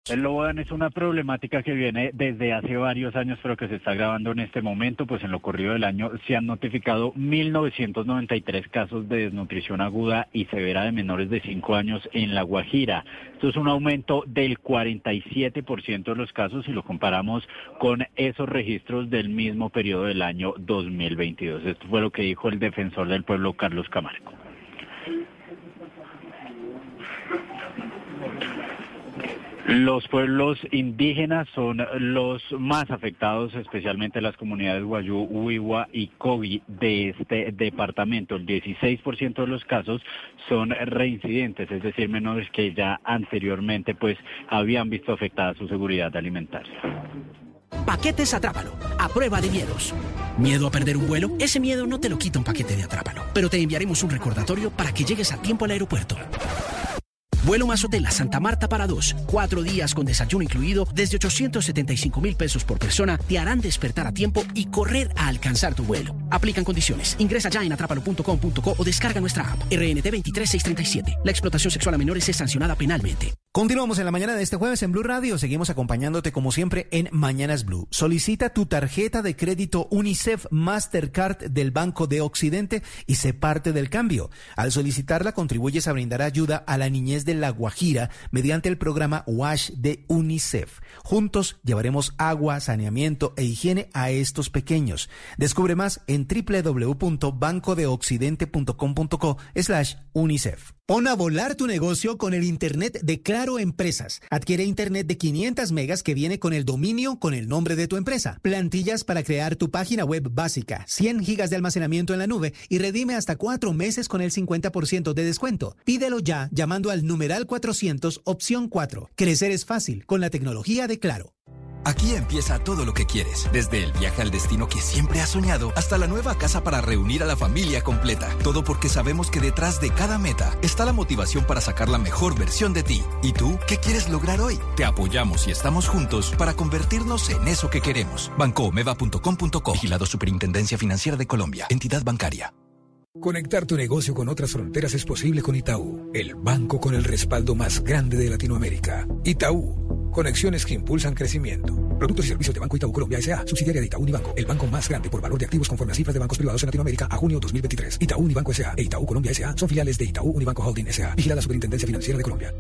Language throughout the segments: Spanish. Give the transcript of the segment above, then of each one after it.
El Lobodan es una problemática que viene desde hace varios años, pero que se está agravando en este momento. Pues en lo corrido del año se han notificado 1.993 casos de desnutrición aguda y severa de menores de 5 años en La Guajira. Esto es un aumento del 47% de los casos si lo comparamos con esos registros del mismo periodo del año 2022. Esto fue lo que dijo el defensor del pueblo, Carlos Camargo. Los pueblos indígenas son los más afectados, especialmente las comunidades Wayuu, Wiwa y Kogi de este departamento. El 16% de los casos son reincidentes, es decir, menores que ya anteriormente pues habían visto afectada su seguridad alimentaria. Paquetes Atrápalo, a prueba de miedos. ¿Miedo a perder un vuelo? Ese miedo no te lo quita un paquete de Atrápalo, pero te enviaremos un recordatorio para que llegues a tiempo al aeropuerto. Vuelo más hotel a Santa Marta para 2. 4 días con desayuno incluido desde 875,000 pesos por persona te harán despertar a tiempo y correr a alcanzar tu vuelo. Aplican condiciones. Ingresa ya en atrápalo.com.co o descarga nuestra app. RNT 23637. La explotación sexual a menores es sancionada penalmente. Continuamos en la mañana de este jueves en Blue Radio. Seguimos acompañándote como siempre en Mañanas Blue. Solicita tu tarjeta de crédito UNICEF Mastercard del Banco de Occidente y sé parte del cambio. Al solicitarla contribuyes a brindar ayuda a la niñez de La Guajira mediante el programa WASH de UNICEF. Juntos llevaremos agua, saneamiento e higiene a estos pequeños. Descubre más en www.bancodeoccidente.com.co/UNICEF. Pon a volar tu negocio con el Internet de Claro Empresas. Adquiere Internet de 500 megas que viene con el dominio con el nombre de tu empresa. Plantillas para crear tu página web básica. 100 gigas de almacenamiento en la nube y redime hasta 4 meses con el 50% de descuento. Pídelo ya llamando al numeral 400 opción 4. Crecer es fácil con la tecnología de Claro. Aquí empieza todo lo que quieres, desde el viaje al destino que siempre has soñado hasta la nueva casa para reunir a la familia completa. Todo porque sabemos que detrás de cada meta está la motivación para sacar la mejor versión de ti. ¿Y tú qué quieres lograr hoy? Te apoyamos y estamos juntos para convertirnos en eso que queremos. Bancoomeva.com.co. Vigilado Superintendencia Financiera de Colombia. Entidad bancaria. Conectar tu negocio con otras fronteras es posible con Itaú, el banco con el respaldo más grande de Latinoamérica. Itaú, conexiones que impulsan crecimiento. Productos y servicios de Banco Itaú Colombia S.A., subsidiaria de Itaú Unibanco, el banco más grande por valor de activos conforme a cifras de bancos privados en Latinoamérica a junio 2023. Itaú Unibanco S.A. e Itaú Colombia S.A. son filiales de Itaú Unibanco Holding S.A. Vigilada Superintendencia Financiera de Colombia.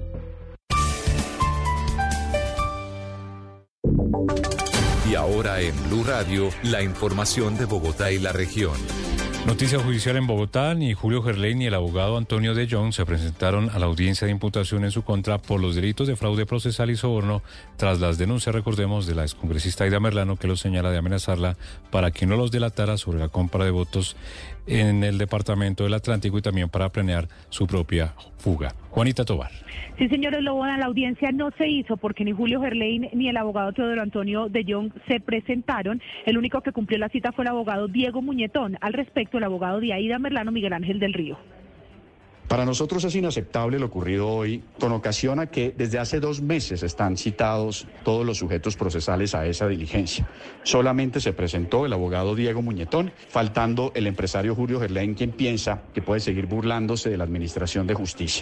Y ahora en Blue Radio, la información de Bogotá y la región. Noticia judicial en Bogotá. Ni Julio Gerley ni el abogado Antonio de Jong se presentaron a la audiencia de imputación en su contra por los delitos de fraude procesal y soborno tras las denuncias, recordemos, de la excongresista Aida Merlano, que los señala de amenazarla para que no los delatara sobre la compra de votos en el departamento del Atlántico y también para planear su propia fuga. Juanita Tovar. Sí, señores Lobodan, la audiencia no se hizo porque ni Julio Gerley ni el abogado Teodoro Antonio de Jong se presentaron. El único que cumplió la cita fue el abogado Diego Muñetón. Al respecto, el abogado de Aida Merlano, Miguel Ángel del Río. Para nosotros es inaceptable lo ocurrido hoy, con ocasión a que desde hace 2 meses están citados todos los sujetos procesales a esa diligencia. Solamente se presentó el abogado Diego Muñetón, faltando el empresario Julio Gerley, quien piensa que puede seguir burlándose de la administración de justicia.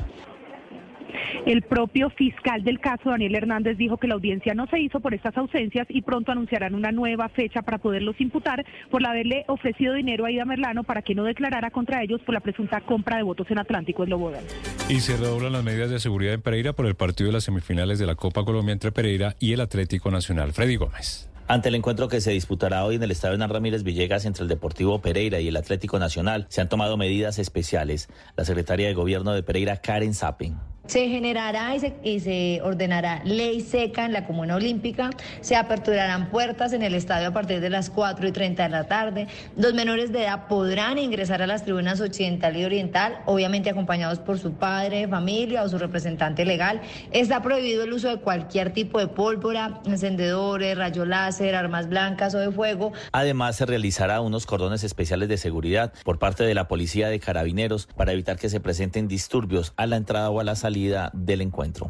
El propio fiscal del caso, Daniel Hernández, dijo que la audiencia no se hizo por estas ausencias y pronto anunciarán una nueva fecha para poderlos imputar por haberle ofrecido dinero a Aida Merlano para que no declarara contra ellos por la presunta compra de votos en Atlántico en Lobodan. Y se redoblan las medidas de seguridad en Pereira por el partido de las semifinales de la Copa Colombia entre Pereira y el Atlético Nacional. Freddy Gómez. Ante el encuentro que se disputará hoy en el estadio Hernán Ramírez Villegas entre el Deportivo Pereira y el Atlético Nacional, se han tomado medidas especiales. La secretaria de Gobierno de Pereira, Karen Zapping. Se generará y se ordenará ley seca en la Comuna Olímpica, se aperturarán puertas en el estadio a partir de las 4:30 de la tarde, los menores de edad podrán ingresar a las tribunas occidental y oriental, obviamente acompañados por su padre, familia o su representante legal. Está prohibido el uso de cualquier tipo de pólvora, encendedores, rayo láser, armas blancas o de fuego. Además, se realizará unos cordones especiales de seguridad por parte de la Policía de Carabineros para evitar que se presenten disturbios a la entrada o a la salida del encuentro.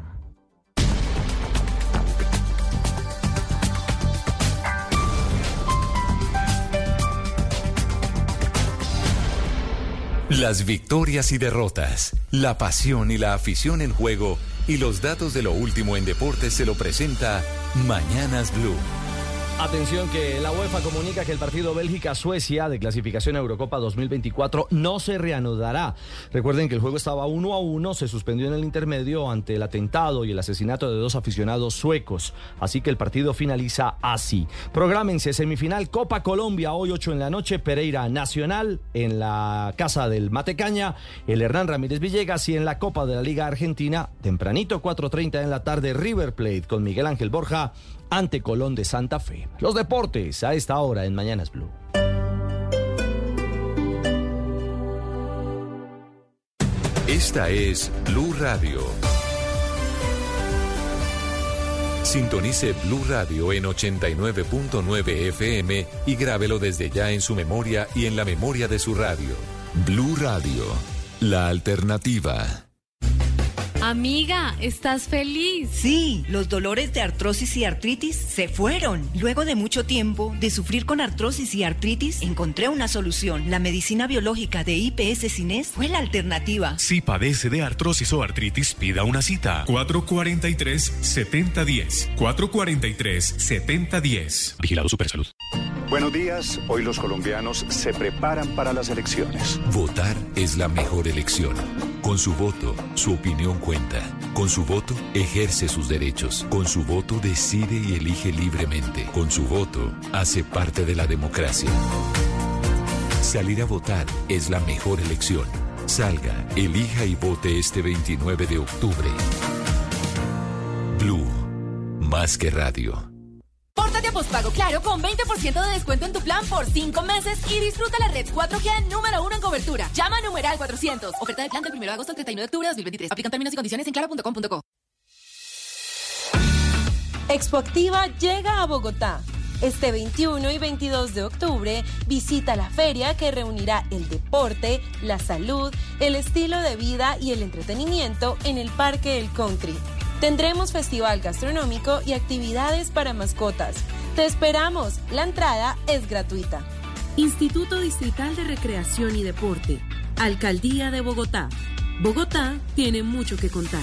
Las victorias y derrotas, la pasión y la afición en juego Y los datos de lo último en deportes se lo presenta Mañanas Blue. Atención que la UEFA comunica que el partido Bélgica-Suecia de clasificación a Eurocopa 2024 no se reanudará. Recuerden que el juego estaba 1-1, se suspendió en el intermedio ante el atentado y el asesinato de 2 aficionados suecos. Así que el partido finaliza así. Prográmense, semifinal Copa Colombia, hoy 8 en la noche, Pereira Nacional en la casa del Matecaña, el Hernán Ramírez Villegas, y en la Copa de la Liga Argentina, tempranito 4:30 en la tarde, River Plate con Miguel Ángel Borja ante Colón de Santa Fe. Los deportes a esta hora en Mañanas Blue. Esta es Blue Radio. Sintonice Blue Radio en 89.9 FM y grábelo desde ya en su memoria y en la memoria de su radio. Blue Radio, la alternativa. Amiga, ¿estás feliz? Sí, los dolores de artrosis y artritis se fueron. Luego de mucho tiempo de sufrir con artrosis y artritis, encontré una solución. La medicina biológica de IPS Cines fue la alternativa. Si padece de artrosis o artritis, pida una cita. 443-7010. 443-7010. Vigilado Supersalud. Buenos días. Hoy los colombianos se preparan para las elecciones. Votar es la mejor elección. Con su voto, su opinión cuenta. Con su voto, ejerce sus derechos. Con su voto, decide y elige libremente. Con su voto, hace parte de la democracia. Salir a votar es la mejor elección. Salga, elija y vote este 29 de octubre. Blue, más que radio. Pórtate a postpago Claro con 20% de descuento en tu plan por 5 meses y disfruta la red 4G número 1 en cobertura. Llama a numeral 400. Oferta de plan del 1 de agosto al 31 de octubre de 2023. Aplican términos y condiciones en claro.com.co. Expoactiva llega a Bogotá. Este 21 y 22 de octubre visita la feria que reunirá el deporte, la salud, el estilo de vida y el entretenimiento en el Parque del Country. Tendremos festival gastronómico y actividades para mascotas. Te esperamos. La entrada es gratuita. Instituto Distrital de Recreación y Deporte. Alcaldía de Bogotá. Bogotá tiene mucho que contar.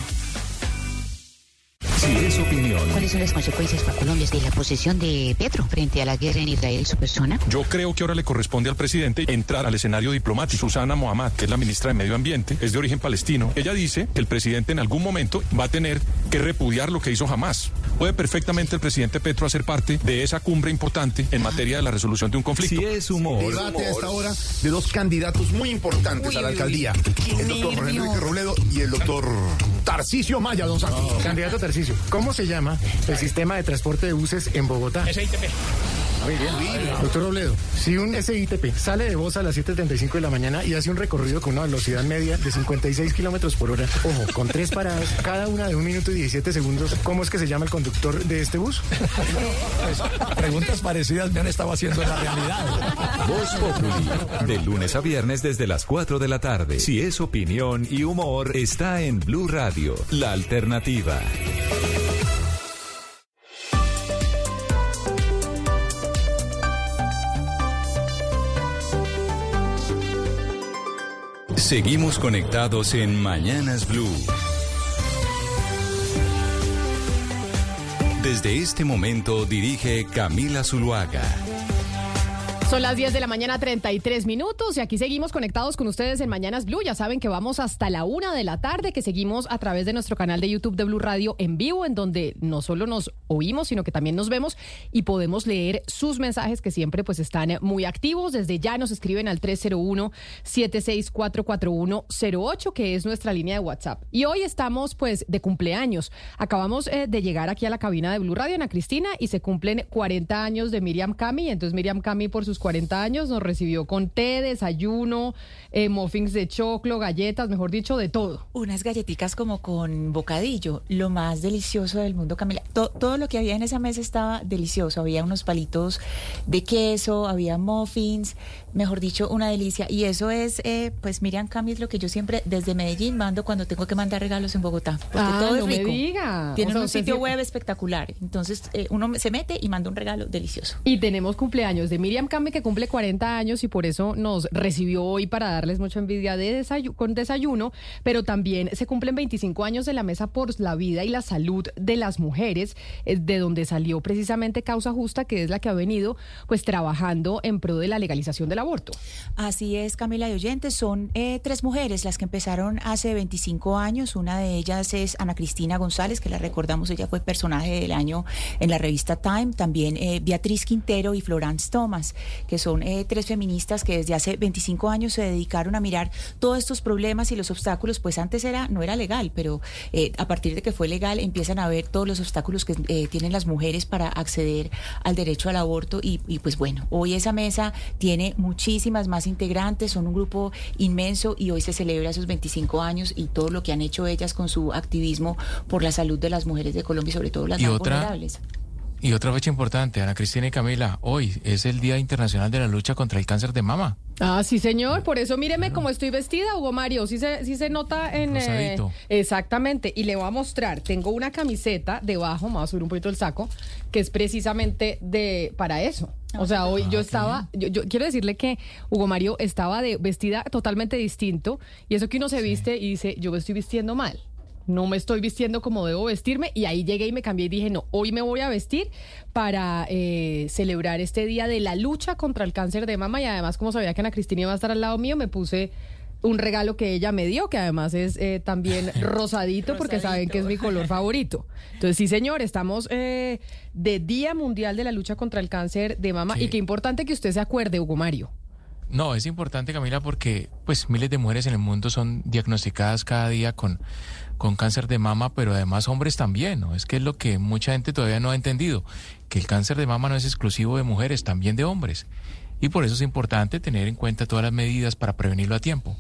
Si es opinión. ¿Cuáles son las consecuencias para Colombia de la posición de Petro frente a la guerra en Israel, su persona? Yo creo que ahora le corresponde al presidente entrar al escenario diplomático. Susana Mohammad, que es la ministra de Medio Ambiente, es de origen palestino. Ella dice que el presidente en algún momento va a tener que repudiar lo que hizo Hamás. Puede perfectamente el presidente Petro hacer parte de esa cumbre importante en materia de la resolución de un conflicto. Si es humor. Debate a esta hora de 2 candidatos muy importantes a la alcaldía. El doctor Jorge Enrique Robledo y el doctor Tarcisio Maya, don Santi. Candidato Tarcisio, ¿cómo se llama el sistema de transporte de buses en Bogotá? SITP. Muy bien. Doctor Robledo, si un SITP sale de Bosa a las 7:35 de la mañana y hace un recorrido con una velocidad media de 56 kilómetros por hora, ojo, con 3 paradas, cada una de 1 minuto y 17 segundos, ¿cómo es que se llama el conductor de este bus? Pues, preguntas parecidas me han estado haciendo en la realidad. Voz Populi, de lunes a viernes desde las 4 de la tarde. Si es opinión y humor, está en Blue Radio, la alternativa. Seguimos conectados en Mañanas Blue. Desde este momento dirige Camila Zuluaga. Son las 10 de la mañana, 33 minutos, y aquí seguimos conectados con ustedes en Mañanas Blue. Ya saben que vamos hasta la 1 de la tarde, que seguimos a través de nuestro canal de YouTube de Blue Radio en vivo, en donde no solo nos oímos, sino que también nos vemos y podemos leer sus mensajes, que siempre pues están muy activos. Desde ya nos escriben al 301-764-4108, que es nuestra línea de WhatsApp. Y hoy estamos pues de cumpleaños. Acabamos de llegar aquí a la cabina de Blue Radio, Ana Cristina, y se cumplen 40 años de Miriam Cami. Entonces Miriam Cami, por sus 40 años, nos recibió con té, desayuno, muffins de choclo, galletas, mejor dicho, de todo. Unas galletitas como con bocadillo, lo más delicioso del mundo, Camila. Todo lo que había en esa mesa estaba delicioso. Había unos palitos de queso, había muffins, mejor dicho, una delicia. Y eso es, pues Miriam Cami es lo que yo siempre desde Medellín mando cuando tengo que mandar regalos en Bogotá. Porque todo es rico. Me diga. Tienen un sitio web espectacular. Entonces uno se mete y manda un regalo delicioso. Y tenemos cumpleaños de Miriam Cami Cami, que cumple 40 años y por eso nos recibió hoy para darles mucha envidia con desayuno, pero también se cumplen 25 años de la Mesa por la Vida y la Salud de las Mujeres, de donde salió precisamente Causa Justa, que es la que ha venido pues trabajando en pro de la legalización del aborto. Así es, Camila y oyentes, son 3 mujeres las que empezaron hace 25 años. Una de ellas es Ana Cristina González, que la recordamos, ella fue personaje del año en la revista Time. También Beatriz Quintero y Florence Thomas, que son 3 feministas que desde hace 25 años se dedicaron a mirar todos estos problemas y los obstáculos. Pues antes no era legal, pero a partir de que fue legal empiezan a ver todos los obstáculos que tienen las mujeres para acceder al derecho al aborto y pues bueno, hoy esa mesa tiene muchísimas más integrantes, son un grupo inmenso y hoy se celebra esos 25 años y todo lo que han hecho ellas con su activismo por la salud de las mujeres de Colombia y sobre todo las más vulnerables. Y otra fecha importante, Ana Cristina y Camila, hoy es el Día Internacional de la Lucha contra el Cáncer de Mama. Ah, sí, señor, por eso míreme cómo estoy vestida, Hugo Mario, sí se nota en... exactamente, y le voy a mostrar, tengo una camiseta debajo, me voy a subir un poquito el saco, que es precisamente para eso. O sea, hoy yo estaba, yo quiero decirle que Hugo Mario estaba vestida totalmente distinto, y eso que uno se viste y dice, yo me estoy vistiendo mal. No me estoy vistiendo como debo vestirme, y ahí llegué y me cambié y dije, no, hoy me voy a vestir para celebrar este día de la lucha contra el cáncer de mama. Y además, como sabía que Ana Cristina iba a estar al lado mío, me puse un regalo que ella me dio, que además es también rosadito, porque saben que es mi color favorito. Entonces, sí, señor, estamos de Día Mundial de la Lucha contra el Cáncer de Mama, y qué importante que usted se acuerde, Hugo Mario. No, es importante, Camila, porque pues miles de mujeres en el mundo son diagnosticadas cada día con cáncer de mama, pero además hombres también, ¿no? Es que es lo que mucha gente todavía no ha entendido, que el cáncer de mama no es exclusivo de mujeres, también de hombres. Y por eso es importante tener en cuenta todas las medidas para prevenirlo a tiempo.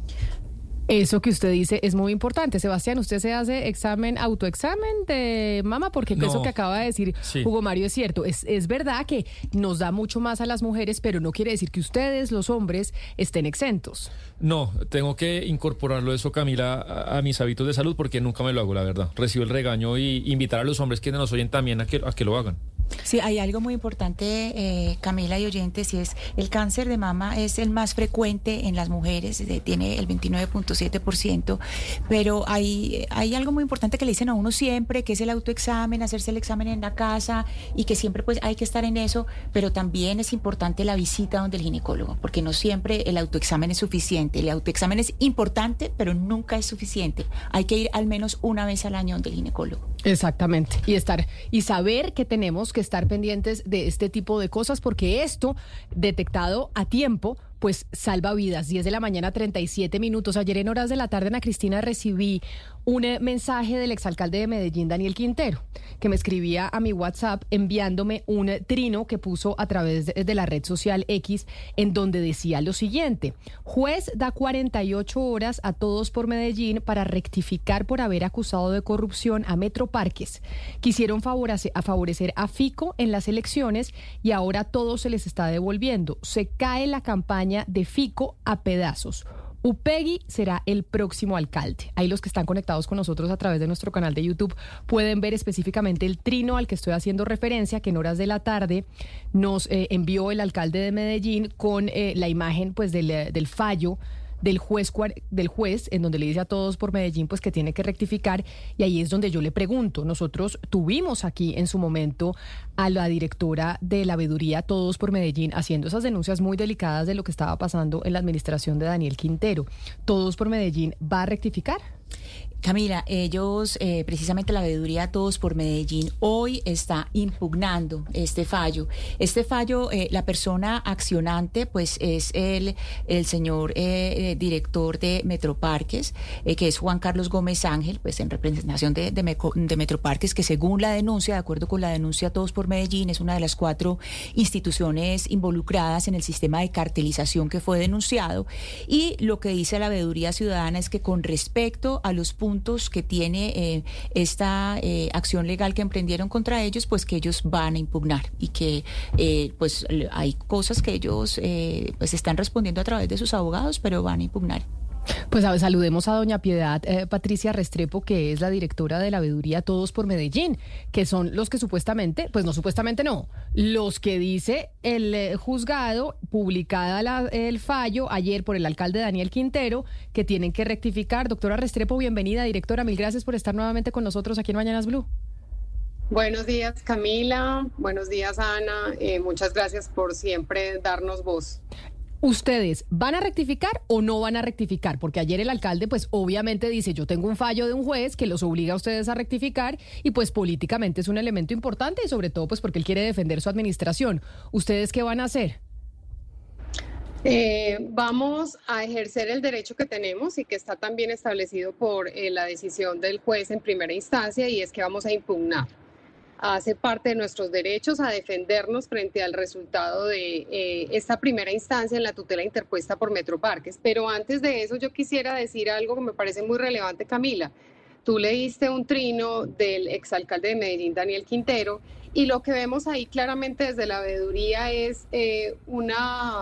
Eso que usted dice es muy importante. Sebastián, ¿usted se hace autoexamen de mama? Porque eso que acaba de decir Hugo Mario es cierto. Es verdad que nos da mucho más a las mujeres, pero no quiere decir que ustedes, los hombres, estén exentos. No, tengo que incorporarlo eso, Camila, a mis hábitos de salud, porque nunca me lo hago, la verdad. Recibo el regaño y invitar a los hombres que nos oyen también a que lo hagan. Sí, hay algo muy importante, Camila y oyentes, y es el cáncer de mama es el más frecuente en las mujeres, tiene el 29.7%, pero hay algo muy importante que le dicen a uno siempre, que es el autoexamen, hacerse el examen en la casa, y que siempre pues hay que estar en eso, pero también es importante la visita donde el ginecólogo, porque no siempre el autoexamen es suficiente. El autoexamen es importante, pero nunca es suficiente. Hay que ir al menos una vez al año donde el ginecólogo. Exactamente, y saber que tenemos que estar pendientes de este tipo de cosas, porque esto, detectado a tiempo, pues salva vidas. 10 de la mañana, 37 minutos. Ayer en horas de la tarde, Ana Cristina, recibí un mensaje del exalcalde de Medellín, Daniel Quintero, que me escribía a mi WhatsApp enviándome un trino que puso a través de la red social X, en donde decía lo siguiente: juez da 48 horas a Todos por Medellín para rectificar por haber acusado de corrupción a Metroparques. Quisieron favorecer a Fico en las elecciones y ahora todo se les está devolviendo. Se cae la campaña de Fico a pedazos. Upegui será el próximo alcalde. Ahí los que están conectados con nosotros a través de nuestro canal de YouTube pueden ver específicamente el trino al que estoy haciendo referencia, que en horas de la tarde nos envió el alcalde de Medellín con la imagen pues del fallo del juez, en donde le dice a Todos por Medellín pues que tiene que rectificar. Y ahí es donde yo le pregunto, nosotros tuvimos aquí en su momento a la directora de la veeduría Todos por Medellín haciendo esas denuncias muy delicadas de lo que estaba pasando en la administración de Daniel Quintero. ¿Todos por Medellín va a rectificar? Camila, ellos, precisamente la veeduría Todos por Medellín, hoy está impugnando este fallo. Este fallo, la persona accionante, pues es el señor director de Metroparques, que es Juan Carlos Gómez Ángel, pues en representación de Metroparques, que según la denuncia, de acuerdo con la denuncia Todos por Medellín, es una de las 4 instituciones involucradas en el sistema de cartelización que fue denunciado. Y lo que dice la veeduría ciudadana es que con respecto a los puntos que tiene esta acción legal que emprendieron contra ellos, pues que ellos van a impugnar y que pues hay cosas que ellos pues están respondiendo a través de sus abogados, pero van a impugnar. Pues saludemos a doña Piedad Patricia Restrepo, que es la directora de la veeduría Todos por Medellín, que son los que supuestamente, pues no supuestamente no, los que dice el juzgado, publicada el fallo ayer por el alcalde Daniel Quintero, que tienen que rectificar. Doctora Restrepo, bienvenida, directora, mil gracias por estar nuevamente con nosotros aquí en Mañanas Blue. Buenos días, Camila. Buenos días, Ana. Muchas gracias por siempre darnos voz. ¿Ustedes van a rectificar o no van a rectificar? Porque ayer el alcalde, pues obviamente dice, yo tengo un fallo de un juez que los obliga a ustedes a rectificar y pues políticamente es un elemento importante y sobre todo pues porque él quiere defender su administración. ¿Ustedes qué van a hacer? Vamos a ejercer el derecho que tenemos y que está también establecido por la decisión del juez en primera instancia, y es que vamos a impugnar. Hace parte de nuestros derechos a defendernos frente al resultado de esta primera instancia en la tutela interpuesta por Metroparques. Pero antes de eso yo quisiera decir algo que me parece muy relevante, Camila. Tú leíste un trino del exalcalde de Medellín, Daniel Quintero, y lo que vemos ahí claramente desde la veeduría es es un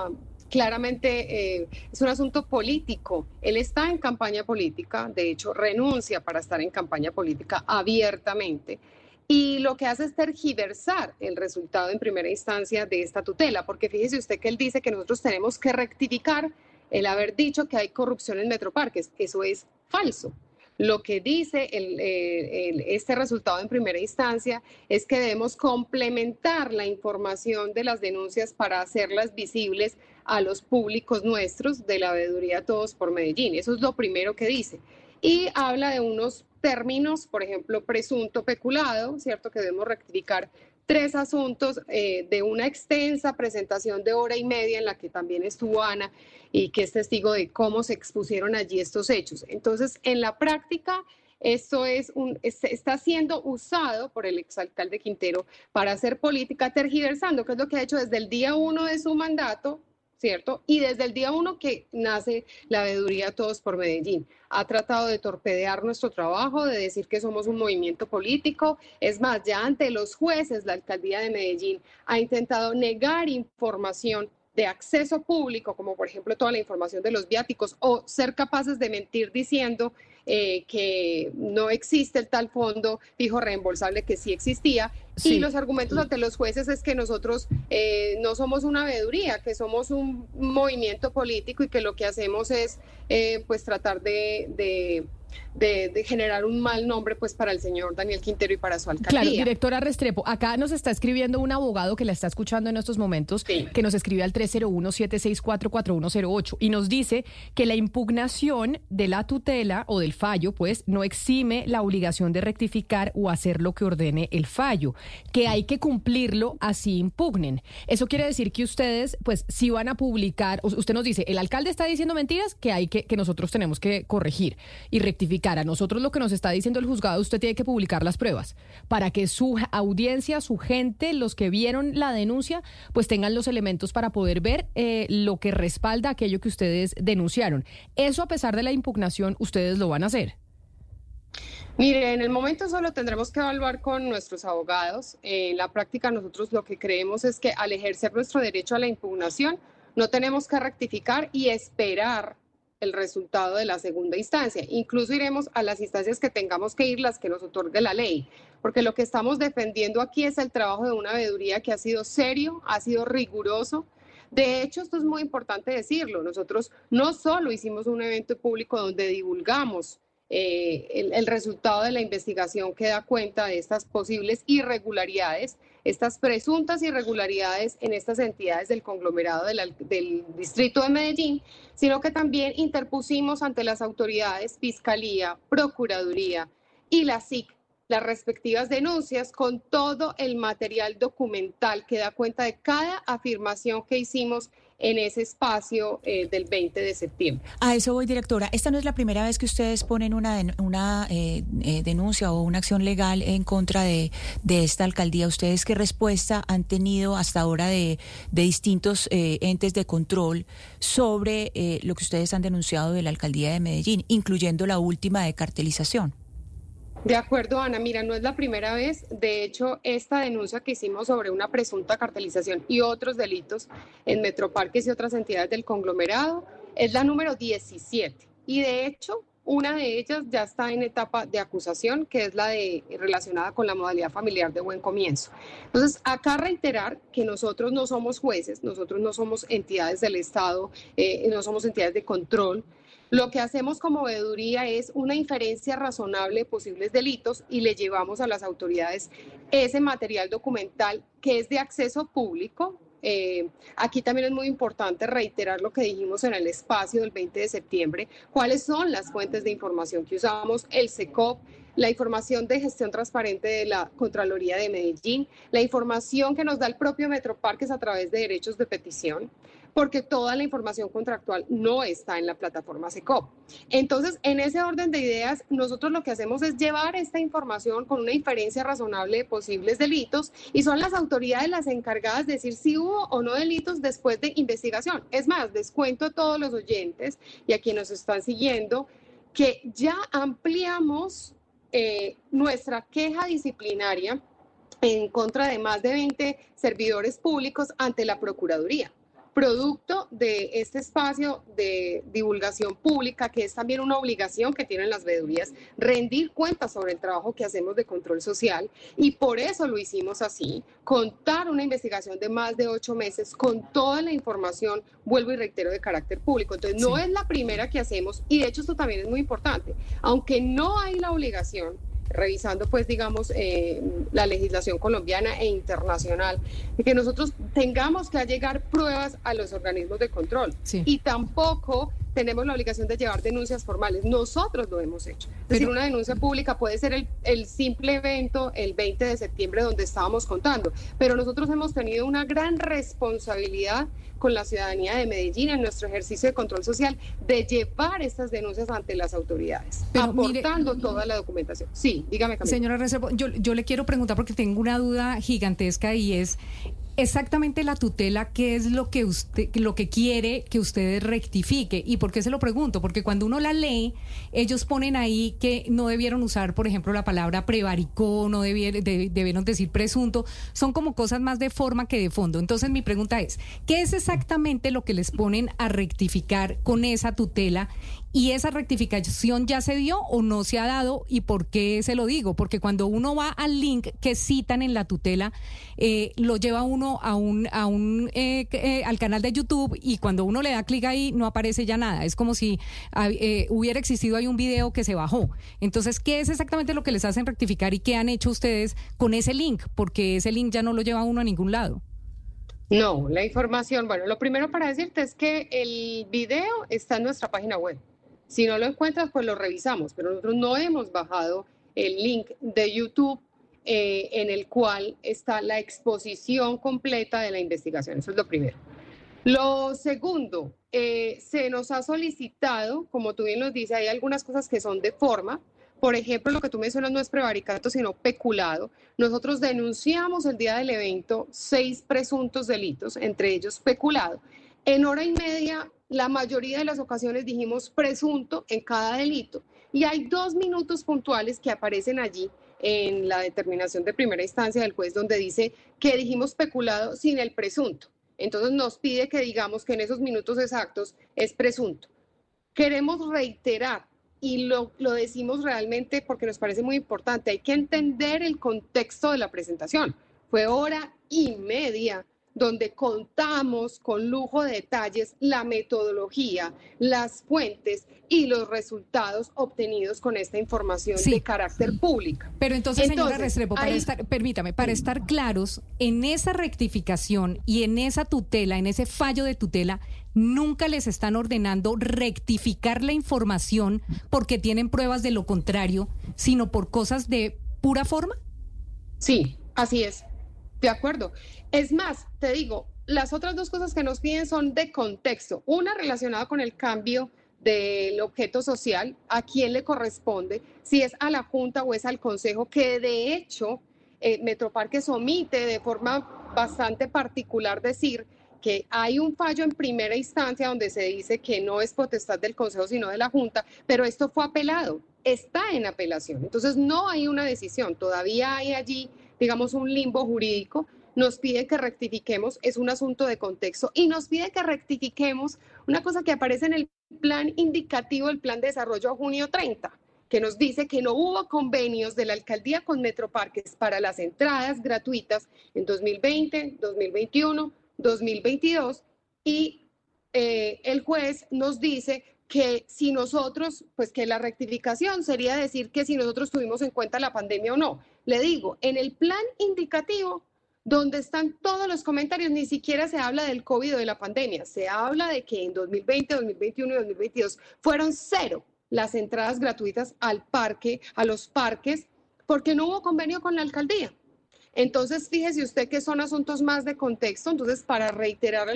asunto político. Él está en campaña política, de hecho renuncia para estar en campaña política abiertamente. Y lo que hace es tergiversar el resultado en primera instancia de esta tutela, porque fíjese usted que él dice que nosotros tenemos que rectificar el haber dicho que hay corrupción en Metroparques. Eso es falso. Lo que dice este resultado en primera instancia es que debemos complementar la información de las denuncias para hacerlas visibles a los públicos nuestros de la veeduría Todos por Medellín. Eso es lo primero que dice. Y habla de unos términos, por ejemplo, presunto peculado, ¿cierto? Que debemos rectificar 3 asuntos de una extensa presentación de 1:30 en la que también estuvo Ana y que es testigo de cómo se expusieron allí estos hechos. Entonces, en la práctica, esto está siendo usado por el exalcalde Quintero para hacer política tergiversando, que es lo que ha hecho desde el día 1 de su mandato, ¿cierto? Y desde el día 1 que nace la veeduría Todos por Medellín. Ha tratado de torpedear nuestro trabajo, de decir que somos un movimiento político. Es más, ya ante los jueces, la alcaldía de Medellín ha intentado negar información de acceso público, como por ejemplo toda la información de los viáticos, o ser capaces de mentir diciendo que no existe el tal fondo fijo reembolsable que sí existía. Sí. Y los argumentos ante los jueces es que nosotros no somos una veeduría, que somos un movimiento político y que lo que hacemos es pues tratar de generar un mal nombre pues para el señor Daniel Quintero y para su alcaldía. Claro, directora Restrepo, acá nos está escribiendo un abogado que la está escuchando en estos momentos, sí, que nos escribe al 301-764-4108 y nos dice que la impugnación de la tutela o del fallo pues no exime la obligación de rectificar o hacer lo que ordene el fallo, que hay que cumplirlo así impugnen. Eso quiere decir que ustedes pues sí van a publicar, usted nos dice, el alcalde está diciendo mentiras que nosotros tenemos que corregir y rectificar. A nosotros lo que nos está diciendo el juzgado, usted tiene que publicar las pruebas para que su audiencia, su gente, los que vieron la denuncia, pues tengan los elementos para poder ver lo que respalda aquello que ustedes denunciaron. Eso, a pesar de la impugnación, ustedes lo van a hacer. Mire, en el momento solo tendremos que evaluar con nuestros abogados. En la práctica nosotros lo que creemos es que al ejercer nuestro derecho a la impugnación no tenemos que rectificar y esperar el resultado de la segunda instancia. Incluso iremos a las instancias que tengamos que ir, las que nos otorgue la ley, porque lo que estamos defendiendo aquí es el trabajo de una veeduría que ha sido serio, ha sido riguroso. De hecho, esto es muy importante decirlo, nosotros no solo hicimos un evento público donde divulgamos el resultado de la investigación que da cuenta de estas posibles irregularidades, estas presuntas irregularidades en estas entidades del conglomerado del distrito de Medellín, sino que también interpusimos ante las autoridades, Fiscalía, Procuraduría y la SIC, las respectivas denuncias con todo el material documental que da cuenta de cada afirmación que hicimos en ese espacio del 20 de septiembre. A eso voy, directora. Esta no es la primera vez que ustedes ponen una denuncia o una acción legal en contra de esta alcaldía. ¿Ustedes qué respuesta han tenido hasta ahora de distintos entes de control sobre lo que ustedes han denunciado de la alcaldía de Medellín, incluyendo la última de cartelización? De acuerdo, Ana. Mira, no es la primera vez. De hecho, esta denuncia que hicimos sobre una presunta cartelización y otros delitos en Metroparques y otras entidades del conglomerado es la número 17. y de hecho una de ellas ya está en etapa de acusación, que es la relacionada con la modalidad familiar de Buen Comienzo. Entonces, acá reiterar que nosotros no somos jueces, nosotros no somos entidades del Estado, no somos entidades de control. Lo que hacemos como veeduría es una inferencia razonable de posibles delitos y le llevamos a las autoridades ese material documental que es de acceso público. Aquí también es muy importante reiterar lo que dijimos en el espacio del 20 de septiembre, cuáles son las fuentes de información que usamos, el SECOP, la información de gestión transparente de la Contraloría de Medellín, la información que nos da el propio Metroparques a través de derechos de petición, porque toda la información contractual no está en la plataforma SECOP. Entonces, en ese orden de ideas, nosotros lo que hacemos es llevar esta información con una inferencia razonable de posibles delitos y son las autoridades las encargadas de decir si hubo o no delitos después de investigación. Es más, les cuento a todos los oyentes y a quienes nos están siguiendo que ya ampliamos nuestra queja disciplinaria en contra de más de 20 servidores públicos ante la Procuraduría, producto de este espacio de divulgación pública, que es también una obligación que tienen las veedurías, rendir cuentas sobre el trabajo que hacemos de control social, y por eso lo hicimos así, contar una investigación de más de 8 meses con toda la información, vuelvo y reitero, de carácter público. Entonces, no es la primera que hacemos, y de hecho esto también es muy importante, aunque no hay la obligación, revisando pues digamos la legislación colombiana e internacional, de que nosotros tengamos que allegar pruebas a los organismos de control, y tampoco tenemos la obligación de llevar denuncias formales. Nosotros lo hemos hecho. Es decir, una denuncia pública puede ser el simple evento el 20 de septiembre donde estábamos contando, pero nosotros hemos tenido una gran responsabilidad con la ciudadanía de Medellín en nuestro ejercicio de control social de llevar estas denuncias ante las autoridades, pero aportando toda la documentación. Sí, dígame, Camila. Señora Restrepo, yo le quiero preguntar porque tengo una duda gigantesca y es exactamente la tutela, ¿qué es lo que quiere que ustedes rectifique? ¿Y por qué se lo pregunto? Porque cuando uno la lee, ellos ponen ahí que no debieron usar, por ejemplo, la palabra prevaricó, no debieron decir presunto, son como cosas más de forma que de fondo. Entonces mi pregunta es, ¿qué es exactamente lo que les ponen a rectificar con esa tutela? ¿Y esa rectificación ya se dio o no se ha dado? ¿Y por qué se lo digo? Porque cuando uno va al link que citan en la tutela, lo lleva uno al canal de YouTube, y cuando uno le da clic ahí no aparece ya nada. Es como si hubiera existido ahí un video que se bajó. Entonces, ¿qué es exactamente lo que les hacen rectificar y qué han hecho ustedes con ese link? Porque ese link ya no lo lleva uno a ningún lado. No, la información, bueno, lo primero para decirte es que el video está en nuestra página web. Si no lo encuentras, pues lo revisamos, pero nosotros no hemos bajado el link de YouTube en el cual está la exposición completa de la investigación. Eso es lo primero. Lo segundo, se nos ha solicitado, como tú bien nos dices, hay algunas cosas que son de forma. Por ejemplo, lo que tú mencionas no es prevaricato, sino peculado. Nosotros denunciamos el día del evento 6 presuntos delitos, entre ellos peculado. En hora y media, la mayoría de las ocasiones dijimos presunto en cada delito. Y hay 2 minutos puntuales que aparecen allí en la determinación de primera instancia del juez, donde dice que dijimos peculado sin el presunto. Entonces nos pide que digamos que en esos minutos exactos es presunto. Queremos reiterar, y lo decimos realmente porque nos parece muy importante, hay que entender el contexto de la presentación. Fue hora y media donde contamos con lujo de detalles la metodología, las fuentes y los resultados obtenidos con esta información de carácter público. Pero entonces, señora Restrepo, para estar claros, en esa rectificación y en esa tutela, en ese fallo de tutela, nunca les están ordenando rectificar la información porque tienen pruebas de lo contrario, sino por cosas de pura forma. Sí, así es. De acuerdo. Es más, te digo, las otras 2 cosas que nos piden son de contexto. Una relacionada con el cambio del objeto social, a quién le corresponde, si es a la Junta o es al Consejo, que de hecho Metroparques omite de forma bastante particular decir que hay un fallo en primera instancia donde se dice que no es potestad del Consejo sino de la Junta, pero esto fue apelado, está en apelación. Entonces no hay una decisión, todavía hay allí, digamos, un limbo jurídico. Nos pide que rectifiquemos, es un asunto de contexto, y nos pide que rectifiquemos una cosa que aparece en el plan indicativo, el plan de desarrollo a junio 30, que nos dice que no hubo convenios de la alcaldía con Metroparques para las entradas gratuitas en 2020, 2021, 2022, y el juez nos dice que si nosotros, pues que la rectificación sería decir que si nosotros tuvimos en cuenta la pandemia o no. Le digo, en el plan indicativo, donde están todos los comentarios, ni siquiera se habla del COVID o de la pandemia, se habla de que en 2020, 2021 y 2022 fueron 0 las entradas gratuitas al parque, a los parques, porque no hubo convenio con la alcaldía. Entonces, fíjese usted que son asuntos más de contexto. Entonces, para reiterar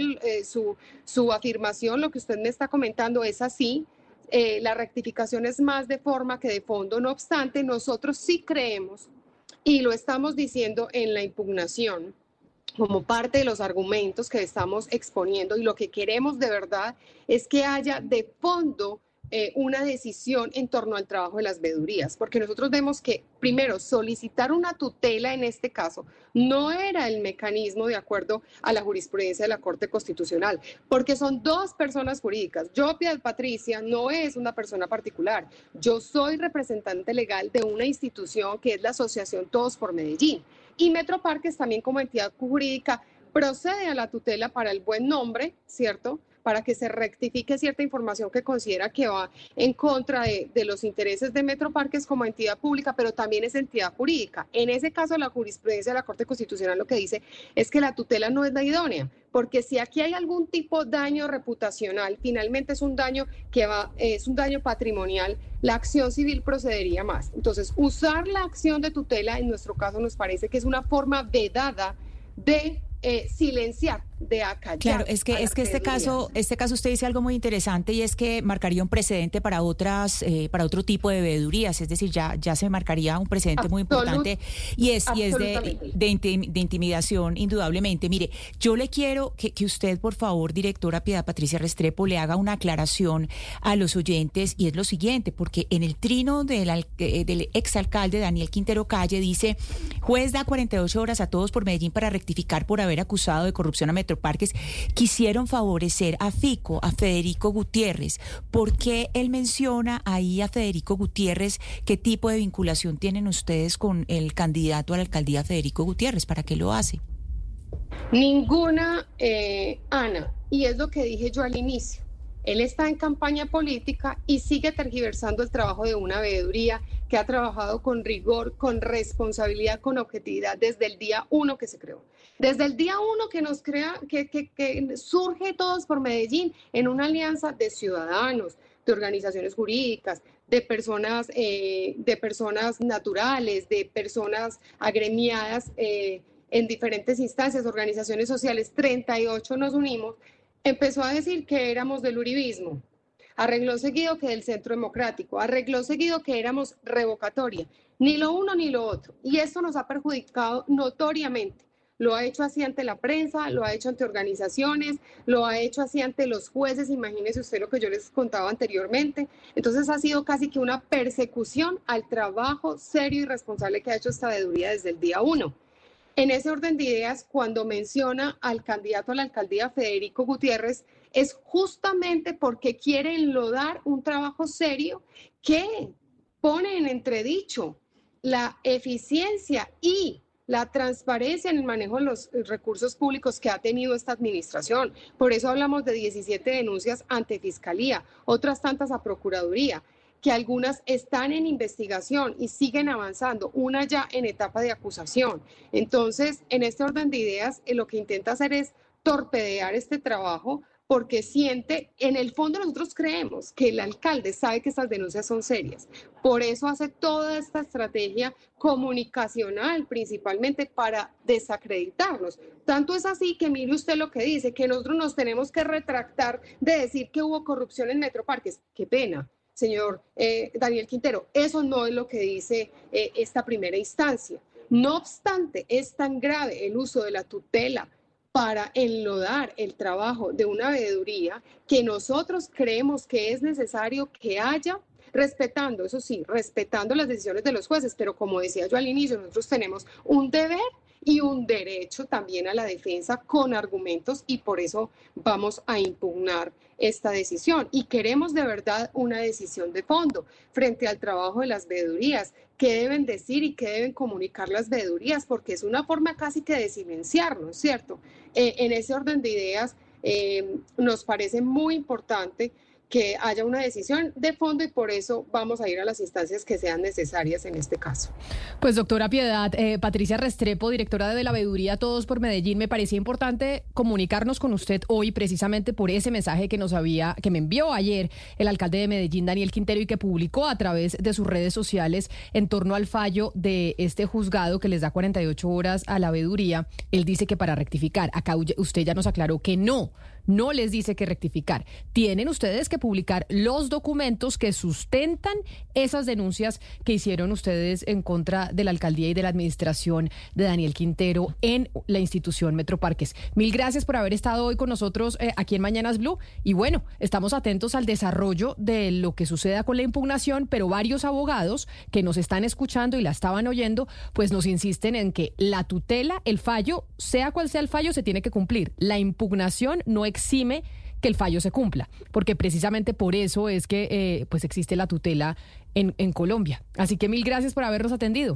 su afirmación, lo que usted me está comentando es así. La rectificación es más de forma que de fondo. No obstante, nosotros sí creemos, y lo estamos diciendo en la impugnación, como parte de los argumentos que estamos exponiendo, y lo que queremos de verdad es que haya de fondo una decisión en torno al trabajo de las veedurías, porque nosotros vemos que, primero, solicitar una tutela en este caso no era el mecanismo de acuerdo a la jurisprudencia de la Corte Constitucional, porque son 2 personas jurídicas. Yo, Piedad Patricia, no es una persona particular. Yo soy representante legal de una institución que es la Asociación Todos por Medellín, y Metroparques también como entidad jurídica procede a la tutela para el buen nombre, ¿cierto?, para que se rectifique cierta información que considera que va en contra de los intereses de Metroparques como entidad pública, pero también es entidad jurídica. En ese caso, la jurisprudencia de la Corte Constitucional lo que dice es que la tutela no es la idónea, porque si aquí hay algún tipo de daño reputacional, finalmente es un daño es un daño patrimonial, la acción civil procedería más. Entonces, usar la acción de tutela, en nuestro caso, nos parece que es una forma vedada de silenciar, de acallar. Claro, es que este caso usted dice algo muy interesante, y es que marcaría un precedente para para otro tipo de veedurías, es decir, ya se marcaría un precedente muy importante, y es de intimidación, indudablemente. Mire, yo le quiero que usted, por favor, directora Piedad Patricia Restrepo, le haga una aclaración a los oyentes, y es lo siguiente, porque en el trino del exalcalde Daniel Quintero Calle dice: juez da 48 horas a Todos por Medellín para rectificar por haber acusado de corrupción a Metroparques. Quisieron favorecer a Fico, a Federico Gutiérrez. ¿Por qué él menciona ahí a Federico Gutiérrez? ¿Qué tipo de vinculación tienen ustedes con el candidato a la alcaldía Federico Gutiérrez? ¿Para qué lo hace? Ninguna, Ana, y es lo que dije yo al inicio. Él está en campaña política y sigue tergiversando el trabajo de una veeduría que ha trabajado con rigor, con responsabilidad, con objetividad desde el día 1 que se creó. Desde el día 1 que nos crea, que surge Todos por Medellín en una alianza de ciudadanos, de organizaciones jurídicas, de personas naturales, de personas agremiadas en diferentes instancias, organizaciones sociales. 38 nos unimos. Empezó a decir que éramos del uribismo, arregló seguido que del Centro Democrático, arregló seguido que éramos revocatoria, ni lo uno ni lo otro. Y esto nos ha perjudicado notoriamente. Lo ha hecho así ante la prensa, lo ha hecho ante organizaciones, lo ha hecho así ante los jueces. Imagínese usted lo que yo les contaba anteriormente. Entonces ha sido casi que una persecución al trabajo serio y responsable que ha hecho esta veeduría desde el día 1. En ese orden de ideas, cuando menciona al candidato a la alcaldía Federico Gutiérrez, es justamente porque quiere enlodar un trabajo serio que pone en entredicho la eficiencia y la transparencia en el manejo de los recursos públicos que ha tenido esta administración. Por eso hablamos de 17 denuncias ante Fiscalía, otras tantas a Procuraduría, que algunas están en investigación y siguen avanzando, una ya en etapa de acusación. Entonces, en este orden de ideas, lo que intenta hacer es torpedear este trabajo, porque siente, en el fondo nosotros creemos que el alcalde sabe que estas denuncias son serias. Por eso hace toda esta estrategia comunicacional, principalmente para desacreditarnos. Tanto es así que mire usted lo que dice, que nosotros nos tenemos que retractar de decir que hubo corrupción en Metroparques. Qué pena, señor Daniel Quintero, eso no es lo que dice esta primera instancia. No obstante, es tan grave el uso de la tutela para enlodar el trabajo de una veeduría que nosotros creemos que es necesario que haya, respetando, eso sí, respetando las decisiones de los jueces, pero como decía yo al inicio, nosotros tenemos un deber y un derecho también a la defensa con argumentos, y por eso vamos a impugnar esta decisión. Y queremos de verdad una decisión de fondo frente al trabajo de las veedurías. ¿Qué deben decir y qué deben comunicar las veedurías? Porque es una forma casi que de silenciarnos, ¿cierto? En ese orden de ideas, nos parece muy importante que haya una decisión de fondo, y por eso vamos a ir a las instancias que sean necesarias en este caso. Pues doctora Piedad, Patricia Restrepo, directora de la veeduría Todos por Medellín, me parecía importante comunicarnos con usted hoy precisamente por ese mensaje que me envió ayer el alcalde de Medellín, Daniel Quintero, y que publicó a través de sus redes sociales en torno al fallo de este juzgado que les da 48 horas a la veeduría. Él dice que para rectificar, acá usted ya nos aclaró que no les dice que rectificar. Tienen ustedes que publicar los documentos que sustentan esas denuncias que hicieron ustedes en contra de la alcaldía y de la administración de Daniel Quintero en la institución Metroparques. Mil gracias por haber estado hoy con nosotros aquí en Mañanas Blue. Y bueno, estamos atentos al desarrollo de lo que suceda con la impugnación, pero varios abogados que nos están escuchando y la estaban oyendo, pues nos insisten en que la tutela, el fallo, sea cual sea el fallo, se tiene que cumplir. La impugnación no exime que el fallo se cumpla, porque precisamente por eso es que pues existe la tutela en Colombia. Así que mil gracias por habernos atendido.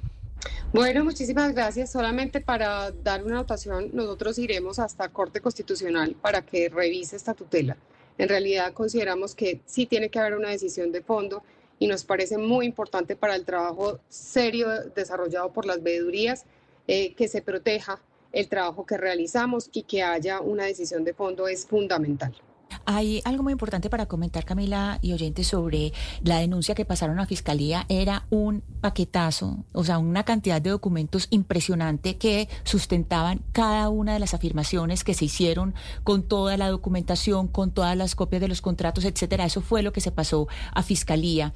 Bueno, muchísimas gracias. Solamente para dar una anotación, nosotros iremos hasta Corte Constitucional para que revise esta tutela. En realidad consideramos que sí tiene que haber una decisión de fondo, y nos parece muy importante para el trabajo serio desarrollado por las veedurías que se proteja el trabajo que realizamos, y que haya una decisión de fondo es fundamental. Hay algo muy importante para comentar, Camila y oyentes, sobre la denuncia que pasaron a Fiscalía. Era un paquetazo, o sea, una cantidad de documentos impresionante que sustentaban cada una de las afirmaciones que se hicieron, con toda la documentación, con todas las copias de los contratos, etcétera. Eso fue lo que se pasó a Fiscalía.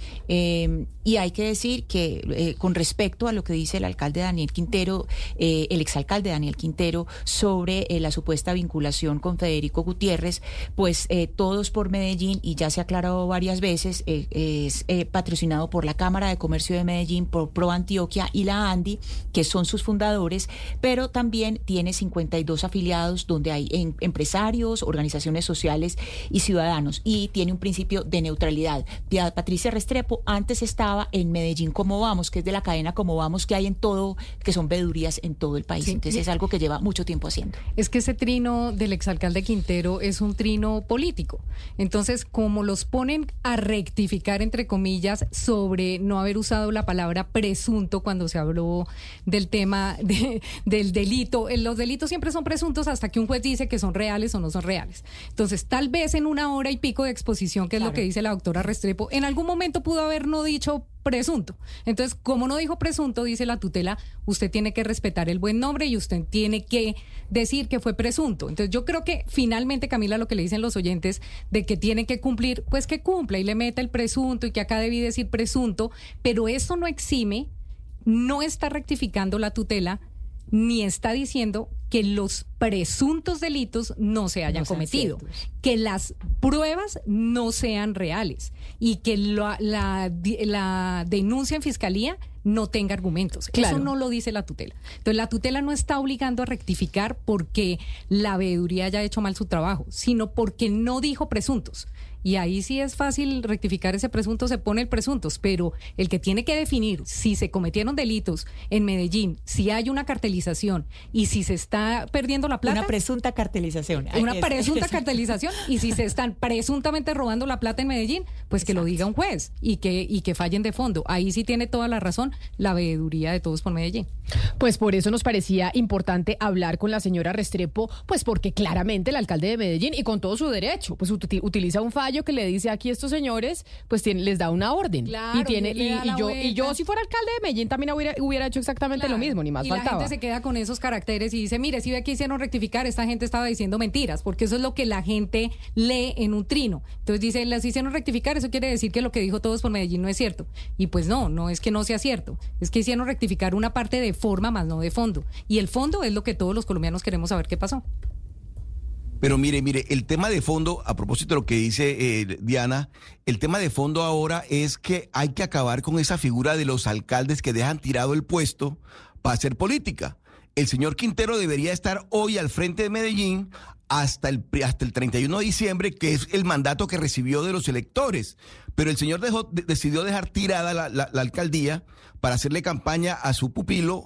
Y hay que decir que con respecto a lo que dice el alcalde Daniel Quintero, el exalcalde Daniel Quintero, sobre la supuesta vinculación con Federico Gutiérrez, pues Todos por Medellín, y ya se ha aclarado varias veces, es patrocinado por la Cámara de Comercio de Medellín, por ProAntioquia y la ANDI, que son sus fundadores, pero también tiene 52 afiliados donde hay empresarios, organizaciones sociales y ciudadanos, y tiene un principio de neutralidad. Patricia Restrepo antes estaba en Medellín Como Vamos, que es de la cadena Como Vamos que hay en todo, que son veedurías en todo el país. Sí. Entonces es algo que lleva mucho tiempo haciendo. Es que ese trino del exalcalde Quintero es un trino político. Entonces, como los ponen a rectificar, entre comillas, sobre no haber usado la palabra presunto cuando se habló del tema del delito, los delitos siempre son presuntos hasta que un juez dice que son reales o no son reales. Entonces, tal vez en una hora y pico de exposición, que es lo que dice la doctora Restrepo, en algún momento pudo haber no dicho presunto. Entonces, como no dijo presunto, dice la tutela, usted tiene que respetar el buen nombre y usted tiene que decir que fue presunto. Entonces, yo creo que finalmente, Camila, lo que le dicen los oyentes de que tiene que cumplir, pues que cumpla y le meta el presunto, y que acá debí decir presunto, pero eso no exime, no está rectificando la tutela, ni está diciendo que los presuntos delitos no se hayan cometido, que las pruebas no sean reales y que la denuncia en Fiscalía no tenga argumentos. Claro. Eso no lo dice la tutela. Entonces, la tutela no está obligando a rectificar porque la veeduría haya hecho mal su trabajo, sino porque no dijo presuntos. Y ahí sí es fácil rectificar ese presunto, se pone el presuntos, pero el que tiene que definir si se cometieron delitos en Medellín, si hay una cartelización y si se está perdiendo la plata. Una presunta cartelización. Una presunta cartelización, y si se están presuntamente robando la plata en Medellín, pues que lo diga un juez y que fallen de fondo. Ahí sí tiene toda la razón la veeduría de Todos por Medellín. Pues por eso nos parecía importante hablar con la señora Restrepo, pues porque claramente el alcalde de Medellín, y con todo su derecho, pues utiliza un fallo que le dice aquí a estos señores, pues les da una orden. Claro, y yo si fuera alcalde de Medellín también hubiera hecho exactamente lo mismo, ni más faltaba. La gente se queda con esos caracteres y dice, mire, si ve que hicieron rectificar, esta gente estaba diciendo mentiras, porque eso es lo que la gente lee en un trino. Entonces dice, las hicieron rectificar, eso quiere decir que lo que dijo Todos por Medellín no es cierto. Y pues no es que no sea cierto, es que hicieron rectificar una parte de forma más no de fondo. Y el fondo es lo que todos los colombianos queremos saber qué pasó. Pero mire, el tema de fondo, a propósito de lo que dice Diana, el tema de fondo ahora es que hay que acabar con esa figura de los alcaldes que dejan tirado el puesto para hacer política. El señor Quintero debería estar hoy al frente de Medellín hasta el 31 de diciembre, que es el mandato que recibió de los electores. Pero el señor decidió dejar tirada la alcaldía para hacerle campaña a su pupilo,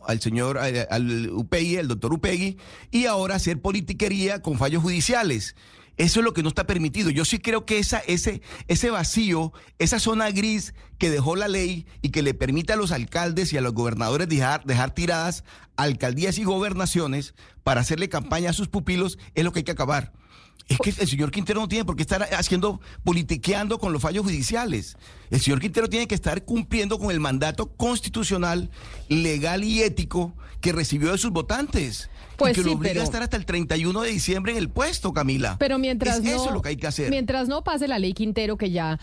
al Upegui, el doctor Upegui, y ahora hacer politiquería con fallos judiciales. Eso es lo que no está permitido. Yo sí creo que ese vacío, esa zona gris que dejó la ley y que le permite a los alcaldes y a los gobernadores dejar tiradas alcaldías y gobernaciones para hacerle campaña a sus pupilos, es lo que hay que acabar. Es que el señor Quintero no tiene por qué estar politiqueando con los fallos judiciales. El señor Quintero tiene que estar cumpliendo con el mandato constitucional, legal y ético que recibió de sus votantes. Pues y que lo obliga a estar hasta el 31 de diciembre en el puesto, Camila. Pero mientras eso es lo que hay que hacer. Mientras no pase la ley Quintero, que ya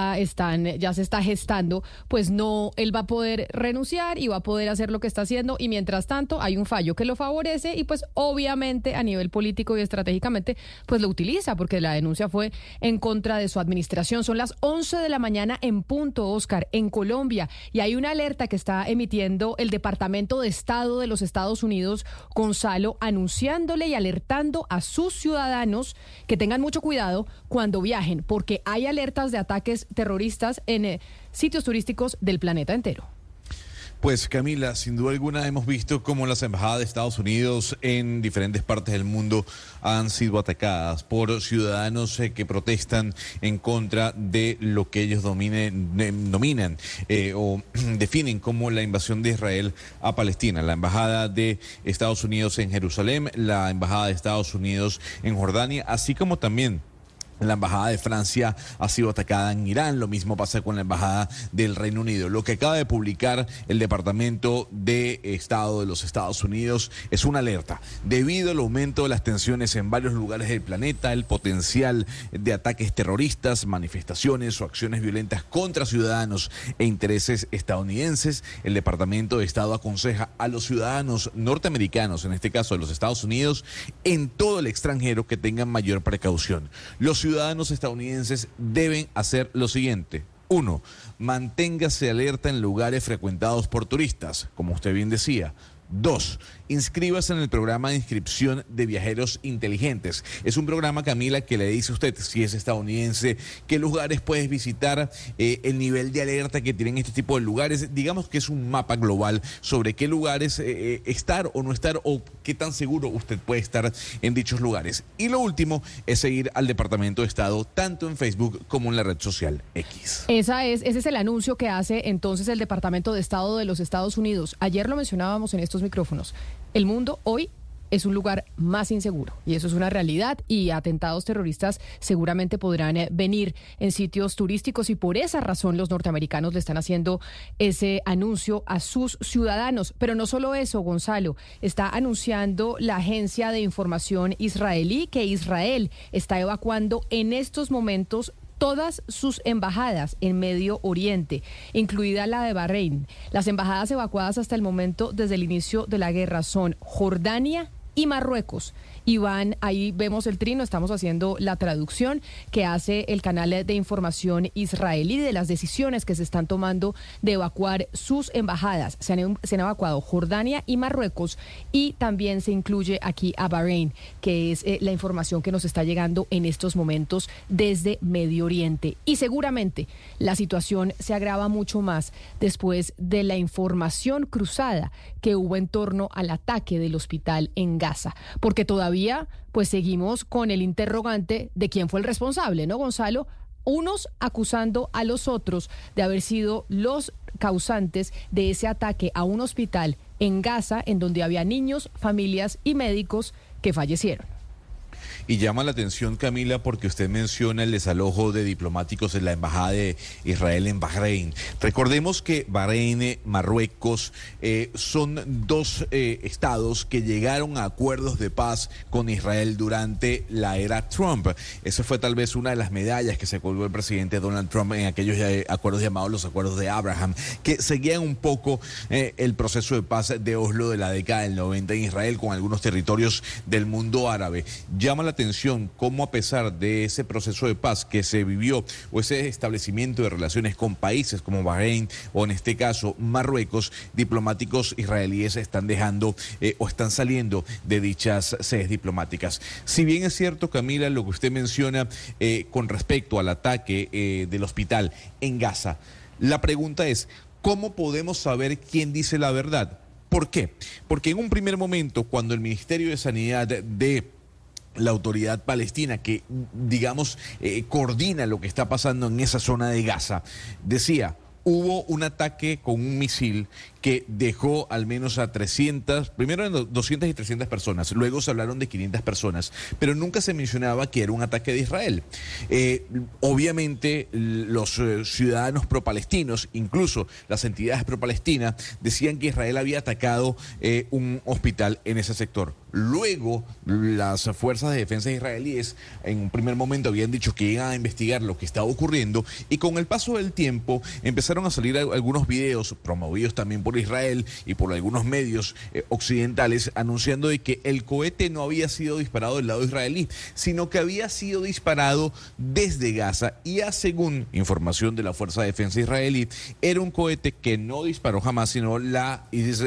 se está gestando, pues no, él va a poder renunciar y va a poder hacer lo que está haciendo. Y mientras tanto, hay un fallo que lo favorece y pues obviamente a nivel político y estratégicamente, pues lo utiliza, porque la denuncia fue en contra de su administración. Son las 11 de la mañana en punto, Oscar, en Colombia. Y hay una alerta que está emitiendo el Departamento de Estado de los Estados Unidos, Gonzalo, anunciándole y alertando a sus ciudadanos que tengan mucho cuidado cuando viajen, porque hay alertas de ataques terroristas en sitios turísticos del planeta entero. Pues Camila, sin duda alguna hemos visto cómo las embajadas de Estados Unidos en diferentes partes del mundo han sido atacadas por ciudadanos que protestan en contra de lo que ellos dominan o definen como la invasión de Israel a Palestina. La embajada de Estados Unidos en Jerusalén, la embajada de Estados Unidos en Jordania, así como también la embajada de Francia ha sido atacada en Irán. Lo mismo pasa con la embajada del Reino Unido. Lo que acaba de publicar el Departamento de Estado de los Estados Unidos es una alerta. Debido al aumento de las tensiones en varios lugares del planeta, el potencial de ataques terroristas, manifestaciones o acciones violentas contra ciudadanos e intereses estadounidenses, el Departamento de Estado aconseja a los ciudadanos norteamericanos, en este caso de los Estados Unidos, en todo el extranjero, que tengan mayor precaución. Los ciudadanos estadounidenses deben hacer lo siguiente. 1. Manténgase alerta en lugares frecuentados por turistas, como usted bien decía. 2. Inscríbase en el programa de inscripción de viajeros inteligentes. Es un programa, Camila, que le dice a usted, si es estadounidense, qué lugares puedes visitar, el nivel de alerta que tienen este tipo de lugares. Digamos que es un mapa global sobre qué lugares estar o no estar, o qué tan seguro usted puede estar en dichos lugares. Y lo último es seguir al Departamento de Estado tanto en Facebook como en la red social X. Ese es el anuncio que hace entonces el Departamento de Estado de los Estados Unidos. Ayer lo mencionábamos en estos micrófonos. El mundo hoy es un lugar más inseguro y eso es una realidad, y atentados terroristas seguramente podrán venir en sitios turísticos, y por esa razón los norteamericanos le están haciendo ese anuncio a sus ciudadanos. Pero no solo eso, Gonzalo, está anunciando la agencia de información israelí que Israel está evacuando en estos momentos todas sus embajadas en Medio Oriente, incluida la de Bahrein. Las embajadas evacuadas hasta el momento desde el inicio de la guerra son Jordania y Marruecos. Y van, ahí vemos el trino, estamos haciendo la traducción que hace el canal de información israelí de las decisiones que se están tomando de evacuar sus embajadas. Se han evacuado Jordania y Marruecos, y también se incluye aquí a Bahrein, que es la información que nos está llegando en estos momentos desde Medio Oriente. Y seguramente la situación se agrava mucho más después de la información cruzada que hubo en torno al ataque del hospital en Gaza, porque todavía pues seguimos con el interrogante de quién fue el responsable, ¿no, Gonzalo? Unos acusando a los otros de haber sido los causantes de ese ataque a un hospital en Gaza, en donde había niños, familias y médicos que fallecieron. Y llama la atención, Camila, porque usted menciona el desalojo de diplomáticos en la embajada de Israel en Bahrein. Recordemos que Bahrein, Marruecos, son dos estados que llegaron a acuerdos de paz con Israel durante la era Trump. Esa fue tal vez una de las medallas que se colgó el presidente Donald Trump en aquellos acuerdos llamados los acuerdos de Abraham, que seguían un poco el proceso de paz de Oslo de la década del 90 en Israel con algunos territorios del mundo árabe. Llama la atención cómo, a pesar de ese proceso de paz que se vivió, o ese establecimiento de relaciones con países como Bahrein o en este caso Marruecos, diplomáticos israelíes están dejando o están saliendo de dichas sedes diplomáticas. Si bien es cierto, Camila, lo que usted menciona con respecto al ataque del hospital en Gaza, la pregunta es, ¿cómo podemos saber quién dice la verdad? ¿Por qué? Porque en un primer momento, cuando el Ministerio de Sanidad de la autoridad palestina, que digamos coordina lo que está pasando en esa zona de Gaza, decía, hubo un ataque con un misil que dejó al menos a 300, primero 200 y 300 personas, luego se hablaron de 500 personas, pero nunca se mencionaba que era un ataque de Israel. Obviamente los ciudadanos pro-palestinos, incluso las entidades pro-palestinas, decían que Israel había atacado un hospital en ese sector. Luego, las fuerzas de defensa israelíes en un primer momento habían dicho que iban a investigar lo que estaba ocurriendo, y con el paso del tiempo empezaron a salir algunos videos promovidos también por Israel y por algunos medios occidentales anunciando de que el cohete no había sido disparado del lado israelí, sino que había sido disparado desde Gaza, y según información de la Fuerza de Defensa israelí, era un cohete que no disparó jamás, sino la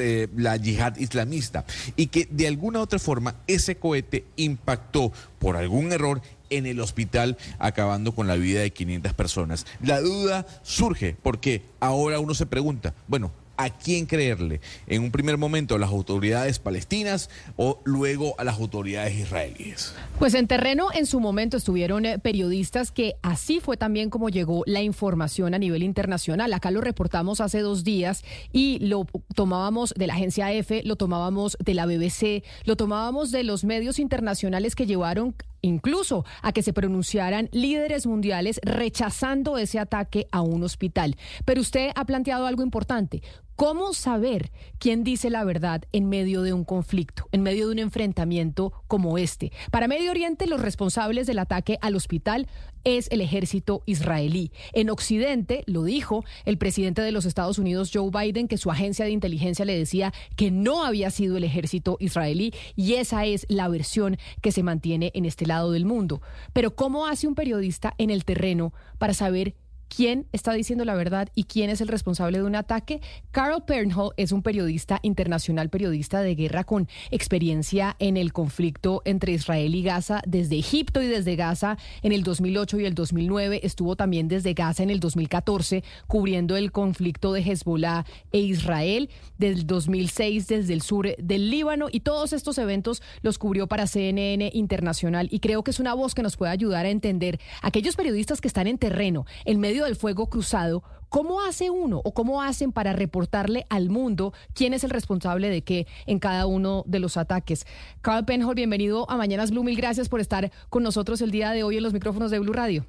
yihad islamista, y que de alguna otra forma ese cohete impactó por algún error en el hospital, acabando con la vida de 500 personas. La duda surge porque ahora uno se pregunta, bueno, ¿a quién creerle? En un primer momento, ¿a las autoridades palestinas o luego a las autoridades israelíes? Pues en terreno, en su momento estuvieron periodistas, que así fue también como llegó la información a nivel internacional. Acá lo reportamos hace 2 días y lo tomábamos de la agencia EFE, lo tomábamos de la BBC, lo tomábamos de los medios internacionales que llevaron incluso a que se pronunciaran líderes mundiales rechazando ese ataque a un hospital. Pero usted ha planteado algo importante. ¿Cómo saber quién dice la verdad en medio de un conflicto, en medio de un enfrentamiento como este? Para Medio Oriente, los responsables del ataque al hospital es el ejército israelí. En Occidente, lo dijo el presidente de los Estados Unidos, Joe Biden, que su agencia de inteligencia le decía que no había sido el ejército israelí, y esa es la versión que se mantiene en este lado del mundo. Pero ¿cómo hace un periodista en el terreno para saber quién está diciendo la verdad y quién es el responsable de un ataque? Carl Pernhall es un periodista internacional, periodista de guerra con experiencia en el conflicto entre Israel y Gaza, desde Egipto y desde Gaza en el 2008 y el 2009. Estuvo también desde Gaza en el 2014 cubriendo el conflicto de Hezbollah e Israel, del 2006 desde el sur del Líbano, y todos estos eventos los cubrió para CNN Internacional, y creo que es una voz que nos puede ayudar a entender a aquellos periodistas que están en terreno, en medio del fuego cruzado. ¿Cómo hace uno o cómo hacen para reportarle al mundo quién es el responsable de qué en cada uno de los ataques? Carl Pernhall, bienvenido a Mañanas Blue. Mil gracias por estar con nosotros el día de hoy en los micrófonos de Blue Radio.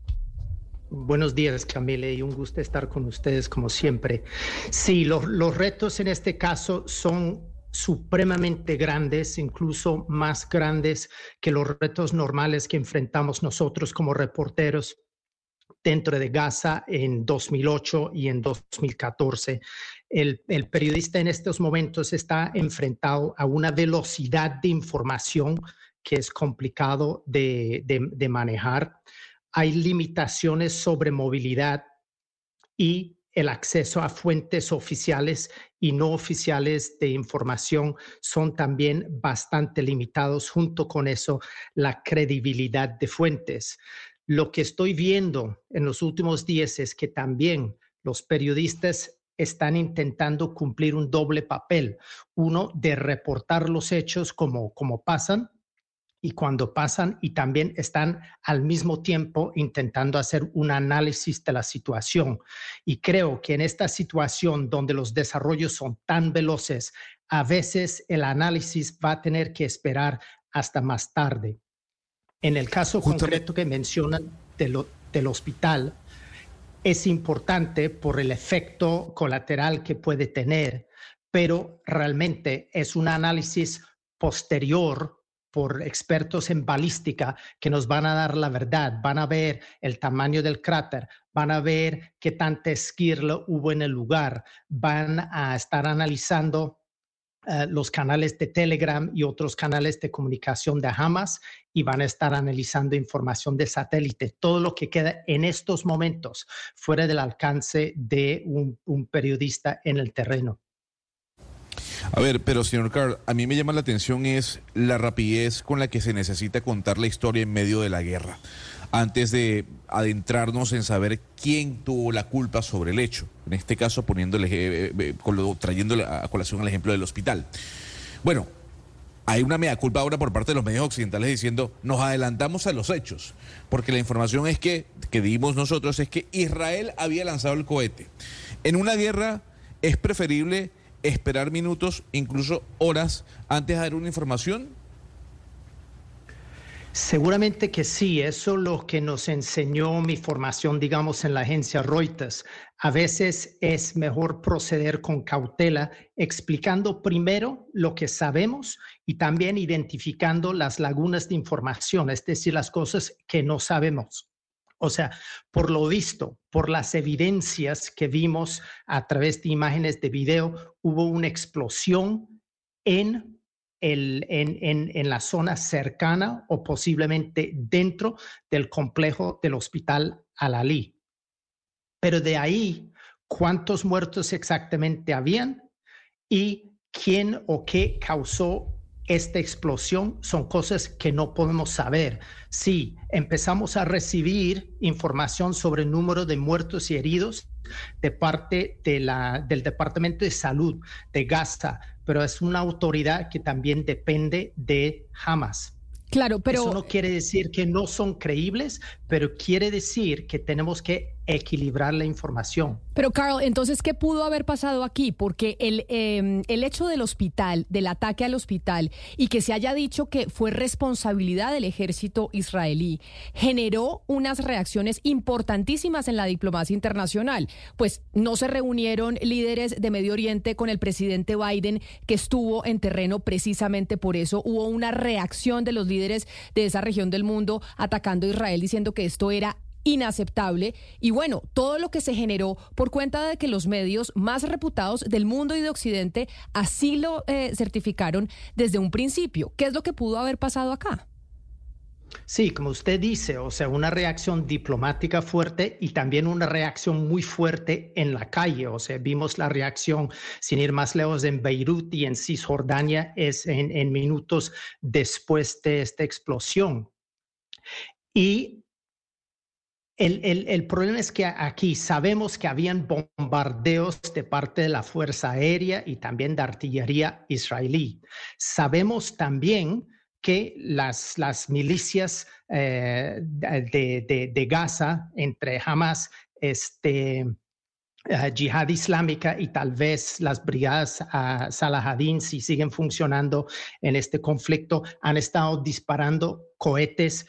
Buenos días, Camila, y un gusto estar con ustedes como siempre. Sí, los retos en este caso son supremamente grandes, incluso más grandes que los retos normales que enfrentamos nosotros como reporteros dentro de Gaza en 2008 y en 2014. El periodista en estos momentos está enfrentado a una velocidad de información que es complicado de manejar. Hay limitaciones sobre movilidad y el acceso a fuentes oficiales y no oficiales de información son también bastante limitados. Junto con eso, la credibilidad de fuentes. Lo que estoy viendo en los últimos días es que también los periodistas están intentando cumplir un doble papel. Uno, de reportar los hechos como pasan y cuando pasan, y también están al mismo tiempo intentando hacer un análisis de la situación. Y creo que en esta situación donde los desarrollos son tan veloces, a veces el análisis va a tener que esperar hasta más tarde. En el caso concreto que mencionan del hospital, es importante por el efecto colateral que puede tener, pero realmente es un análisis posterior por expertos en balística que nos van a dar la verdad. Van a ver el tamaño del cráter, van a ver qué tanta esquirla hubo en el lugar, van a estar analizando los canales de Telegram y otros canales de comunicación de Hamas y van a estar analizando información de satélite, todo lo que queda en estos momentos fuera del alcance de un periodista en el terreno. A ver, pero señor Carl, a mí me llama la atención es la rapidez con la que se necesita contar la historia en medio de la guerra, antes de adentrarnos en saber quién tuvo la culpa sobre el hecho. En este caso, trayéndole a colación el ejemplo del hospital. Bueno, hay una mea culpa ahora por parte de los medios occidentales diciendo nos adelantamos a los hechos, porque la información es que dimos nosotros es que Israel había lanzado el cohete. En una guerra es preferible esperar minutos, incluso horas, antes de dar una información. Seguramente que sí, eso es lo que nos enseñó mi formación, digamos, en la agencia Reuters. A veces es mejor proceder con cautela, explicando primero lo que sabemos y también identificando las lagunas de información, es decir, las cosas que no sabemos. O sea, por lo visto, por las evidencias que vimos a través de imágenes de video, hubo una explosión en la zona cercana o posiblemente dentro del complejo del hospital Al-Ali. Pero de ahí, ¿cuántos muertos exactamente habían? Y quién o qué causó esta explosión son cosas que no podemos saber. Sí, empezamos a recibir información sobre el número de muertos y heridos de parte del Departamento de Salud de Gaza, pero es una autoridad que también depende de Hamas. Claro, pero eso no quiere decir que no son creíbles, pero quiere decir que tenemos que equilibrar la información. Pero Carl, entonces, ¿qué pudo haber pasado aquí? Porque el hecho del hospital, del ataque al hospital, y que se haya dicho que fue responsabilidad del ejército israelí, generó unas reacciones importantísimas en la diplomacia internacional. Pues no se reunieron líderes de Medio Oriente con el presidente Biden, que estuvo en terreno precisamente por eso. Hubo una reacción de los líderes de esa región del mundo atacando a Israel, diciendo que esto era inaceptable. Y bueno, todo lo que se generó por cuenta de que los medios más reputados del mundo y de Occidente así lo certificaron desde un principio. ¿Qué es lo que pudo haber pasado acá? Sí, como usted dice, o sea, una reacción diplomática fuerte y también una reacción muy fuerte en la calle. O sea, vimos la reacción, sin ir más lejos, en Beirut y en Cisjordania es en minutos después de esta explosión. Y el problema es que aquí sabemos que habían bombardeos de parte de la Fuerza Aérea y también de artillería israelí. Sabemos también que las milicias de Gaza, entre Hamas, Yihad Islámica y tal vez las brigadas Salahadin, si siguen funcionando en este conflicto, han estado disparando cohetes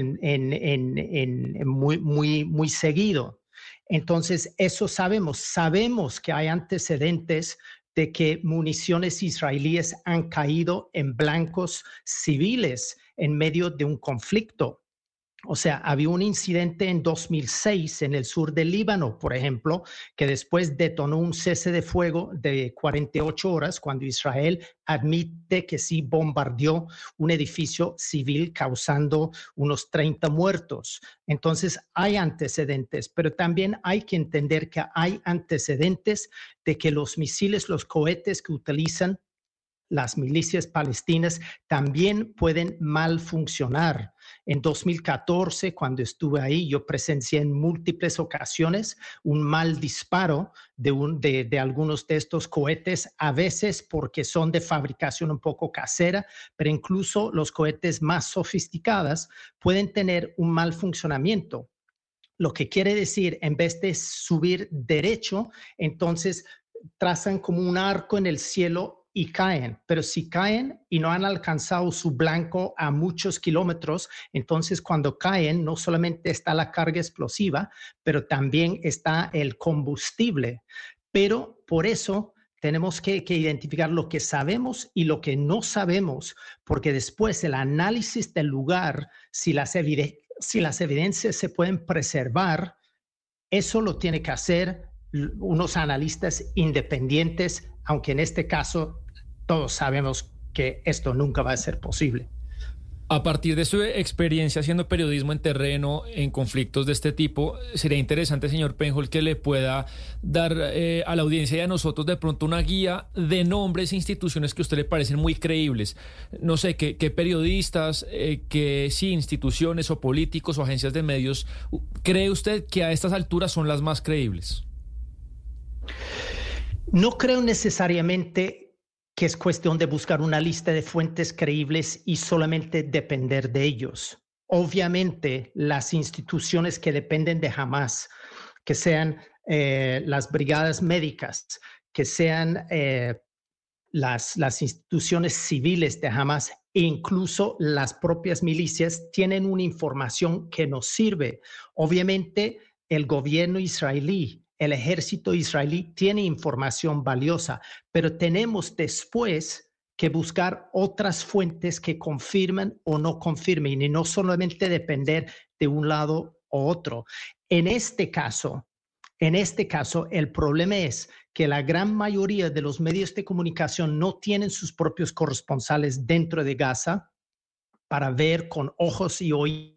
muy seguido. Entonces, eso sabemos que hay antecedentes de que municiones israelíes han caído en blancos civiles en medio de un conflicto. O sea, había un incidente en 2006 en el sur del Líbano, por ejemplo, que después detonó un cese de fuego de 48 horas cuando Israel admite que sí bombardeó un edificio civil causando unos 30 muertos. Entonces, hay antecedentes, pero también hay que entender que hay antecedentes de que los misiles, los cohetes que utilizan las milicias palestinas también pueden mal funcionar. En 2014, cuando estuve ahí, yo presencié en múltiples ocasiones un mal disparo de algunos de estos cohetes, a veces porque son de fabricación un poco casera, pero incluso los cohetes más sofisticados pueden tener un mal funcionamiento. Lo que quiere decir, en vez de subir derecho, entonces trazan como un arco en el cielo y caen, pero si caen y no han alcanzado su blanco a muchos kilómetros, entonces cuando caen no solamente está la carga explosiva, pero también está el combustible. Pero por eso tenemos que identificar lo que sabemos y lo que no sabemos, porque después el análisis del lugar, si las evidencias se pueden preservar, eso lo tiene que hacer unos analistas independientes, aunque en este caso todos sabemos que esto nunca va a ser posible. A partir de su experiencia haciendo periodismo en terreno, en conflictos de este tipo, sería interesante, señor Penhall, que le pueda dar a la audiencia y a nosotros de pronto una guía de nombres e instituciones que a usted le parecen muy creíbles. No sé, qué periodistas, qué instituciones o políticos o agencias de medios cree usted que a estas alturas son las más creíbles. No creo necesariamente que es cuestión de buscar una lista de fuentes creíbles y solamente depender de ellos. Obviamente, las instituciones que dependen de Hamas, que sean las brigadas médicas, que sean las instituciones civiles de Hamas e incluso las propias milicias, tienen una información que nos sirve. Obviamente, el gobierno israelí, el ejército israelí tiene información valiosa, pero tenemos después que buscar otras fuentes que confirmen o no confirmen y no solamente depender de un lado o otro. En este caso, el problema es que la gran mayoría de los medios de comunicación no tienen sus propios corresponsales dentro de Gaza para ver con ojos y oídos.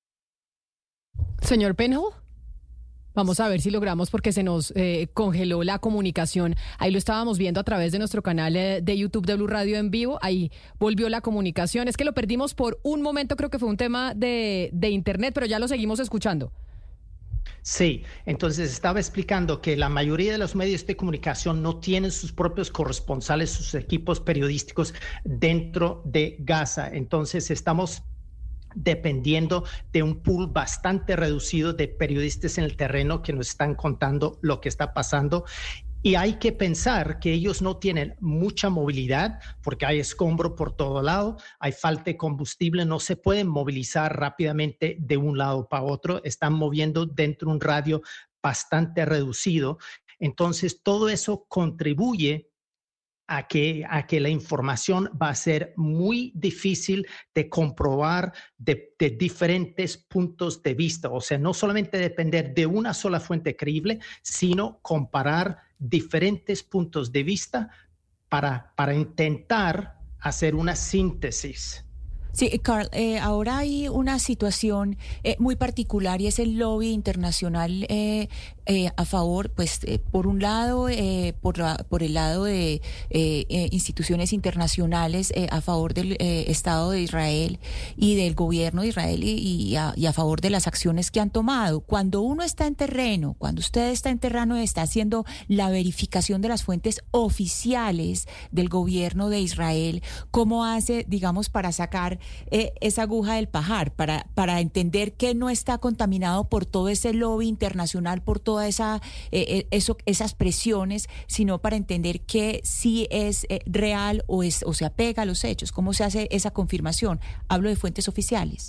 Señor Penhall. Vamos a ver si logramos, porque se nos congeló la comunicación. Ahí lo estábamos viendo a través de nuestro canal de YouTube de Blue Radio en vivo. Ahí volvió la comunicación. Es que lo perdimos por un momento, creo que fue un tema de internet, pero ya lo seguimos escuchando. Sí, entonces estaba explicando que la mayoría de los medios de comunicación no tienen sus propios corresponsales, sus equipos periodísticos dentro de Gaza. Entonces estamos dependiendo de un pool bastante reducido de periodistas en el terreno que nos están contando lo que está pasando. Y hay que pensar que ellos no tienen mucha movilidad porque hay escombro por todo lado, hay falta de combustible, no se pueden movilizar rápidamente de un lado para otro, están moviendo dentro de un radio bastante reducido. Entonces, todo eso contribuye a que la información va a ser muy difícil de comprobar de diferentes puntos de vista. O sea, no solamente depender de una sola fuente creíble, sino comparar diferentes puntos de vista para intentar hacer una síntesis. Sí, Carl, ahora hay una situación muy particular y es el lobby internacional a favor, pues, por un lado, por el lado de instituciones internacionales a favor del Estado de Israel y del gobierno de Israel y a favor de las acciones que han tomado. Cuando uno está en terreno, cuando usted está en terreno, está haciendo la verificación de las fuentes oficiales del gobierno de Israel, ¿cómo hace, digamos, para sacar esa aguja del pajar, para entender que no está contaminado por todo ese lobby internacional, por toda esas presiones, sino para entender que sí es real o se apega a los hechos? ¿Cómo se hace esa confirmación? Hablo de fuentes oficiales.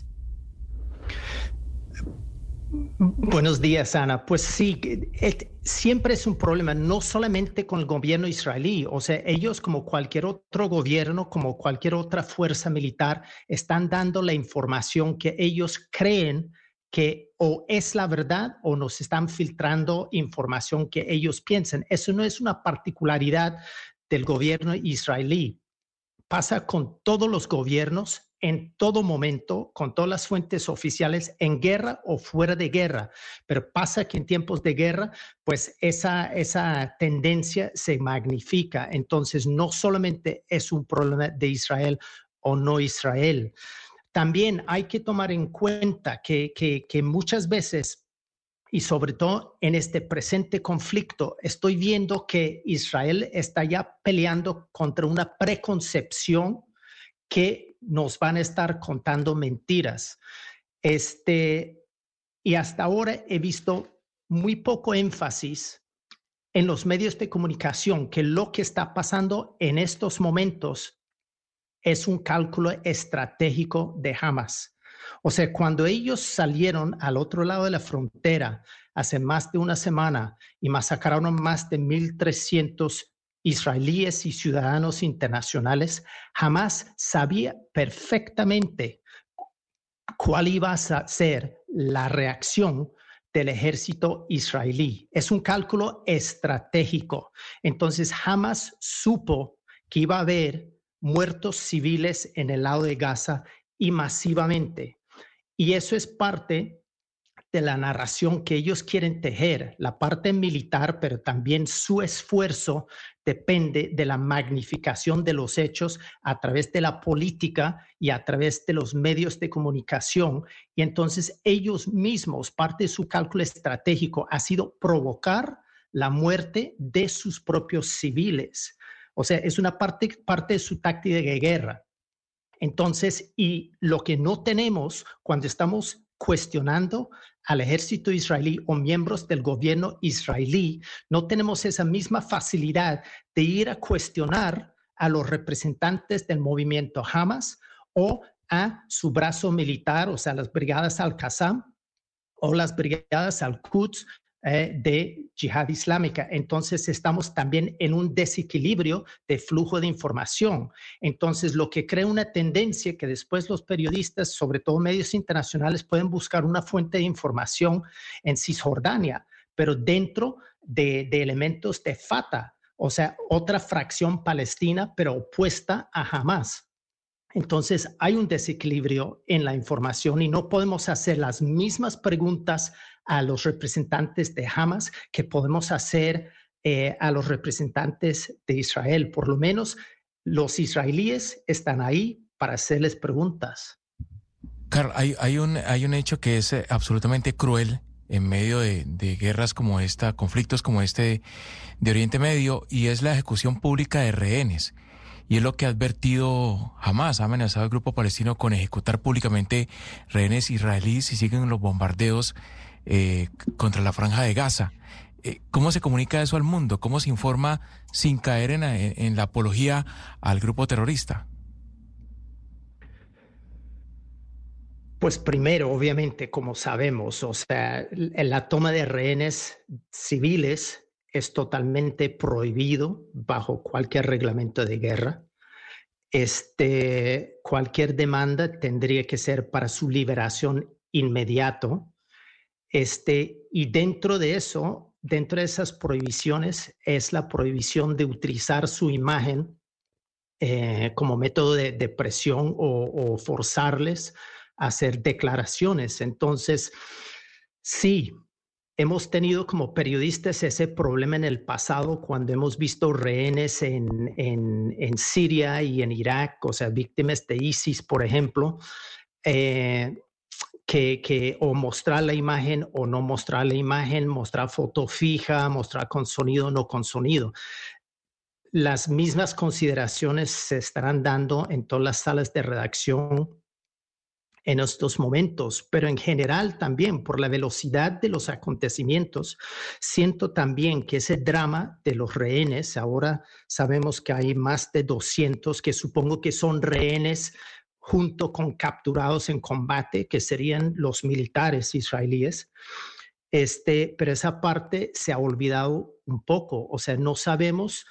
Buenos días, Ana. Pues sí, siempre es un problema, no solamente con el gobierno israelí. O sea, ellos, como cualquier otro gobierno, como cualquier otra fuerza militar, están dando la información que ellos creen que o es la verdad o nos están filtrando información que ellos piensan. Eso no es una particularidad del gobierno israelí. Pasa con todos los gobiernos en todo momento, con todas las fuentes oficiales, en guerra o fuera de guerra. Pero pasa que en tiempos de guerra, pues esa tendencia se magnifica. Entonces, no solamente es un problema de Israel o no Israel. También hay que tomar en cuenta que muchas veces, y sobre todo en este presente conflicto, estoy viendo que Israel está ya peleando contra una preconcepción que nos van a estar contando mentiras. Y hasta ahora he visto muy poco énfasis en los medios de comunicación que lo que está pasando en estos momentos es un cálculo estratégico de Hamas. O sea, cuando ellos salieron al otro lado de la frontera hace más de una semana y masacraron más de 1,300 israelíes y ciudadanos internacionales, Hamas sabía perfectamente cuál iba a ser la reacción del ejército israelí. Es un cálculo estratégico. Entonces, Hamas supo que iba a haber muertos civiles en el lado de Gaza y masivamente. Y eso es parte de la narración que ellos quieren tejer, la parte militar, pero también su esfuerzo depende de la magnificación de los hechos a través de la política y a través de los medios de comunicación. Y entonces ellos mismos, parte de su cálculo estratégico ha sido provocar la muerte de sus propios civiles. O sea, es una parte de su táctica de guerra. Entonces, y lo que no tenemos cuando estamos cuestionando al ejército israelí o miembros del gobierno israelí, no tenemos esa misma facilidad de ir a cuestionar a los representantes del movimiento Hamas o a su brazo militar, o sea, las brigadas Al-Qassam o las brigadas Al-Quds de Yihad Islámica. Entonces estamos también en un desequilibrio de flujo de información. Entonces lo que crea una tendencia que después los periodistas, sobre todo medios internacionales, pueden buscar una fuente de información en Cisjordania, pero dentro de elementos de Fatah, o sea, otra fracción palestina, pero opuesta a Hamas. Entonces hay un desequilibrio en la información y no podemos hacer las mismas preguntas a los representantes de Hamas que podemos hacer a los representantes de Israel. Por lo menos los israelíes están ahí para hacerles preguntas. Carl, hay un hecho que es absolutamente cruel en medio de guerras como esta, conflictos como este de Oriente Medio, y es la ejecución pública de rehenes. Y es lo que ha advertido Hamas, ha amenazado al grupo palestino con ejecutar públicamente rehenes israelíes si siguen los bombardeos contra la Franja de Gaza. ¿Cómo se comunica eso al mundo? ¿Cómo se informa sin caer en la apología al grupo terrorista? Pues primero, obviamente, como sabemos, o sea, la toma de rehenes civiles es totalmente prohibido bajo cualquier reglamento de guerra. Cualquier demanda tendría que ser para su liberación inmediato. Y dentro de eso, dentro de esas prohibiciones, es la prohibición de utilizar su imagen como método de presión o forzarles a hacer declaraciones. Entonces, sí, hemos tenido como periodistas ese problema en el pasado cuando hemos visto rehenes en Siria y en Irak, o sea, víctimas de ISIS, por ejemplo, que o mostrar la imagen o no mostrar la imagen, mostrar foto fija, mostrar con sonido o no con sonido. Las mismas consideraciones se estarán dando en todas las salas de redacción en estos momentos, pero en general también por la velocidad de los acontecimientos, siento también que ese drama de los rehenes, ahora sabemos que hay más de 200 que supongo que son rehenes junto con capturados en combate, que serían los militares israelíes, pero esa parte se ha olvidado un poco, o sea, no sabemos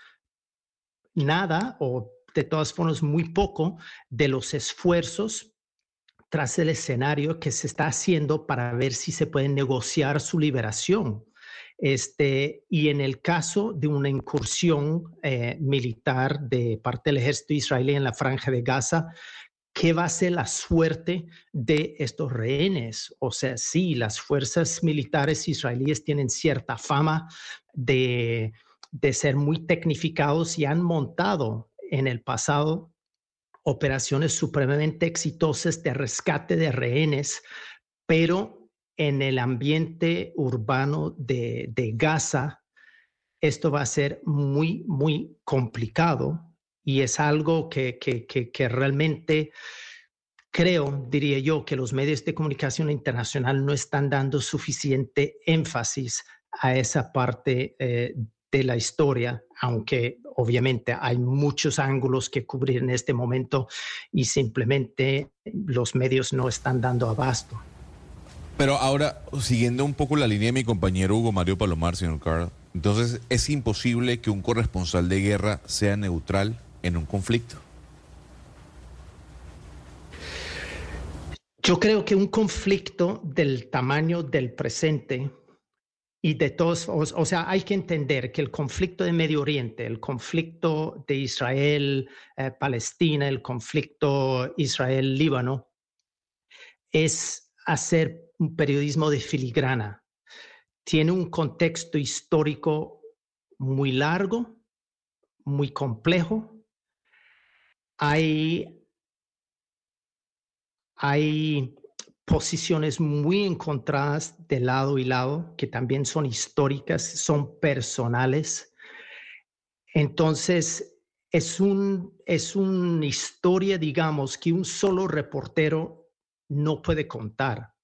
nada o de todas formas muy poco de los esfuerzos tras el escenario que se está haciendo para ver si se puede negociar su liberación. Y en el caso de una incursión militar de parte del ejército israelí en la Franja de Gaza, ¿qué va a ser la suerte de estos rehenes? O sea, sí, las fuerzas militares israelíes tienen cierta fama de ser muy tecnificados y han montado en el pasado operaciones supremamente exitosas de rescate de rehenes, pero en el ambiente urbano de Gaza, esto va a ser muy, muy complicado y es algo que realmente creo, diría yo, que los medios de comunicación internacional no están dando suficiente énfasis a esa parte de la historia, aunque obviamente hay muchos ángulos que cubrir en este momento y simplemente los medios no están dando abasto. Pero ahora, siguiendo un poco la línea de mi compañero Hugo Mario Palomar, señor Carl, entonces, ¿es imposible que un corresponsal de guerra sea neutral en un conflicto? Yo creo que un conflicto del tamaño del presente Y de todos, o sea, hay que entender que el conflicto de Medio Oriente, el conflicto de Israel, Palestina, el conflicto Israel-Líbano, es hacer un periodismo de filigrana. Tiene un contexto histórico muy largo, muy complejo. Hay posiciones muy encontradas de lado y lado, que también son históricas, son personales. Entonces, es una historia, digamos, que un solo reportero no puede contar.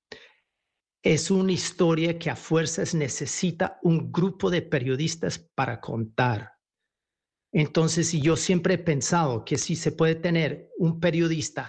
Es una historia que a fuerzas necesita un grupo de periodistas para contar. Entonces, yo siempre he pensado que si se puede tener un periodista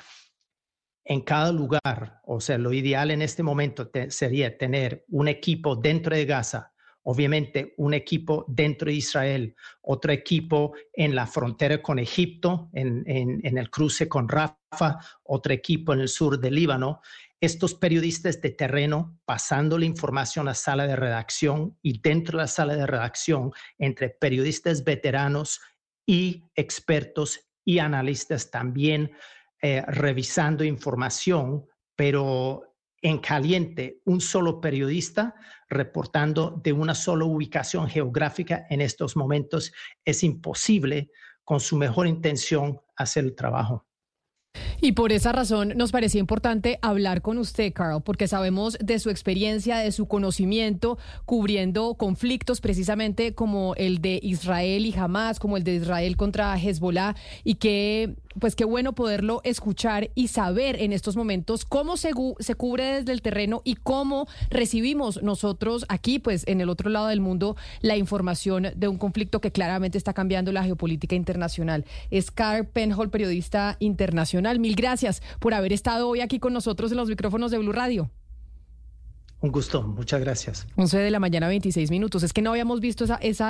en cada lugar, o sea, lo ideal en este momento sería tener un equipo dentro de Gaza, obviamente un equipo dentro de Israel, otro equipo en la frontera con Egipto, en el cruce con Rafah, otro equipo en el sur del Líbano. Estos periodistas de terreno pasando la información a la sala de redacción y dentro de la sala de redacción entre periodistas veteranos y expertos y analistas también revisando información, pero en caliente, un solo periodista reportando de una sola ubicación geográfica en estos momentos es imposible con su mejor intención hacer el trabajo. Y por esa razón nos parecía importante hablar con usted, Carl, porque sabemos de su experiencia, de su conocimiento, cubriendo conflictos precisamente como el de Israel y Hamás, como el de Israel contra Hezbollah, y que pues qué bueno poderlo escuchar y saber en estos momentos cómo se cubre desde el terreno y cómo recibimos nosotros aquí, pues en el otro lado del mundo, la información de un conflicto que claramente está cambiando la geopolítica internacional. Es Carl Penhold, periodista internacional. Mil gracias por haber estado hoy aquí con nosotros en los micrófonos de Blue Radio. Un gusto, muchas gracias. 11 de la mañana, 26 minutos. Es que no habíamos visto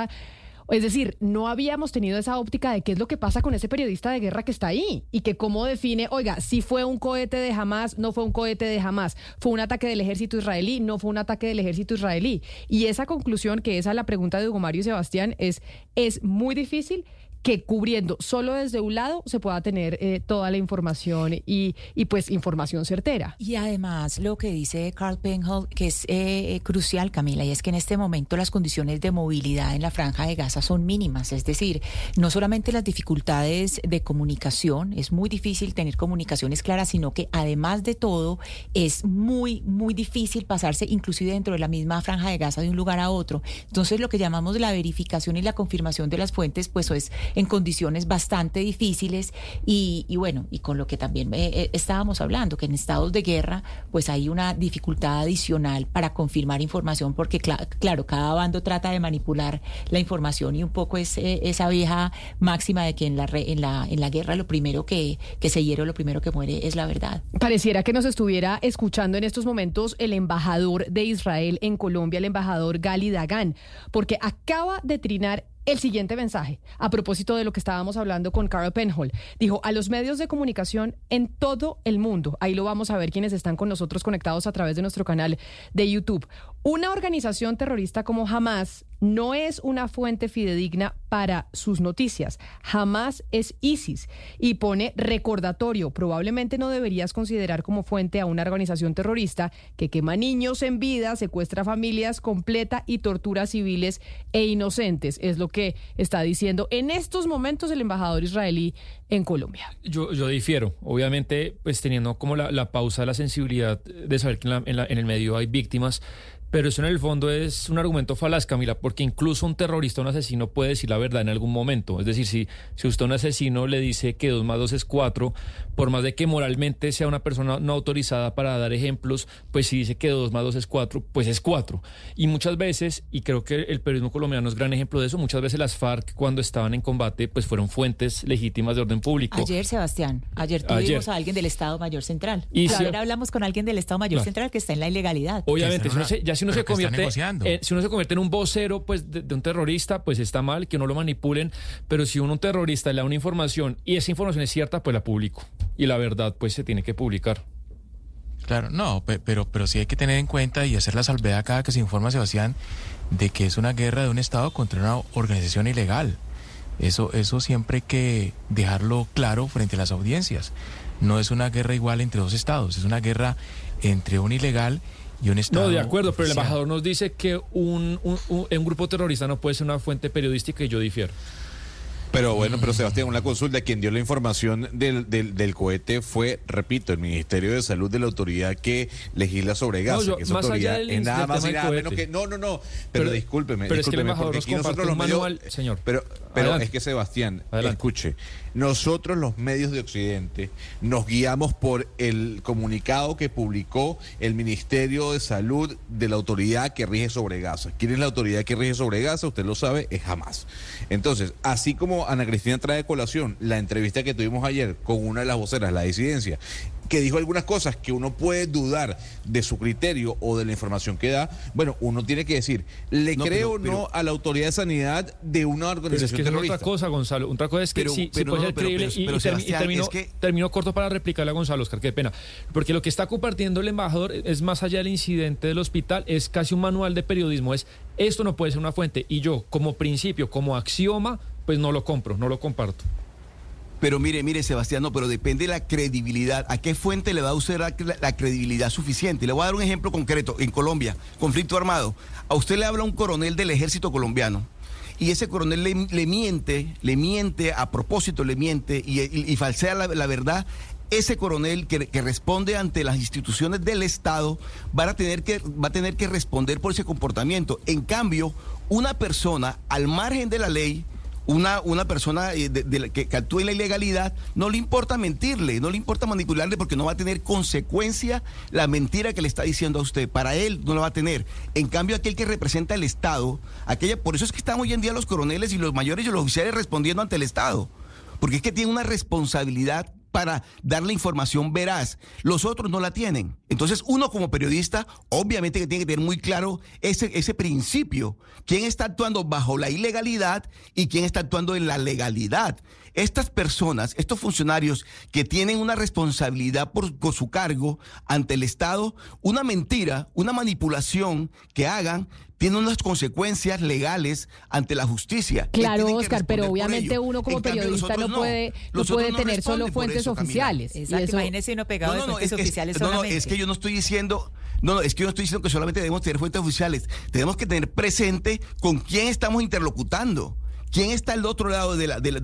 es decir, no habíamos tenido esa óptica de qué es lo que pasa con ese periodista de guerra que está ahí y que cómo define, oiga, si fue un cohete de Hamás, no fue un cohete de Hamás, fue un ataque del ejército israelí, no fue un ataque del ejército israelí. Y esa conclusión, que esa es la pregunta de Hugo Mario y Sebastián, es muy difícil que cubriendo solo desde un lado se pueda tener toda la información y pues información certera. Y además lo que dice Carl Penhold, que es crucial, Camila, y es que en este momento las condiciones de movilidad en la Franja de Gaza son mínimas, es decir, no solamente las dificultades de comunicación, es muy difícil tener comunicaciones claras, sino que además de todo es muy, muy difícil pasarse inclusive dentro de la misma Franja de Gaza de un lugar a otro. Entonces lo que llamamos la verificación y la confirmación de las fuentes, pues es en condiciones bastante difíciles y bueno, y con lo que también estábamos hablando, que en estados de guerra pues hay una dificultad adicional para confirmar información porque claro, cada bando trata de manipular la información y un poco es esa vieja máxima de que en la guerra lo primero que se hiere o lo primero que muere es la verdad. Pareciera que nos estuviera escuchando en estos momentos el embajador de Israel en Colombia, el embajador Gali Dagan, porque acaba de trinar el siguiente mensaje, a propósito de lo que estábamos hablando con Carl Penhold. Dijo, a los medios de comunicación en todo el mundo, ahí lo vamos a ver quienes están con nosotros conectados a través de nuestro canal de YouTube. Una organización terrorista como Hamás no es una fuente fidedigna para sus noticias. Hamás es ISIS y pone recordatorio. Probablemente no deberías considerar como fuente a una organización terrorista que quema niños en vida, secuestra familias completa y tortura civiles e inocentes. Es lo que está diciendo en estos momentos el embajador israelí en Colombia. Yo difiero, obviamente, pues teniendo como la pausa, la sensibilidad de saber que en el medio hay víctimas. Pero eso en el fondo es un argumento falaz, Camila, porque incluso un terrorista, un asesino puede decir la verdad en algún momento. Es decir, si usted a un asesino le dice que 2 más 2 es 4, por más de que moralmente sea una persona no autorizada para dar ejemplos, pues si dice que 2 más 2 es 4, pues es 4. Y muchas veces, y creo que el periodismo colombiano es gran ejemplo de eso, muchas veces las FARC cuando estaban en combate, pues fueron fuentes legítimas de orden público. Ayer, Sebastián, tuvimos a alguien del Estado Mayor Central. Y ayer hablamos con alguien del Estado Mayor Central que está en la ilegalidad. Obviamente, si uno se convierte en un vocero pues de un terrorista, pues está mal que uno lo manipulen, pero si un terrorista le da una información y esa información es cierta, pues la publico. Y la verdad pues se tiene que publicar. Claro, no, pero sí hay que tener en cuenta y hacer la salvedad cada que se informa, Sebastián, de que es una guerra de un Estado contra una organización ilegal. Eso siempre hay que dejarlo claro frente a las audiencias. No es una guerra igual entre dos estados, es una guerra entre un ilegal y un Estado. No, de acuerdo, pero el oficial. embajador nos dice que un grupo terrorista no puede ser una fuente periodística y yo difiero. Pero bueno, pero Sebastián, una consulta. Quien dio la información del cohete fue, repito, el Ministerio de Salud de la autoridad que legisla sobre Gaza. No, que esa más autoridad allá del es nada más y tema nada del menos que... cohete. No. Pero discúlpeme. Pero es que el embajador porque nos aquí comparte nosotros un los medios... manual, señor. Pero Adelante. es que, Sebastián, Adelante. escuche, nosotros los medios de Occidente nos guiamos por el comunicado que publicó el Ministerio de Salud de la autoridad que rige sobre Gaza. ¿Quién es la autoridad que rige sobre Gaza? Usted lo sabe, es Hamas. Entonces, así como Ana Cristina trae de colación la entrevista que tuvimos ayer con una de las voceras, la disidencia, que dijo algunas cosas que uno puede dudar de su criterio o de la información que da, bueno, uno tiene que decir, ¿le creo o no a la autoridad de sanidad de una Pero es organización que es terrorista? otra cosa, Gonzalo. Otra cosa es que sí puede ser creíble. Sebastián, Termino corto para replicarle a Gonzalo, Oscar, qué pena. Porque lo que está compartiendo el embajador es más allá del incidente del hospital, es casi un manual de periodismo. Esto no puede ser una fuente. Y yo, como principio, como axioma, pues no lo compro, no lo comparto. Pero mire, Sebastián, no, pero depende de la credibilidad. ¿A qué fuente le va a usar la credibilidad suficiente? Le voy a dar un ejemplo concreto. En Colombia, conflicto armado. A usted le habla un coronel del ejército colombiano y ese coronel le miente, a propósito le miente y falsea la verdad. Ese coronel que responde ante las instituciones del Estado va a tener que responder por ese comportamiento. En cambio, una persona al margen de la ley, una persona que actúe en la ilegalidad, no le importa mentirle, no le importa manipularle porque no va a tener consecuencia la mentira que le está diciendo a usted. Para él no la va a tener. En cambio, aquel que representa al Estado, por eso es que están hoy en día los coroneles y los mayores y los oficiales respondiendo ante el Estado. Porque es que tienen una responsabilidad para dar la información veraz. Los otros no la tienen. Entonces, uno como periodista, obviamente que tiene que tener muy claro ese principio. ¿Quién está actuando bajo la ilegalidad y quién está actuando en la legalidad? Estas personas, estos funcionarios que tienen una responsabilidad por su cargo ante el Estado, una mentira, una manipulación que hagan, tiene unas consecuencias legales ante la justicia. Claro, Oscar, pero obviamente uno como periodista no puede tener solo fuentes oficiales. Exacto, imagínese uno pegado de fuentes oficiales solamente. Es que yo no estoy diciendo... es que yo no estoy diciendo que solamente debemos tener fuentes oficiales. Tenemos que tener presente con quién estamos interlocutando. ¿Quién está al otro lado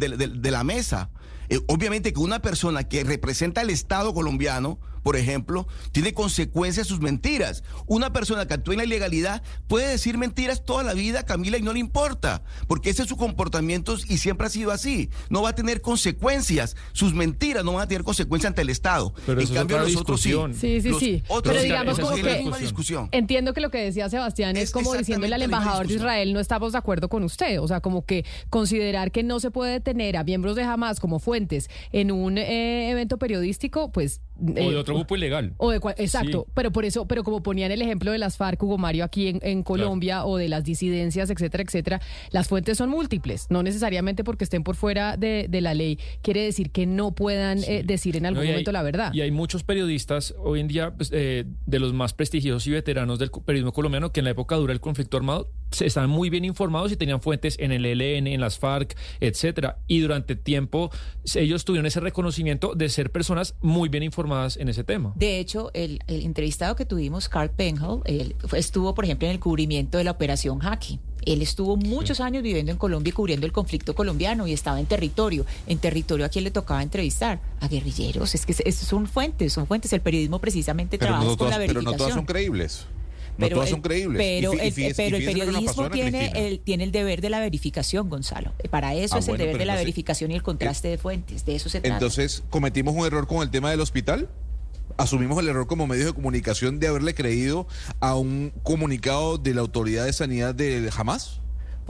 de la mesa? Obviamente que una persona que representa al Estado colombiano, por ejemplo, tiene consecuencias sus mentiras. Una persona que actúa en la ilegalidad puede decir mentiras toda la vida, Camila, y no le importa, porque ese es su comportamiento y siempre ha sido así. No va a tener consecuencias. Sus mentiras no van a tener consecuencias ante el Estado. Pero en cambio, nosotros sí. Sí. Pero digamos como que discusión. Entiendo que lo que decía Sebastián es como diciéndole al embajador de Israel, no estamos de acuerdo con usted. O sea, como que considerar que no se puede tener a miembros de Hamas como fuentes en un evento periodístico, pues... o de otro grupo ilegal. Exacto, sí. pero como ponían el ejemplo de las FARC, Hugo Mario, aquí en Colombia, claro, o de las disidencias, etcétera, las fuentes son múltiples, no necesariamente porque estén por fuera de la ley, quiere decir que no puedan decir en algún momento la verdad. Y hay muchos periodistas hoy en día, pues, de los más prestigiosos y veteranos del periodismo colombiano, que en la época dura el conflicto armado, están muy bien informados y tenían fuentes en el ELN, en las FARC, etcétera, y durante tiempo ellos tuvieron ese reconocimiento de ser personas muy bien informadas en ese tema. De hecho, el entrevistado que tuvimos, Carl Penhall, él estuvo, por ejemplo, en el cubrimiento de la Operación Haki. Él estuvo muchos años viviendo en Colombia y cubriendo el conflicto colombiano y estaba en territorio. En territorio, ¿a quién le tocaba entrevistar? A guerrilleros. Es que son fuentes. El periodismo precisamente trabaja con la verificación. Pero no todas son creíbles. Todas son creíbles. Pero el periodismo tiene el deber de la verificación, Gonzalo. Para eso es el deber de la verificación y el contraste de fuentes. De eso se trata. Entonces, ¿cometimos un error con el tema del hospital? ¿Asumimos el error como medios de comunicación de haberle creído a un comunicado de la Autoridad de Sanidad de Hamas?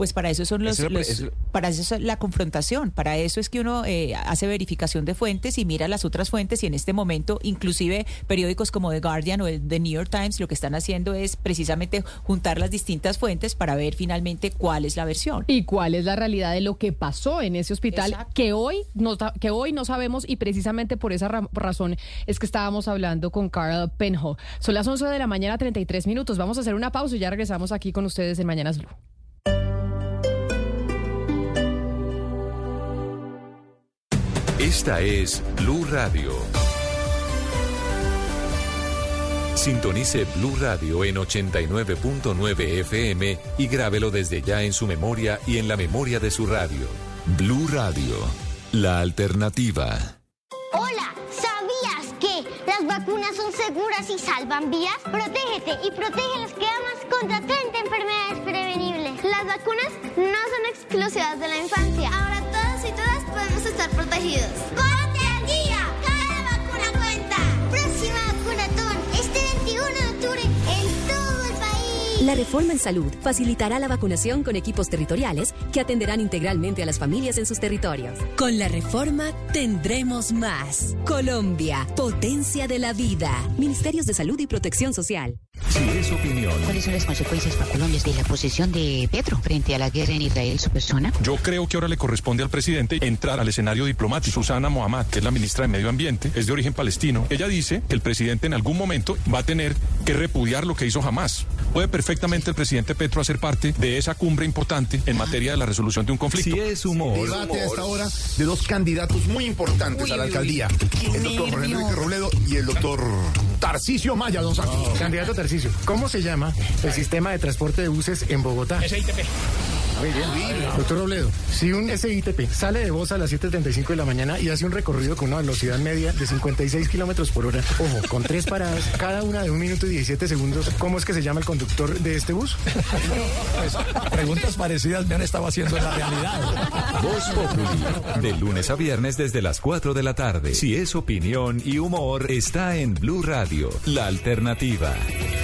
pues para eso son para eso es la confrontación, para eso es que uno hace verificación de fuentes y mira las otras fuentes, y en este momento inclusive periódicos como The Guardian o el The New York Times lo que están haciendo es precisamente juntar las distintas fuentes para ver finalmente cuál es la versión. Y cuál es la realidad de lo que pasó en ese hospital. Exacto. que hoy no sabemos, y precisamente por esa razón es que estábamos hablando con Carl Penhall. Son las 11 de la mañana, 33 minutos. Vamos a hacer una pausa y ya regresamos aquí con ustedes en Mañanas Blue. Esta es Blue Radio. Sintonice Blue Radio en 89.9 FM y grábelo desde ya en su memoria y en la memoria de su radio. Blue Radio, la alternativa. Hola, ¿sabías que las vacunas son seguras y salvan vidas? Protégete y protege a los que amas contra 30 enfermedades prevenibles. Las vacunas no son exclusivas de la infancia. Ahora todos y todas podemos estar protegidos. ¡Ponte al día! ¡Cada vacuna cuenta! Próxima vacunatón, este 21 de octubre en todo el país. La reforma en salud facilitará la vacunación con equipos territoriales que atenderán integralmente a las familias en sus territorios. Con la reforma tendremos más. Colombia, potencia de la vida. Ministerios de Salud y Protección Social. Si es opinión. ¿Cuáles son las consecuencias para Colombia de la posición de Petro frente a la guerra en Israel, su persona? Yo creo que ahora le corresponde al presidente entrar al escenario diplomático. Susana Mohammad, que es la ministra de Medio Ambiente, es de origen palestino. Ella dice que el presidente en algún momento va a tener que repudiar lo que hizo Hamás. Puede perfectamente el presidente Petro hacer parte de esa cumbre importante en materia de la resolución de un conflicto. Si es humor. Debate a esta hora de dos candidatos muy importantes a la alcaldía. El doctor Jorge Enrique Robledo y el doctor Tarcisio Maya, don Santi. Candidato Tarcisio, ¿cómo se llama el sistema de transporte de buses en Bogotá? SITP. Muy bien. Doctor Robledo, si un SITP sale de Bosa a las 7:35 de la mañana y hace un recorrido con una velocidad media de 56 kilómetros por hora, ojo, con 3 paradas, cada una de 1 minuto y 17 segundos, ¿cómo es que se llama el conductor de este bus? Pues, preguntas parecidas me han estado haciendo en la realidad. Voz Populi, de lunes a viernes desde las 4 de la tarde. Si es opinión y humor, está en Blue Radio, la alternativa.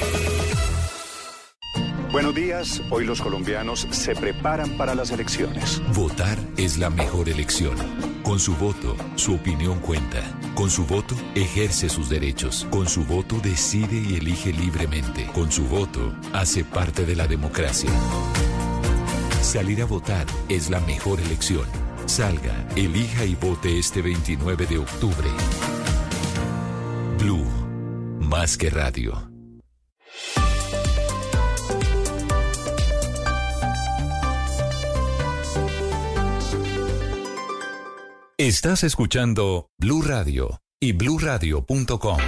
Buenos días, hoy los colombianos se preparan para las elecciones. Votar es la mejor elección. Con su voto, su opinión cuenta. Con su voto, ejerce sus derechos. Con su voto, decide y elige libremente. Con su voto, hace parte de la democracia. Salir a votar es la mejor elección. Salga, elija y vote este 29 de octubre. Blue, más que radio. Estás escuchando Blue Radio y bluradio.com.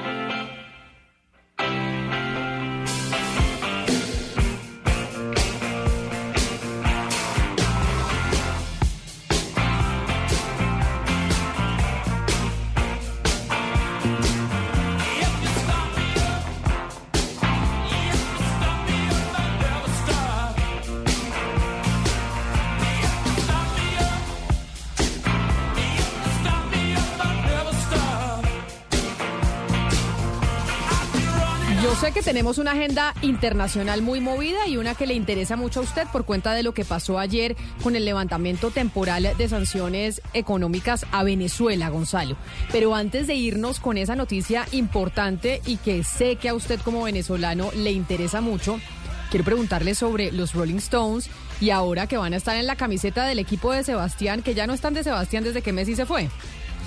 Sé que tenemos una agenda internacional muy movida y una que le interesa mucho a usted por cuenta de lo que pasó ayer con el levantamiento temporal de sanciones económicas a Venezuela, Gonzalo. Pero antes de irnos con esa noticia importante y que sé que a usted como venezolano le interesa mucho, quiero preguntarle sobre los Rolling Stones y ahora que van a estar en la camiseta del equipo de Sebastián, que ya no están de Sebastián desde que Messi se fue.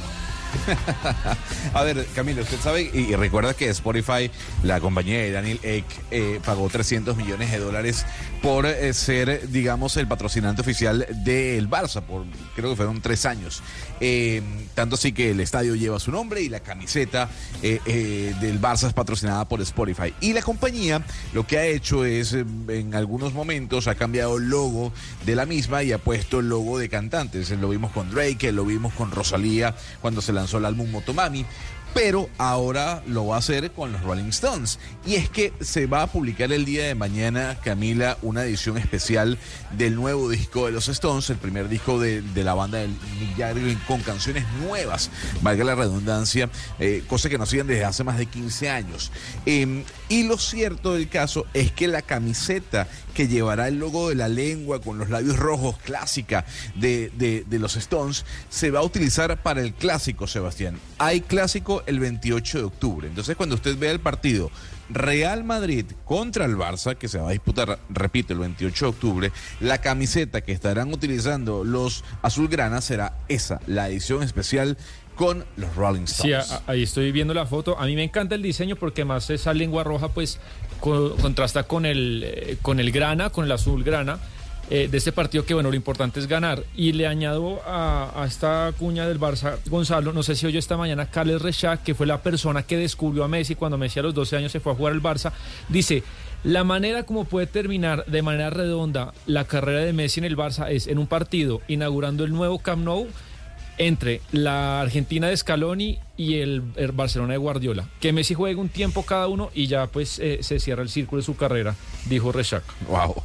A ver, Camilo, usted sabe y recuerda que Spotify, la compañía de Daniel Ek, pagó $300 millones por ser, digamos, el patrocinante oficial del Barça, por creo que fueron 3 años. Tanto así que el estadio lleva su nombre y la camiseta del Barça es patrocinada por Spotify. Y la compañía lo que ha hecho es, en algunos momentos, ha cambiado el logo de la misma y ha puesto el logo de cantantes. Lo vimos con Drake, lo vimos con Rosalía cuando se lanzó el álbum Motomami. pero ahora lo va a hacer con los Rolling Stones. Y es que se va a publicar el día de mañana, Camila, una edición especial del nuevo disco de los Stones, el primer disco de la banda del Mick Jagger, con canciones nuevas, valga la redundancia, cosa que no hacían desde hace más de 15 años. Y lo cierto del caso es que la camiseta que llevará el logo de la lengua con los labios rojos, clásica de los Stones, se va a utilizar para el clásico, Sebastián. Hay clásico el 28 de octubre. Entonces, cuando usted vea el partido Real Madrid contra el Barça, que se va a disputar, repito, el 28 de octubre, la camiseta que estarán utilizando los azulgrana será esa, la edición especial con los Rolling Stones. Sí, ahí estoy viendo la foto. A mí me encanta el diseño porque más esa lengua roja pues contrasta con el grana, con el azul grana de este partido, que bueno, lo importante es ganar. Y le añado a esta cuña del Barça, Gonzalo, no sé si oyó esta mañana Carles Rexach, que fue la persona que descubrió a Messi cuando Messi a los 12 años se fue a jugar al Barça, dice: la manera como puede terminar de manera redonda la carrera de Messi en el Barça es en un partido inaugurando el nuevo Camp Nou entre la Argentina de Scaloni y el Barcelona de Guardiola. Que Messi juegue un tiempo cada uno y ya pues se cierra el círculo de su carrera, dijo Rexach. Wow.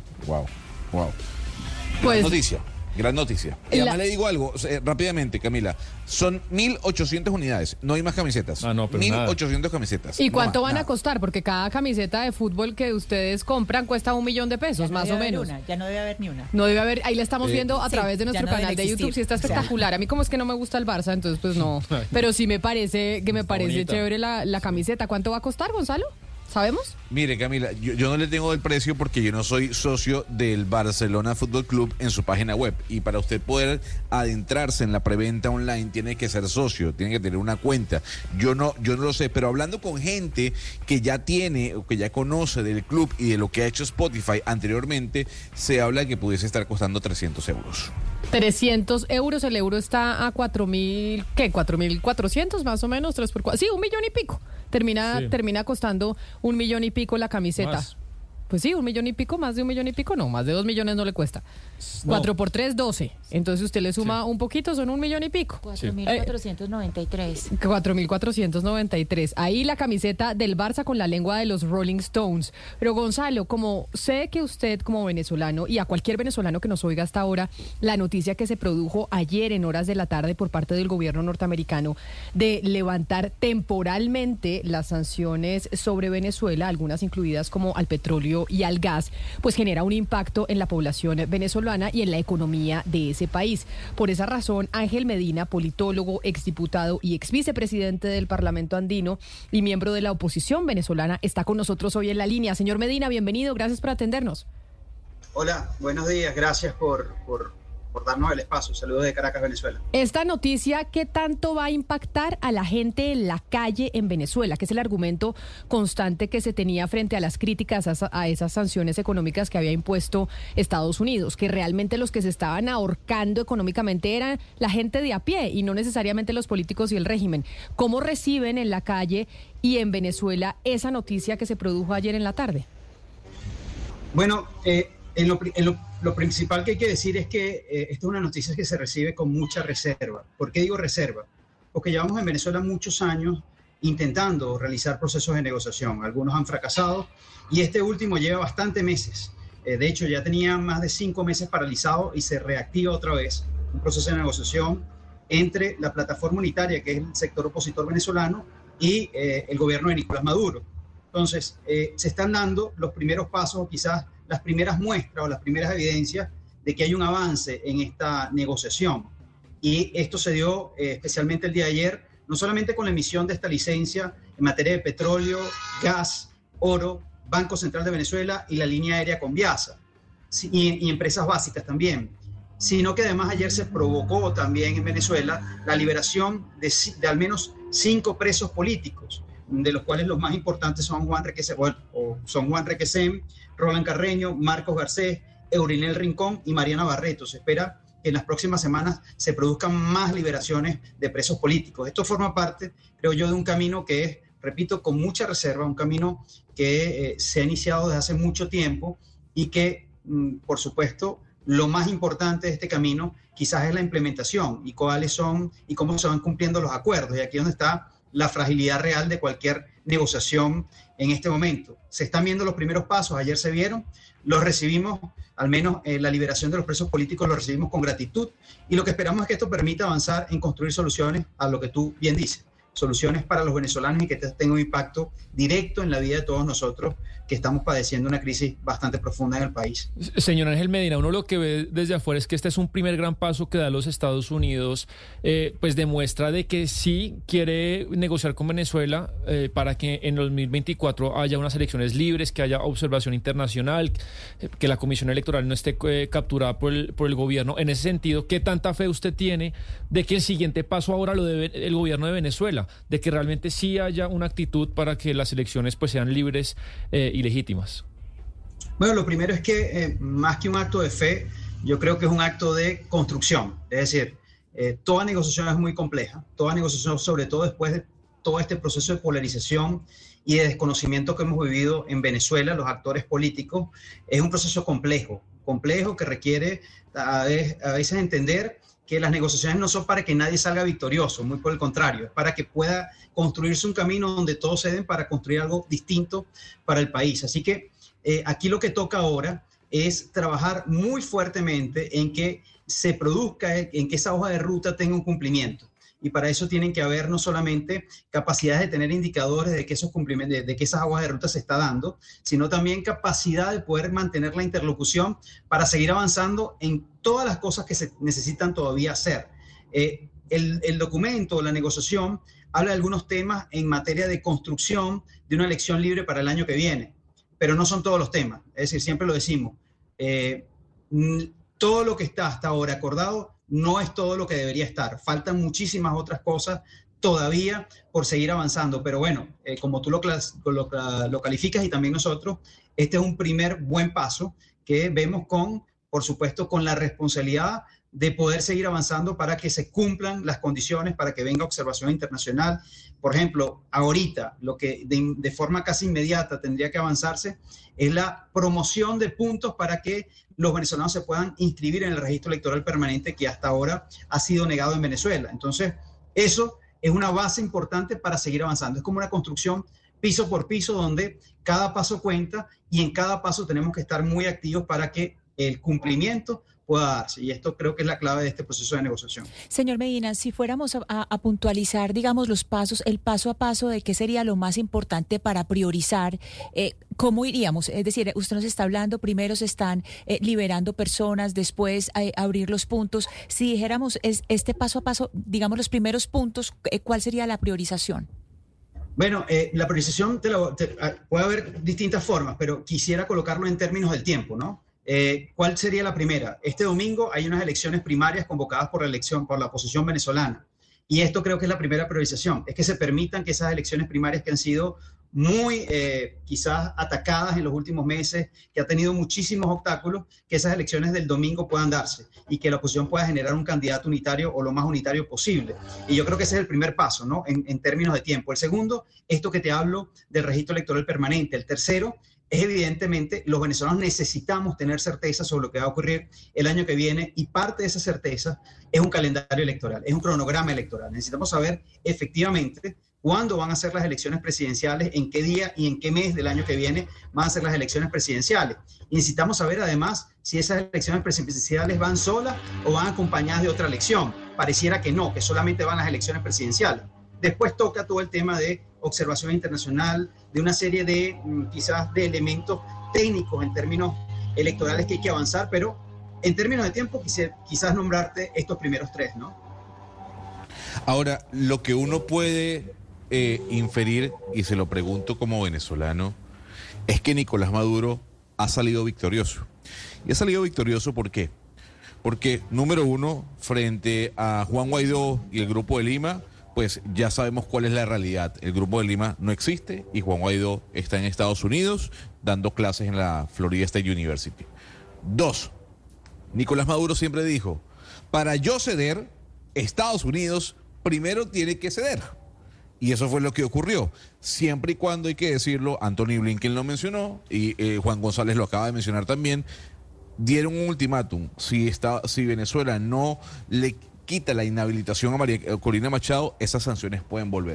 Pues, gran noticia. Y además le digo algo, rápidamente, Camila, son 1.800 unidades, no hay más camisetas. 1.800 camisetas. ¿Y cuánto van a costar? Porque cada camiseta de fútbol que ustedes compran cuesta $1 millón, más o menos. Ya no debe haber ni una. No debe haber, ahí la estamos viendo a través de nuestro canal de YouTube. Sí, está espectacular. A mí como es que no me gusta el Barça, entonces pues no. Pero sí me parece chévere la camiseta. ¿Cuánto va a costar, Gonzalo? ¿Sabemos? Mire, Camila, yo no le tengo el precio porque yo no soy socio del Barcelona Fútbol Club en su página web. Y para usted poder adentrarse en la preventa online tiene que ser socio, tiene que tener una cuenta. Yo no lo sé, pero hablando con gente que ya tiene o que ya conoce del club y de lo que ha hecho Spotify anteriormente, se habla de que pudiese estar costando 300 euros. 300 euros, el euro está a 4.000, ¿qué? 4.400 más o menos, 3 por 4. Sí, $1 millón y pico. Termina costando $1 millón y pico la camiseta. ¿Más? Pues sí, $1 millón y pico, más de $1 millón y pico, no, más de 2 millones no le cuesta. 4 por 3, 12. Entonces usted le suma un poquito, son $1 millón y pico. 4.493. 4.493. Ahí la camiseta del Barça con la lengua de los Rolling Stones. Pero Gonzalo, como sé que usted como venezolano, y a cualquier venezolano que nos oiga hasta ahora, la noticia que se produjo ayer en horas de la tarde por parte del gobierno norteamericano de levantar temporalmente las sanciones sobre Venezuela, algunas incluidas como al petróleo y al gas, pues genera un impacto en la población venezolana y en la economía de ese país. Por esa razón, Ángel Medina, politólogo, exdiputado y exvicepresidente del Parlamento Andino y miembro de la oposición venezolana, está con nosotros hoy en la línea. Señor Medina, bienvenido, gracias por atendernos. Hola, buenos días, gracias por darnos el espacio. Saludos de Caracas, Venezuela. Esta noticia, ¿qué tanto va a impactar a la gente en la calle en Venezuela? Que es el argumento constante que se tenía frente a las críticas a esas sanciones económicas que había impuesto Estados Unidos, que realmente los que se estaban ahorcando económicamente eran la gente de a pie y no necesariamente los políticos y el régimen. ¿Cómo reciben en la calle y en Venezuela esa noticia que se produjo ayer en la tarde? Bueno, lo principal que hay que decir es que esta es una noticia que se recibe con mucha reserva. ¿Por qué digo reserva? Porque llevamos en Venezuela muchos años intentando realizar procesos de negociación. Algunos han fracasado y este último lleva bastantes meses. De hecho, ya tenía más de 5 meses paralizado y se reactiva otra vez un proceso de negociación entre la plataforma unitaria, que es el sector opositor venezolano, y el gobierno de Nicolás Maduro. Entonces, se están dando los primeros pasos, o quizás las primeras muestras o las primeras evidencias de que hay un avance en esta negociación. Y esto se dio especialmente el día de ayer, no solamente con la emisión de esta licencia en materia de petróleo, gas, oro, Banco Central de Venezuela y la línea aérea Conviasa, y empresas básicas también, sino que además ayer se provocó también en Venezuela la liberación de al menos 5 presos políticos, de los cuales los más importantes son Juan Requesén, Roland Carreño, Marcos Garcés, Eurinel Rincón y Mariana Barreto. Se espera que en las próximas semanas se produzcan más liberaciones de presos políticos. Esto forma parte, creo yo, de un camino que es, repito, con mucha reserva, un camino que se ha iniciado desde hace mucho tiempo y que, por supuesto, lo más importante de este camino quizás es la implementación y cuáles son y cómo se van cumpliendo los acuerdos. Y aquí es donde está la fragilidad real de cualquier negociación en este momento. Se están viendo los primeros pasos, ayer se vieron, los recibimos, al menos la liberación de los presos políticos lo recibimos con gratitud, y lo que esperamos es que esto permita avanzar en construir soluciones a lo que tú bien dices, soluciones para los venezolanos y que tenga un impacto directo en la vida de todos nosotros que estamos padeciendo una crisis bastante profunda en el país. Señor Ángel Medina, uno lo que ve desde afuera es que este es un primer gran paso que da los Estados Unidos, pues demuestra de que sí quiere negociar con Venezuela para que en 2024 haya unas elecciones libres, que haya observación internacional, que la Comisión Electoral no esté capturada por el gobierno. En ese sentido, ¿qué tanta fe usted tiene de que el siguiente paso ahora lo debe el gobierno de Venezuela, de que realmente sí haya una actitud para que las elecciones pues sean libres y legítimas? Bueno, lo primero es que más que un acto de fe, yo creo que es un acto de construcción. Es decir, toda negociación es muy compleja, toda negociación, sobre todo después de todo este proceso de polarización y de desconocimiento que hemos vivido en Venezuela, los actores políticos, es un proceso complejo que requiere a veces entender que las negociaciones no son para que nadie salga victorioso, muy por el contrario, es para que pueda construirse un camino donde todos ceden para construir algo distinto para el país. Así que aquí lo que toca ahora es trabajar muy fuertemente en que se produzca, en que esa hoja de ruta tenga un cumplimiento. Y para eso tienen que haber no solamente capacidades de tener indicadores de que esos cumplimientos, de que esas hojas de ruta se está dando, sino también capacidad de poder mantener la interlocución para seguir avanzando en todas las cosas que se necesitan todavía hacer. El documento, la negociación, habla de algunos temas en materia de construcción de una elección libre para el año que viene, pero no son todos los temas. Es decir, siempre lo decimos, todo lo que está hasta ahora acordado no es todo lo que debería estar. Faltan muchísimas otras cosas todavía por seguir avanzando. Pero bueno, como tú lo calificas y también nosotros, este es un primer buen paso que vemos por supuesto, con la responsabilidad de poder seguir avanzando para que se cumplan las condiciones, para que venga observación internacional. Por ejemplo, ahorita lo que de forma casi inmediata tendría que avanzarse es la promoción de puntos para que los venezolanos se puedan inscribir en el registro electoral permanente que hasta ahora ha sido negado en Venezuela. Entonces, eso es una base importante para seguir avanzando. Es como una construcción piso por piso donde cada paso cuenta y en cada paso tenemos que estar muy activos para que el cumplimiento pueda darse. Y esto creo que es la clave de este proceso de negociación. Señor Medina, si fuéramos a puntualizar, digamos, los pasos, el paso a paso de qué sería lo más importante para priorizar, ¿cómo iríamos? Es decir, usted nos está hablando, primero se están liberando personas, después abrir los puntos. Si dijéramos este paso a paso, digamos, los primeros puntos, ¿cuál sería la priorización? Bueno, la priorización puede haber distintas formas, pero quisiera colocarlo en términos del tiempo, ¿no? ¿Cuál sería la primera? Este domingo hay unas elecciones primarias convocadas por la oposición venezolana. Y esto creo que es la primera priorización, es que se permitan que esas elecciones primarias que han sido muy quizás atacadas en los últimos meses, que ha tenido muchísimos obstáculos, que esas elecciones del domingo puedan darse y que la oposición pueda generar un candidato unitario o lo más unitario posible. Y yo creo que ese es el primer paso, ¿no? En términos de tiempo. El segundo, esto que te hablo del registro electoral permanente. El tercero, es evidentemente, los venezolanos necesitamos tener certeza sobre lo que va a ocurrir el año que viene y parte de esa certeza es un calendario electoral, es un cronograma electoral. Necesitamos saber efectivamente cuándo van a ser las elecciones presidenciales, en qué día y en qué mes del año que viene van a ser las elecciones presidenciales. Y necesitamos saber además si esas elecciones presidenciales van solas o van acompañadas de otra elección. Pareciera que no, que solamente van las elecciones presidenciales. Después toca todo el tema de observación internacional, de una serie de quizás de elementos técnicos en términos electorales que hay que avanzar, pero en términos de tiempo quizás nombrarte estos primeros tres, ¿no? Ahora, lo que uno puede inferir, y se lo pregunto como venezolano, es que Nicolás Maduro ha salido victorioso. Y ha salido victorioso ¿por qué? Porque, número uno, frente a Juan Guaidó y el Grupo de Lima, pues ya sabemos cuál es la realidad. El Grupo de Lima no existe y Juan Guaidó está en Estados Unidos dando clases en la Florida State University. Dos, Nicolás Maduro siempre dijo, para yo ceder, Estados Unidos primero tiene que ceder. Y eso fue lo que ocurrió. Siempre y cuando, hay que decirlo, Anthony Blinken lo mencionó y Juan González lo acaba de mencionar también, dieron un ultimátum. Si Venezuela no le quita la inhabilitación a María Corina Machado, esas sanciones pueden volver.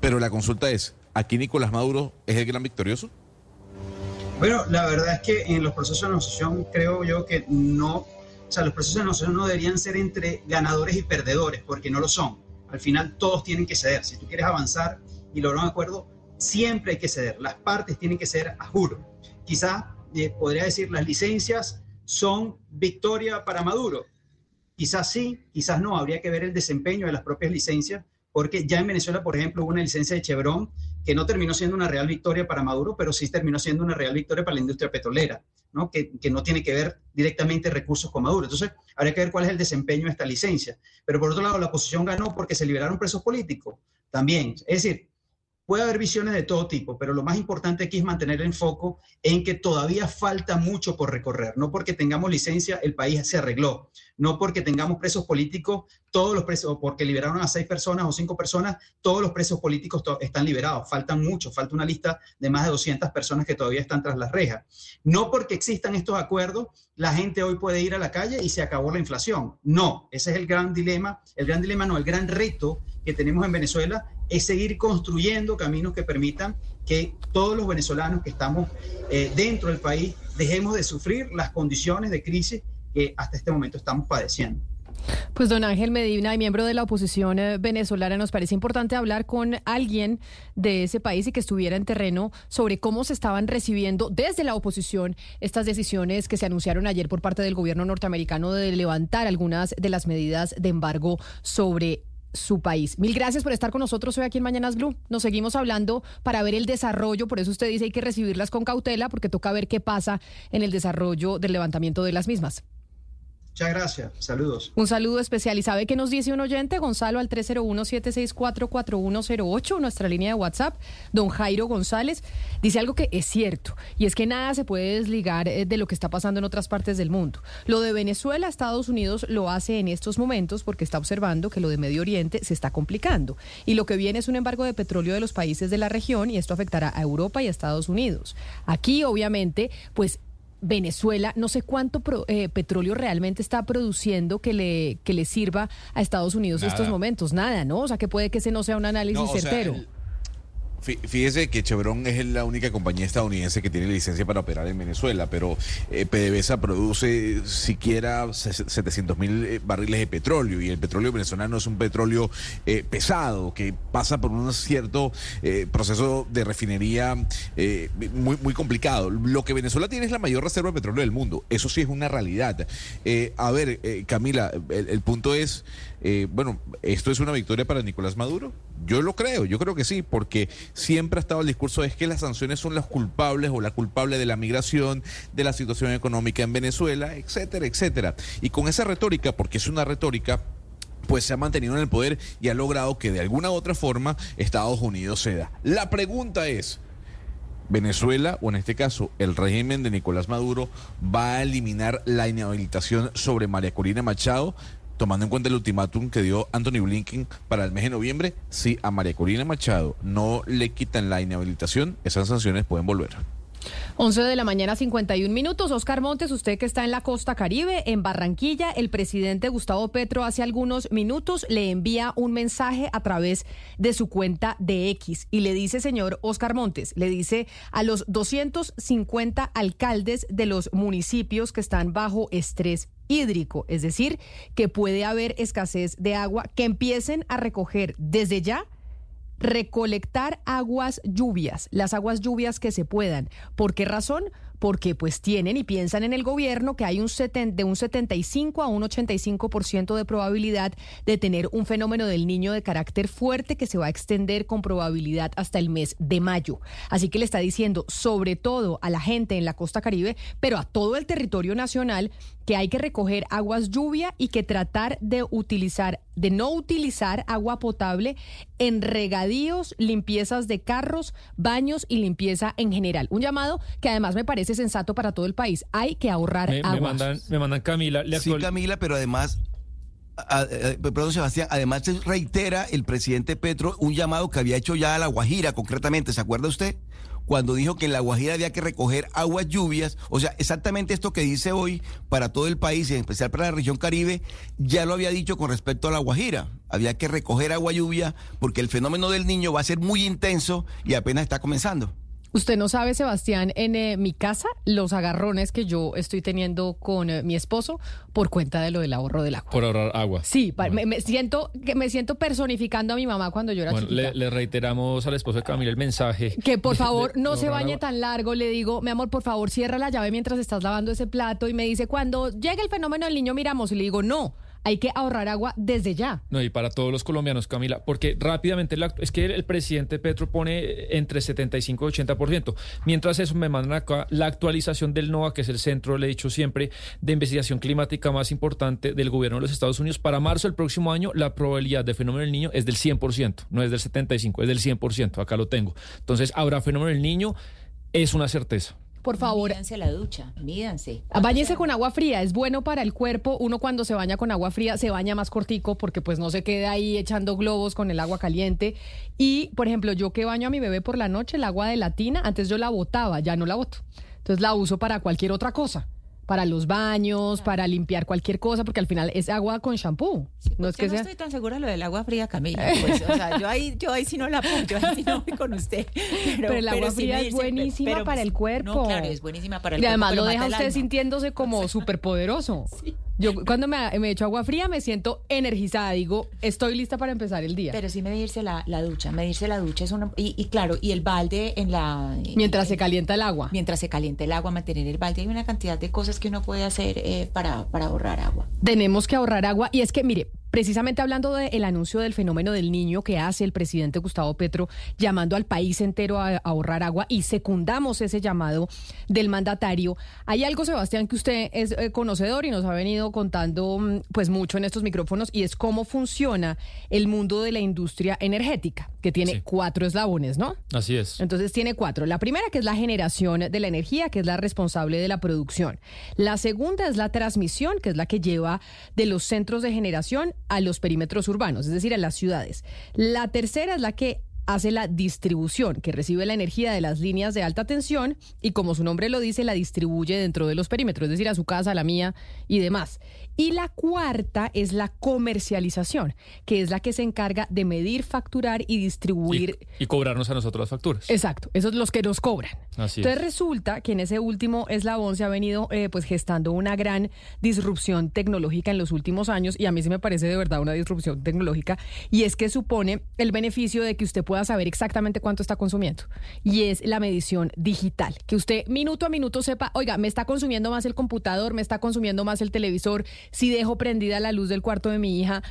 Pero la consulta es, ¿aquí Nicolás Maduro es el gran victorioso? Bueno, la verdad es que en los procesos de negociación creo yo que no, o sea, los procesos de negociación no deberían ser entre ganadores y perdedores, porque no lo son. Al final todos tienen que ceder. Si tú quieres avanzar y lograr un acuerdo, siempre hay que ceder. Las partes tienen que ceder a juro. Quizás podría decir las licencias son victoria para Maduro. Quizás sí, quizás no. Habría que ver el desempeño de las propias licencias, porque ya en Venezuela, por ejemplo, hubo una licencia de Chevron que no terminó siendo una real victoria para Maduro, pero sí terminó siendo una real victoria para la industria petrolera, ¿no? Que no tiene que ver directamente recursos con Maduro. Entonces, habría que ver cuál es el desempeño de esta licencia. Pero por otro lado, la oposición ganó porque se liberaron presos políticos también. Es decir, puede haber visiones de todo tipo, pero lo más importante aquí es mantener el foco en que todavía falta mucho por recorrer. No porque tengamos licencia, el país se arregló. No porque tengamos presos políticos, todos los presos, o porque liberaron a 6 personas o 5 personas, todos los presos políticos están liberados. Faltan muchos, falta una lista de más de 200 personas que todavía están tras las rejas. No porque existan estos acuerdos, la gente hoy puede ir a la calle y se acabó la inflación. No, ese es el gran dilema, el gran reto que tenemos en Venezuela, es seguir construyendo caminos que permitan que todos los venezolanos que estamos dentro del país dejemos de sufrir las condiciones de crisis que hasta este momento estamos padeciendo. Pues don Ángel Medina, y miembro de la oposición venezolana, nos parece importante hablar con alguien de ese país y que estuviera en terreno sobre cómo se estaban recibiendo desde la oposición estas decisiones que se anunciaron ayer por parte del gobierno norteamericano de levantar algunas de las medidas de embargo sobre su país. Mil gracias por estar con nosotros hoy aquí en Mañanas Blue. Nos seguimos hablando para ver el desarrollo, por eso usted dice hay que recibirlas con cautela, porque toca ver qué pasa en el desarrollo del levantamiento de las mismas. Muchas gracias, saludos. Un saludo especial. ¿Y sabe qué nos dice un oyente? Gonzalo al 301-764-4108, nuestra línea de WhatsApp. Don Jairo González dice algo que es cierto, y es que nada se puede desligar de lo que está pasando en otras partes del mundo. Lo de Venezuela, Estados Unidos lo hace en estos momentos porque está observando que lo de Medio Oriente se está complicando. Y lo que viene es un embargo de petróleo de los países de la región, y esto afectará a Europa y a Estados Unidos. Aquí, obviamente, pues Venezuela, no sé cuánto petróleo realmente está produciendo que le sirva a Estados Unidos en estos momentos. Nada, ¿no? O sea, que puede que ese no sea un análisis certero. Fíjese que Chevron es la única compañía estadounidense que tiene licencia para operar en Venezuela, pero PDVSA produce siquiera 700.000 barriles de petróleo, y el petróleo venezolano es un petróleo pesado que pasa por un cierto proceso de refinería muy complicado. Lo que Venezuela tiene es la mayor reserva de petróleo del mundo, eso sí es una realidad. Camila, el punto es, ¿esto es una victoria para Nicolás Maduro? Yo creo que sí, porque siempre ha estado el discurso es que las sanciones son las culpables o la culpable de la migración, de la situación económica en Venezuela, etcétera, etcétera. Y con esa retórica, porque es una retórica, pues se ha mantenido en el poder y ha logrado que de alguna u otra forma Estados Unidos ceda. La pregunta es, ¿Venezuela, o en este caso el régimen de Nicolás Maduro, va a eliminar la inhabilitación sobre María Corina Machado, tomando en cuenta el ultimátum que dio Anthony Blinken para el mes de noviembre? Si a María Corina Machado no le quitan la inhabilitación, esas sanciones pueden volver. 11 de la mañana, 51 minutos. Oscar Montes, usted que está en la costa Caribe, en Barranquilla, el presidente Gustavo Petro hace algunos minutos le envía un mensaje a través de su cuenta de X y le dice, señor Oscar Montes, le dice a los 250 alcaldes de los municipios que están bajo estrés hídrico, es decir, que puede haber escasez de agua, que empiecen a recoger desde ya, recolectar aguas lluvias, las aguas lluvias que se puedan. ¿Por qué razón? Porque pues tienen y piensan en el gobierno que hay de un 75 a un 85% de probabilidad de tener un fenómeno del Niño de carácter fuerte que se va a extender con probabilidad hasta el mes de mayo. Así que le está diciendo, sobre todo a la gente en la costa Caribe, pero a todo el territorio nacional, que hay que recoger aguas lluvia y que tratar de no utilizar agua potable en regadíos, limpiezas de carros, baños y limpieza en general. Un llamado que además me parece sensato para todo el país. Hay que ahorrar agua. Me mandan Camila. Sí, Camila, pero además Perdón, Sebastián, además se reitera el presidente Petro un llamado que había hecho ya a La Guajira, concretamente, ¿se acuerda usted? Cuando dijo que en La Guajira había que recoger aguas lluvias, o sea, exactamente esto que dice hoy para todo el país y en especial para la región Caribe, ya lo había dicho con respecto a La Guajira. Había que recoger agua lluvia porque el fenómeno del Niño va a ser muy intenso y apenas está comenzando. Usted no sabe, Sebastián, en mi casa, los agarrones que yo estoy teniendo con mi esposo por cuenta de lo del ahorro del agua. Por ahorrar agua. Sí, me siento personificando a mi mamá cuando yo era chiquita. Le reiteramos al esposo de Camila el mensaje. Que por favor no se bañe agua. tan largo. Le digo, mi amor, por favor, cierra la llave mientras estás lavando ese plato. Y me dice, cuando llegue el fenómeno del Niño miramos. Y le digo, no. Hay que ahorrar agua desde ya. No, y para todos los colombianos, Camila, porque rápidamente es que el presidente Petro pone entre 75 y 80%. Mientras eso me mandan acá la actualización del NOAA, que es el centro, le he dicho siempre, de investigación climática más importante del gobierno de los Estados Unidos. Para marzo del próximo año, la probabilidad de fenómeno del Niño es del 100%, no es del 75%, es del 100%, acá lo tengo. Entonces, habrá fenómeno del Niño, es una certeza. Por favor. Mídanse la ducha, mídanse. Báñese con agua fría, es bueno para el cuerpo. Uno cuando se baña con agua fría se baña más cortico porque pues no se queda ahí echando globos con el agua caliente. Y, por ejemplo, yo que baño a mi bebé por la noche, el agua de la tina, antes yo la botaba, ya no la boto. Entonces la uso para cualquier otra cosa. Para los baños, para limpiar cualquier cosa, porque al final es agua con shampoo. Sí, no es que yo no sea... estoy tan segura de lo del agua fría, Camila. Pues, o sea, yo ahí sí no la pongo, yo ahí sí no voy con usted. Pero el agua fría es buenísima para el cuerpo. No, claro, es buenísima para el cuerpo. Y cuerpo. además lo deja usted sintiéndose como superpoderoso. Sí. Yo cuando me echo agua fría me siento energizada, digo, estoy lista para empezar el día. Pero sí medirse la ducha es una... Y claro, y el balde en la... Mientras se calienta el agua. Mientras se calienta el agua, mantener el balde. Hay una cantidad de cosas que uno puede hacer para ahorrar agua. Tenemos que ahorrar agua. Y es que, mire, precisamente hablando del anuncio del fenómeno del Niño que hace el presidente Gustavo Petro, llamando al país entero a ahorrar agua, y secundamos ese llamado del mandatario, hay algo, Sebastián, que usted es conocedor y nos ha venido contando pues mucho en estos micrófonos, y es cómo funciona el mundo de la industria energética, que tiene 4 eslabones, ¿no? Así es. Entonces tiene 4. La primera, que es la generación de la energía, que es la responsable de la producción. La segunda es la transmisión, que es la que lleva de los centros de generación a los perímetros urbanos, es decir, a las ciudades. La tercera es la que hace la distribución, que recibe la energía de las líneas de alta tensión y, como su nombre lo dice, la distribuye dentro de los perímetros, es decir, a su casa, a la mía y demás. Y la cuarta es la comercialización, que es la que se encarga de medir, facturar y distribuir. Y cobrarnos a nosotros las facturas. Exacto, esos son los que nos cobran. Así Entonces es. resulta que en ese último eslabón se ha venido pues gestando una gran disrupción tecnológica en los últimos años, y a mí sí me parece de verdad una disrupción tecnológica, y es que supone el beneficio de que usted pueda saber exactamente cuánto está consumiendo, y es la medición digital, que usted minuto a minuto sepa, oiga, me está consumiendo más el computador, me está consumiendo más el televisor, si dejo prendida la luz del cuarto de mi hija,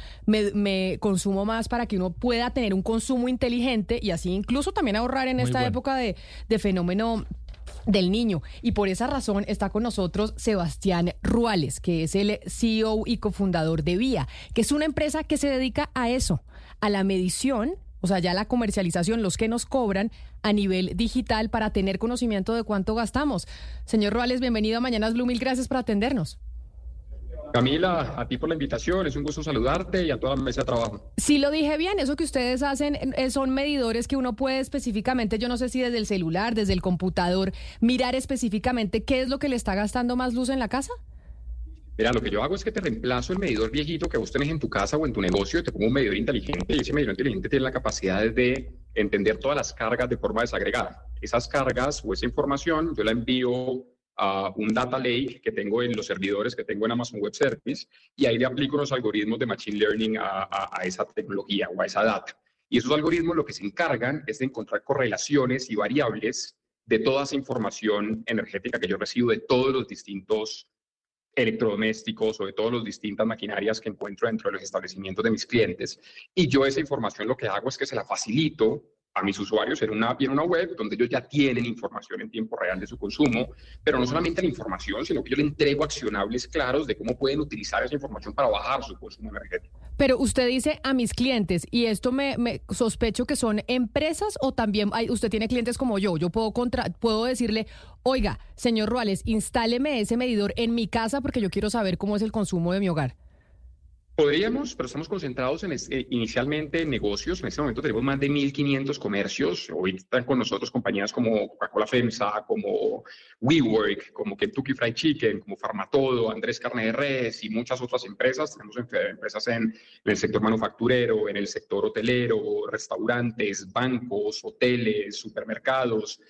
me consumo más, para que uno pueda tener un consumo inteligente y así incluso también ahorrar en esta época de fenómeno del Niño. Y por esa razón está con nosotros Sebastián Ruales, que es el CEO y cofundador de Vía, que es una empresa que se dedica a eso, a la medición, o sea, ya la comercialización, los que nos cobran a nivel digital para tener conocimiento de cuánto gastamos. Señor Ruales, bienvenido a Mañanas Blue, mil gracias por atendernos. Camila, a ti por la invitación, es un gusto saludarte y a toda la mesa de trabajo. Sí lo dije bien, eso que ustedes hacen son medidores que uno puede específicamente, yo no sé si desde el celular, desde el computador, mirar específicamente qué es lo que le está gastando más luz en la casa. Mira, lo que yo hago es que te reemplazo el medidor viejito que vos tenés en tu casa o en tu negocio y te pongo un medidor inteligente, y ese medidor inteligente tiene la capacidad de entender todas las cargas de forma desagregada. Esas cargas o esa información yo la envío a un data lake que tengo en los servidores que tengo en Amazon Web Service, y ahí le aplico unos algoritmos de machine learning a esa tecnología o a esa data. Y esos algoritmos lo que se encargan es de encontrar correlaciones y variables de toda esa información energética que yo recibo de todos los distintos electrodomésticos o de todas las distintas maquinarias que encuentro dentro de los establecimientos de mis clientes. Y yo esa información lo que hago es que se la facilito a mis usuarios en una web donde ellos ya tienen información en tiempo real de su consumo, pero no solamente la información, sino que yo le entrego accionables claros de cómo pueden utilizar esa información para bajar su consumo energético. Pero usted dice a mis clientes, y esto me sospecho que son empresas, o también usted tiene clientes como yo puedo decirle, oiga, señor Ruales, instáleme ese medidor en mi casa porque yo quiero saber cómo es el consumo de mi hogar. Podríamos, pero estamos concentrados inicialmente en negocios. En este momento tenemos más de 1.500 comercios. Hoy están con nosotros compañías como Coca-Cola FEMSA, como WeWork, como Kentucky Fried Chicken, como Farmatodo, Andrés Carne de Res y muchas otras empresas. Tenemos empresas en el sector manufacturero, en el sector hotelero, restaurantes, bancos, hoteles, supermercados.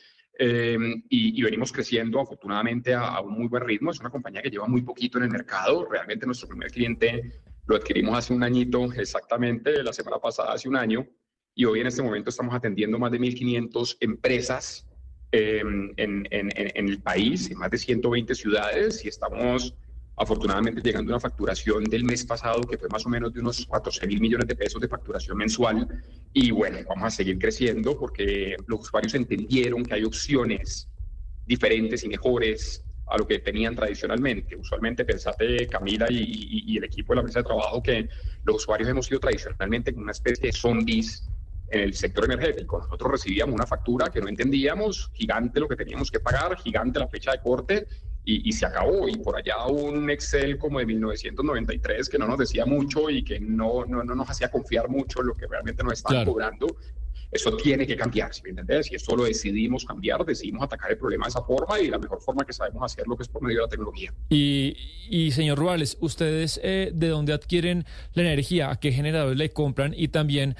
Y venimos creciendo afortunadamente a un muy buen ritmo. Es una compañía que lleva muy poquito en el mercado. Realmente nuestro primer cliente lo adquirimos hace un añito exactamente, la semana pasada hace un año, y hoy en este momento estamos atendiendo más de 1.500 empresas en el país, en más de 120 ciudades, y estamos afortunadamente llegando a una facturación del mes pasado que fue más o menos de unos 14.000 millones de pesos de facturación mensual. Y bueno, vamos a seguir creciendo porque los usuarios entendieron que hay opciones diferentes y mejores a lo que tenían tradicionalmente. Usualmente, pensate, Camila y el equipo de la mesa de trabajo, que los usuarios hemos sido tradicionalmente como una especie de zombies en el sector energético. Nosotros recibíamos una factura que no entendíamos, gigante lo que teníamos que pagar, gigante la fecha de corte, y se acabó. Y por allá un Excel como de 1993 que no nos decía mucho y que no nos hacía confiar mucho en lo que realmente nos estaban cobrando. Eso tiene que cambiar, ¿sí me entendés? Y esto lo decidimos cambiar, decidimos atacar el problema de esa forma, y la mejor forma que sabemos hacerlo que es por medio de la tecnología. Y señor Ruales, ¿ustedes de dónde adquieren la energía? ¿A qué generadores le compran? Y también,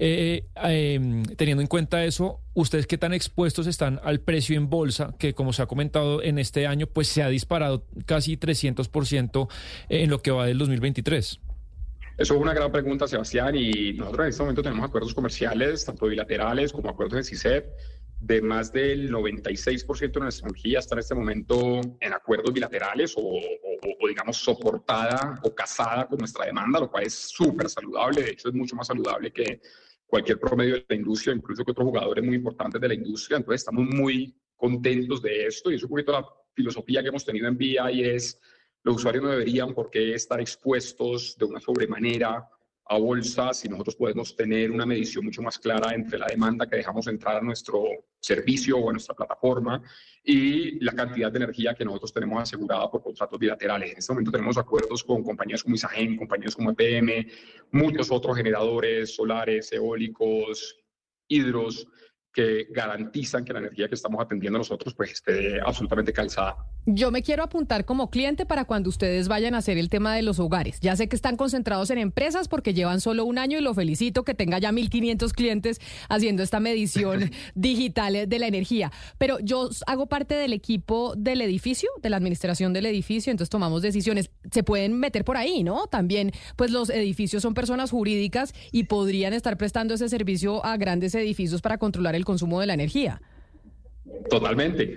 teniendo en cuenta eso, ¿ustedes qué tan expuestos están al precio en bolsa, que como se ha comentado en este año, pues se ha disparado casi 300% en lo que va del 2023? Eso es una gran pregunta, Sebastián, y nosotros en este momento tenemos acuerdos comerciales, tanto bilaterales como acuerdos de CICEP, de más del 96% de nuestra energía está en este momento en acuerdos bilaterales o digamos, soportada o casada con nuestra demanda, lo cual es súper saludable. De hecho, es mucho más saludable que cualquier promedio de la industria, incluso que otros jugadores muy importantes de la industria. Entonces, estamos muy contentos de esto, y es un poquito la filosofía que hemos tenido en VIA, y es: los usuarios no deberían por qué estar expuestos de una sobremanera a bolsa si nosotros podemos tener una medición mucho más clara entre la demanda que dejamos entrar a nuestro servicio o a nuestra plataforma y la cantidad de energía que nosotros tenemos asegurada por contratos bilaterales. En este momento tenemos acuerdos con compañías como Isagen, compañías como EPM, muchos otros generadores solares, eólicos, hidros, que garantizan que la energía que estamos atendiendo nosotros pues esté absolutamente calzada. Yo me quiero apuntar como cliente para cuando ustedes vayan a hacer el tema de los hogares. Ya sé que están concentrados en empresas porque llevan solo un año, y lo felicito que tenga ya 1.500 clientes haciendo esta medición digital de la energía. Pero yo hago parte del equipo del edificio, de la administración del edificio, entonces tomamos decisiones. Se pueden meter por ahí, ¿no? También, pues los edificios son personas jurídicas y podrían estar prestando ese servicio a grandes edificios para controlar el consumo de la energía. Totalmente.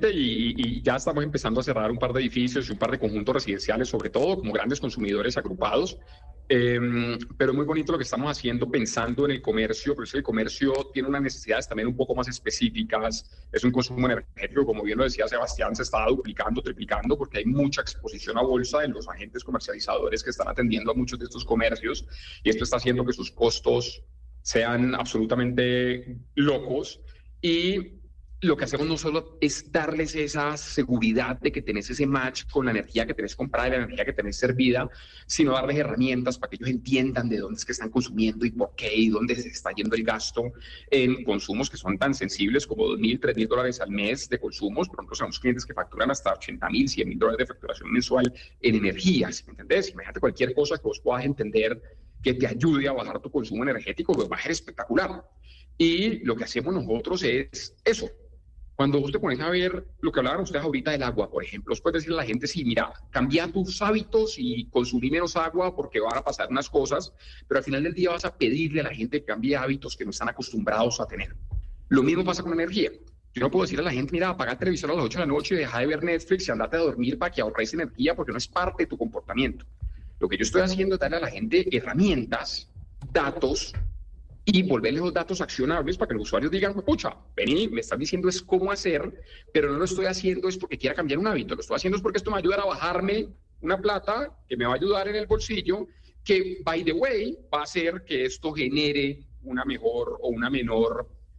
Y ya estamos empezando a cerrar un par de edificios y un par de conjuntos residenciales, sobre todo como grandes consumidores agrupados. Pero es muy bonito lo que estamos haciendo pensando en el comercio, porque el comercio tiene unas necesidades también un poco más específicas. Es un consumo energético, como bien lo decía Sebastián, se está duplicando, triplicando, porque hay mucha exposición a bolsa en los agentes comercializadores que están atendiendo a muchos de estos comercios, y esto está haciendo que sus costos sean absolutamente locos. Y lo que hacemos no solo es darles esa seguridad de que tenés ese match con la energía que tenés comprada y la energía que tenés servida, sino darles herramientas para que ellos entiendan de dónde es que están consumiendo y por qué, y dónde se está yendo el gasto en consumos que son tan sensibles como $2,000, $3,000 al mes de consumos. Por ejemplo, tenemos clientes que facturan hasta $80,000, $100,000 de facturación mensual en energía, ¿sí me entendés? Imagínate cualquier cosa que vos puedas entender que te ayude a bajar tu consumo energético, pues va a ser espectacular. Y lo que hacemos nosotros es eso. Cuando vos te pones a ver lo que hablaban ustedes ahorita del agua, por ejemplo, os puedes decirle a la gente: sí, mira, cambia tus hábitos y consumí menos agua porque van a pasar unas cosas, pero al final del día vas a pedirle a la gente que cambie hábitos que no están acostumbrados a tener. Lo mismo pasa con la energía. Yo no puedo decirle a la gente: mira, apaga el televisor a las 8 de la noche y deja de ver Netflix y andate a dormir para que ahorres energía, porque no es parte de tu comportamiento. Lo que yo estoy haciendo es darle a la gente herramientas, datos, y volverles los datos accionables para que los usuarios digan: pucha, vení, me estás diciendo es cómo hacer, pero no lo estoy haciendo es porque quiera cambiar un hábito, lo estoy haciendo es porque esto me va a ayudar a bajarme una plata que me va a ayudar en el bolsillo, que, by the way, va a hacer que esto genere una mejor o una menor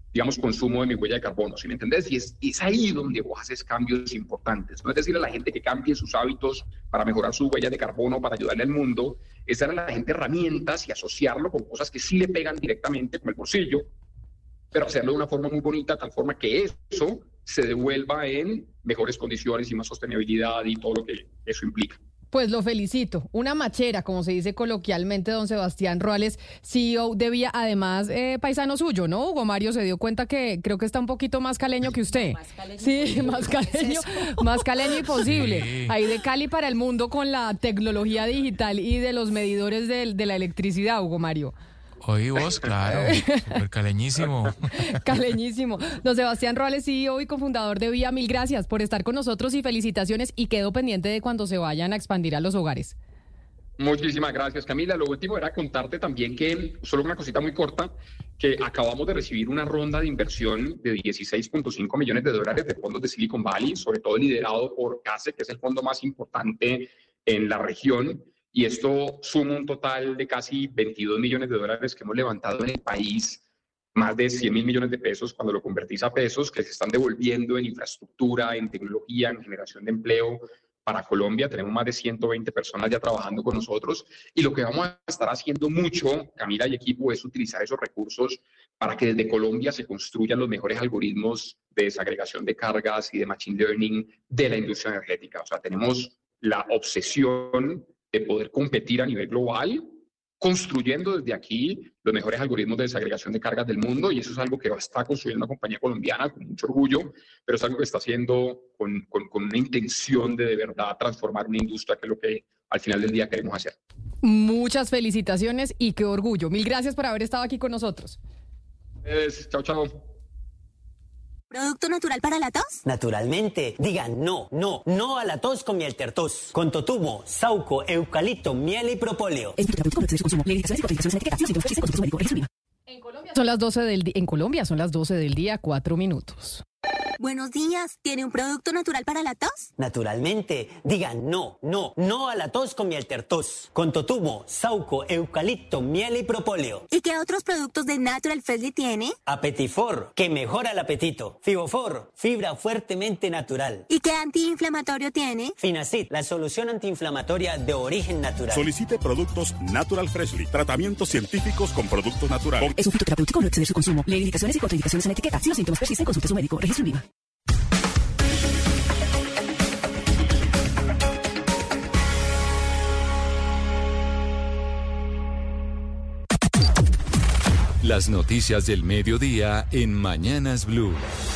digamos, consumo de mi huella de carbono, ¿sí me entendés? Y es ahí donde vos haces cambios importantes. No es decir a la gente que cambie sus hábitos para mejorar su huella de carbono, para ayudarle al mundo, es darle a la gente herramientas y asociarlo con cosas que sí le pegan directamente, como el bolsillo, pero hacerlo de una forma muy bonita, tal forma que eso se devuelva en mejores condiciones y más sostenibilidad y todo lo que eso implica. Pues lo felicito. Una machera, como se dice coloquialmente, don Sebastián Ruales, CEO de Vía, además paisano suyo, ¿no? Hugo Mario se dio cuenta que creo que está un poquito más caleño que usted. Más caleño sí, más caleño imposible. Sí. Ahí de Cali para el mundo con la tecnología digital y de los medidores de la electricidad, Hugo Mario. Oí vos, claro, súper caleñísimo. Caleñísimo. Don Sebastián Ruales, CEO y cofundador de Vía, mil gracias por estar con nosotros y felicitaciones, y quedo pendiente de cuando se vayan a expandir a los hogares. Muchísimas gracias, Camila. Lo último era contarte también que, solo una cosita muy corta, que acabamos de recibir una ronda de inversión de $16.5 millones de fondos de Silicon Valley, sobre todo liderado por CASE, que es el fondo más importante en la región. Y esto suma un total de casi $22 millones que hemos levantado en el país, más de 100.000 millones de pesos cuando lo convertís a pesos, que se están devolviendo en infraestructura, en tecnología, en generación de empleo para Colombia. Tenemos más de 120 personas ya trabajando con nosotros, y lo que vamos a estar haciendo mucho, Camila y equipo, es utilizar esos recursos para que desde Colombia se construyan los mejores algoritmos de desagregación de cargas y de machine learning de la industria energética. O sea, tenemos la obsesión de poder competir a nivel global, construyendo desde aquí los mejores algoritmos de desagregación de cargas del mundo, y eso es algo que está construyendo una compañía colombiana con mucho orgullo, pero es algo que está haciendo con una intención de verdad transformar una industria, que es lo que al final del día queremos hacer. Muchas felicitaciones y qué orgullo. Mil gracias por haber estado aquí con nosotros. Chao, chao. ¿Producto natural para la tos? Naturalmente. Digan no a la tos con miel tertos. Con totumo, sauco, eucalipto, miel y propóleo. En Colombia son las 12 del día, 4 minutos. Buenos días. ¿Tiene un producto natural para la tos? Naturalmente. Digan no a la tos con miel tertos. Con totumo, sauco, eucalipto, miel y propóleo. ¿Y qué otros productos de Natural Freshly tiene? Apetifor, que mejora el apetito. Fibofor, fibra fuertemente natural. ¿Y qué antiinflamatorio tiene? Finacid, la solución antiinflamatoria de origen natural. Solicite productos Natural Freshly. Tratamientos científicos con productos naturales. Es un fitoterapéutico, no exceder su consumo. Lee indicaciones y contraindicaciones en la etiqueta. Si los síntomas persisten, consulte a su médico. Registro en Viva. Las noticias del mediodía en Mañanas Blue.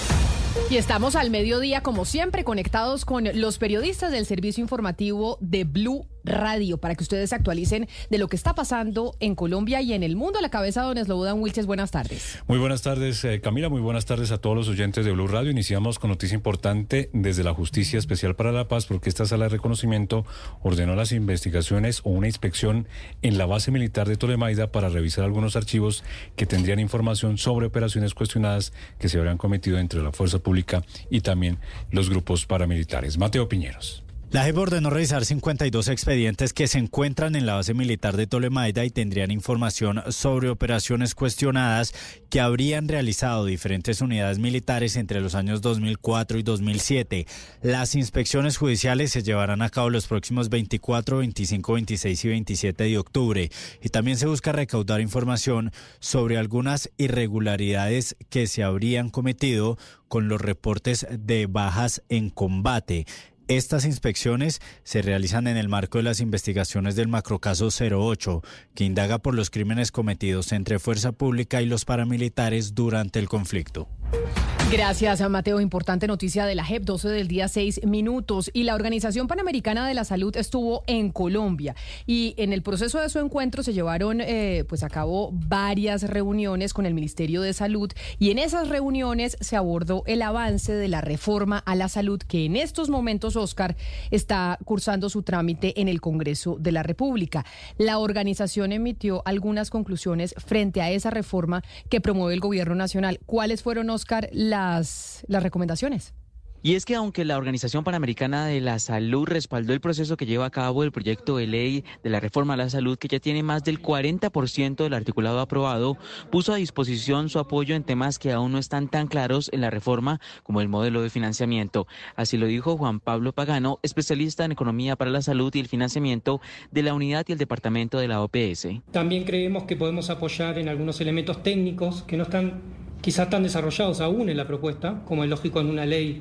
Y estamos al mediodía, como siempre, conectados con los periodistas del servicio informativo de Blue Radio, para que ustedes se actualicen de lo que está pasando en Colombia y en el mundo. A la cabeza, don Slobodan Wilches, buenas tardes. Muy buenas tardes, Camila, muy buenas tardes a todos los oyentes de Blue Radio. Iniciamos con noticia importante desde la Justicia Especial para la Paz, porque esta sala de reconocimiento ordenó las investigaciones o una inspección en la base militar de Tolemaida para revisar algunos archivos que tendrían información sobre operaciones cuestionadas que se habrían cometido entre la fuerza pública y también los grupos paramilitares. Mateo Piñeros. La JEP ordenó revisar 52 expedientes que se encuentran en la base militar de Tolemaida y tendrían información sobre operaciones cuestionadas que habrían realizado diferentes unidades militares entre los años 2004 y 2007. Las inspecciones judiciales se llevarán a cabo los próximos 24, 25, 26 y 27 de octubre. Y también se busca recaudar información sobre algunas irregularidades que se habrían cometido con los reportes de bajas en combate. Estas inspecciones se realizan en el marco de las investigaciones del macrocaso 08, que indaga por los crímenes cometidos entre fuerza pública y los paramilitares durante el conflicto. Gracias, Mateo. Importante noticia de la JEP, 12 del día, 6 minutos. Y la Organización Panamericana de la Salud estuvo en Colombia. Y en el proceso de su encuentro se llevaron a cabo varias reuniones con el Ministerio de Salud. Y en esas reuniones se abordó el avance de la reforma a la salud, que en estos momentos, Oscar, está cursando su trámite en el Congreso de la República. La organización emitió algunas conclusiones frente a esa reforma que promueve el Gobierno Nacional. ¿Cuáles fueron, Oscar, las recomendaciones? Y es que aunque la Organización Panamericana de la Salud respaldó el proceso que lleva a cabo el proyecto de ley de la reforma a la salud, que ya tiene más del 40% del articulado aprobado, puso a disposición su apoyo en temas que aún no están tan claros en la reforma, como el modelo de financiamiento. Así lo dijo Juan Pablo Pagano, especialista en economía para la salud y el financiamiento de la unidad y el departamento de la OPS. También creemos que podemos apoyar en algunos elementos técnicos que no están quizás tan desarrollados aún en la propuesta, como es lógico en una ley,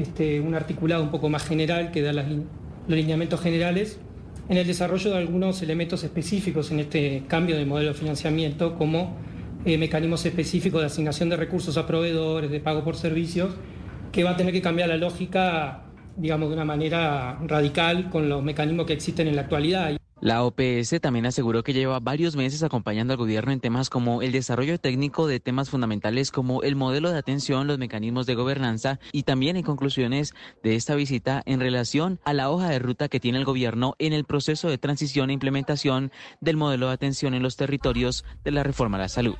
un articulado un poco más general que da los lineamientos generales, en el desarrollo de algunos elementos específicos en este cambio de modelo de financiamiento, como mecanismos específicos de asignación de recursos a proveedores, de pago por servicios, que va a tener que cambiar la lógica, digamos, de una manera radical con los mecanismos que existen en la actualidad. La OPS también aseguró que lleva varios meses acompañando al gobierno en temas como el desarrollo técnico de temas fundamentales como el modelo de atención, los mecanismos de gobernanza y también en conclusiones de esta visita en relación a la hoja de ruta que tiene el gobierno en el proceso de transición e implementación del modelo de atención en los territorios de la reforma a la salud.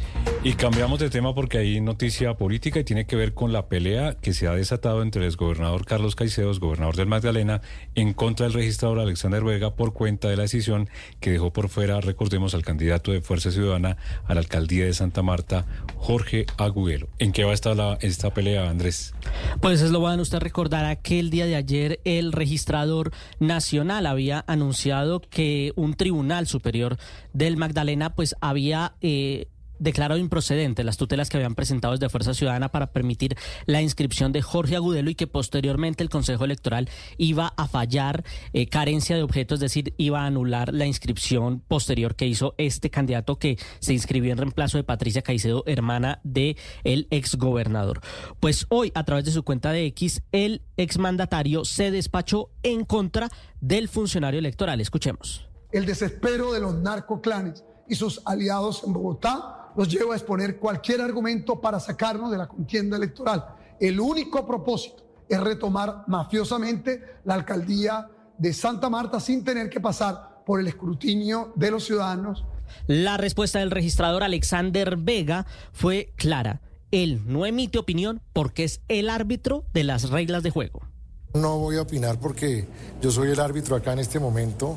Y cambiamos de tema porque hay noticia política y tiene que ver con la pelea que se ha desatado entre el exgobernador Carlos Caicedo, gobernador del Magdalena, en contra del registrador Alexander Vega por cuenta de la decisión que dejó por fuera, recordemos, al candidato de Fuerza Ciudadana a la alcaldía de Santa Marta, Jorge Agudelo. ¿En qué va a estar esta pelea, Andrés? Pues Esloban, usted recordará que el día de ayer el registrador nacional había anunciado que un tribunal superior del Magdalena pues había declarado improcedente las tutelas que habían presentado desde Fuerza Ciudadana para permitir la inscripción de Jorge Agudelo y que posteriormente el Consejo Electoral iba a fallar carencia de objetos, es decir, iba a anular la inscripción posterior que hizo este candidato que se inscribió en reemplazo de Patricia Caicedo, hermana de el exgobernador. Pues hoy, a través de su cuenta de X, el exmandatario se despachó en contra del funcionario electoral. Escuchemos. El desespero de los narcoclanes y sus aliados en Bogotá los lleva a exponer cualquier argumento para sacarnos de la contienda electoral. El único propósito es retomar mafiosamente la alcaldía de Santa Marta sin tener que pasar por el escrutinio de los ciudadanos. La respuesta del registrador Alexander Vega fue clara. Él no emite opinión porque es el árbitro de las reglas de juego. No voy a opinar porque yo soy el árbitro acá en este momento.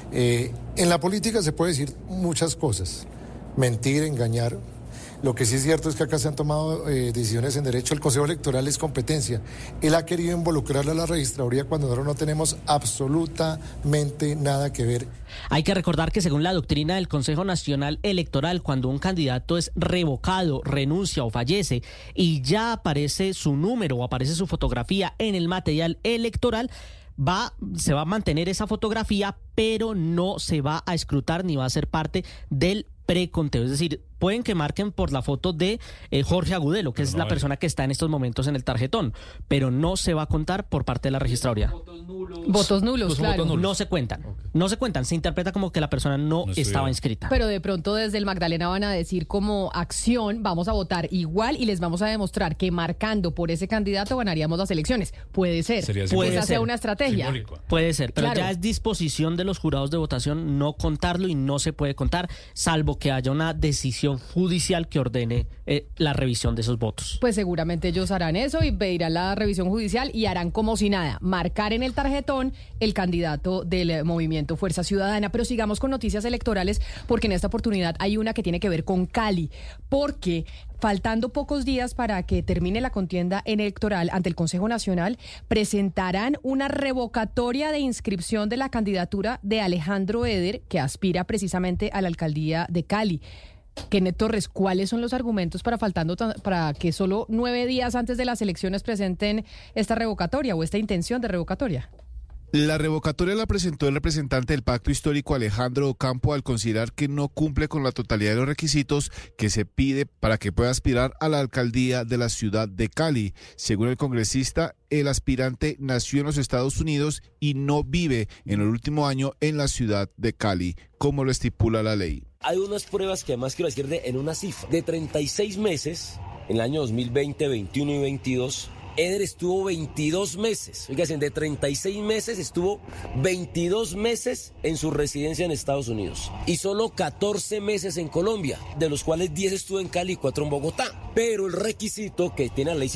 En la política se puede decir muchas cosas. Mentir, engañar. Lo que sí es cierto es que acá se han tomado decisiones en derecho. El Consejo Electoral es competencia. Él ha querido involucrar a la registraduría cuando nosotros no tenemos absolutamente nada que ver. Hay que recordar que según la doctrina del Consejo Nacional Electoral, cuando un candidato es revocado, renuncia o fallece y ya aparece su número o aparece su fotografía en el material electoral, se va a mantener esa fotografía, pero no se va a escrutar ni va a ser parte del preconteo. Es decir, pueden que marquen por la foto de Jorge Agudelo, que es la persona que está en estos momentos en el tarjetón, pero no se va a contar por parte de la registraduría. Votos nulos, claro. Votos nulos. No se cuentan, no se cuentan, se interpreta como que la persona no estaba inscrita. Pero de pronto desde el Magdalena van a decir como acción, vamos a votar igual y les vamos a demostrar que marcando por ese candidato ganaríamos las elecciones. Puede ser, puede ser una estrategia. Simbólico. Puede ser, pero claro, ya es disposición de los jurados de votación no contarlo y no se puede contar, salvo que haya una decisión judicial que ordene la revisión de esos votos. Pues seguramente ellos harán eso y pedirán la revisión judicial y harán como si nada, marcar en el tarjetón el candidato del movimiento Fuerza Ciudadana. Pero sigamos con noticias electorales porque en esta oportunidad hay una que tiene que ver con Cali, porque faltando pocos días para que termine la contienda electoral ante el Consejo Nacional, presentarán una revocatoria de inscripción de la candidatura de Alejandro Eder, que aspira precisamente a la alcaldía de Cali. Kenneth Torres, ¿cuáles son los argumentos para que solo 9 días antes de las elecciones presenten esta revocatoria o esta intención de revocatoria? La revocatoria la presentó el representante del Pacto Histórico, Alejandro Ocampo, al considerar que no cumple con la totalidad de los requisitos que se pide para que pueda aspirar a la alcaldía de la ciudad de Cali. Según el congresista, el aspirante nació en los Estados Unidos y no vive en el último año en la ciudad de Cali, como lo estipula la ley. Hay unas pruebas que además quiero decir en una cifra de 36 meses, en el año 2020, 21 y 22, Eder estuvo 22 meses, fíjense, de 36 meses estuvo 22 meses en su residencia en Estados Unidos y solo 14 meses en Colombia, de los cuales 10 estuvo en Cali y 4 en Bogotá. Pero el requisito que tiene la ley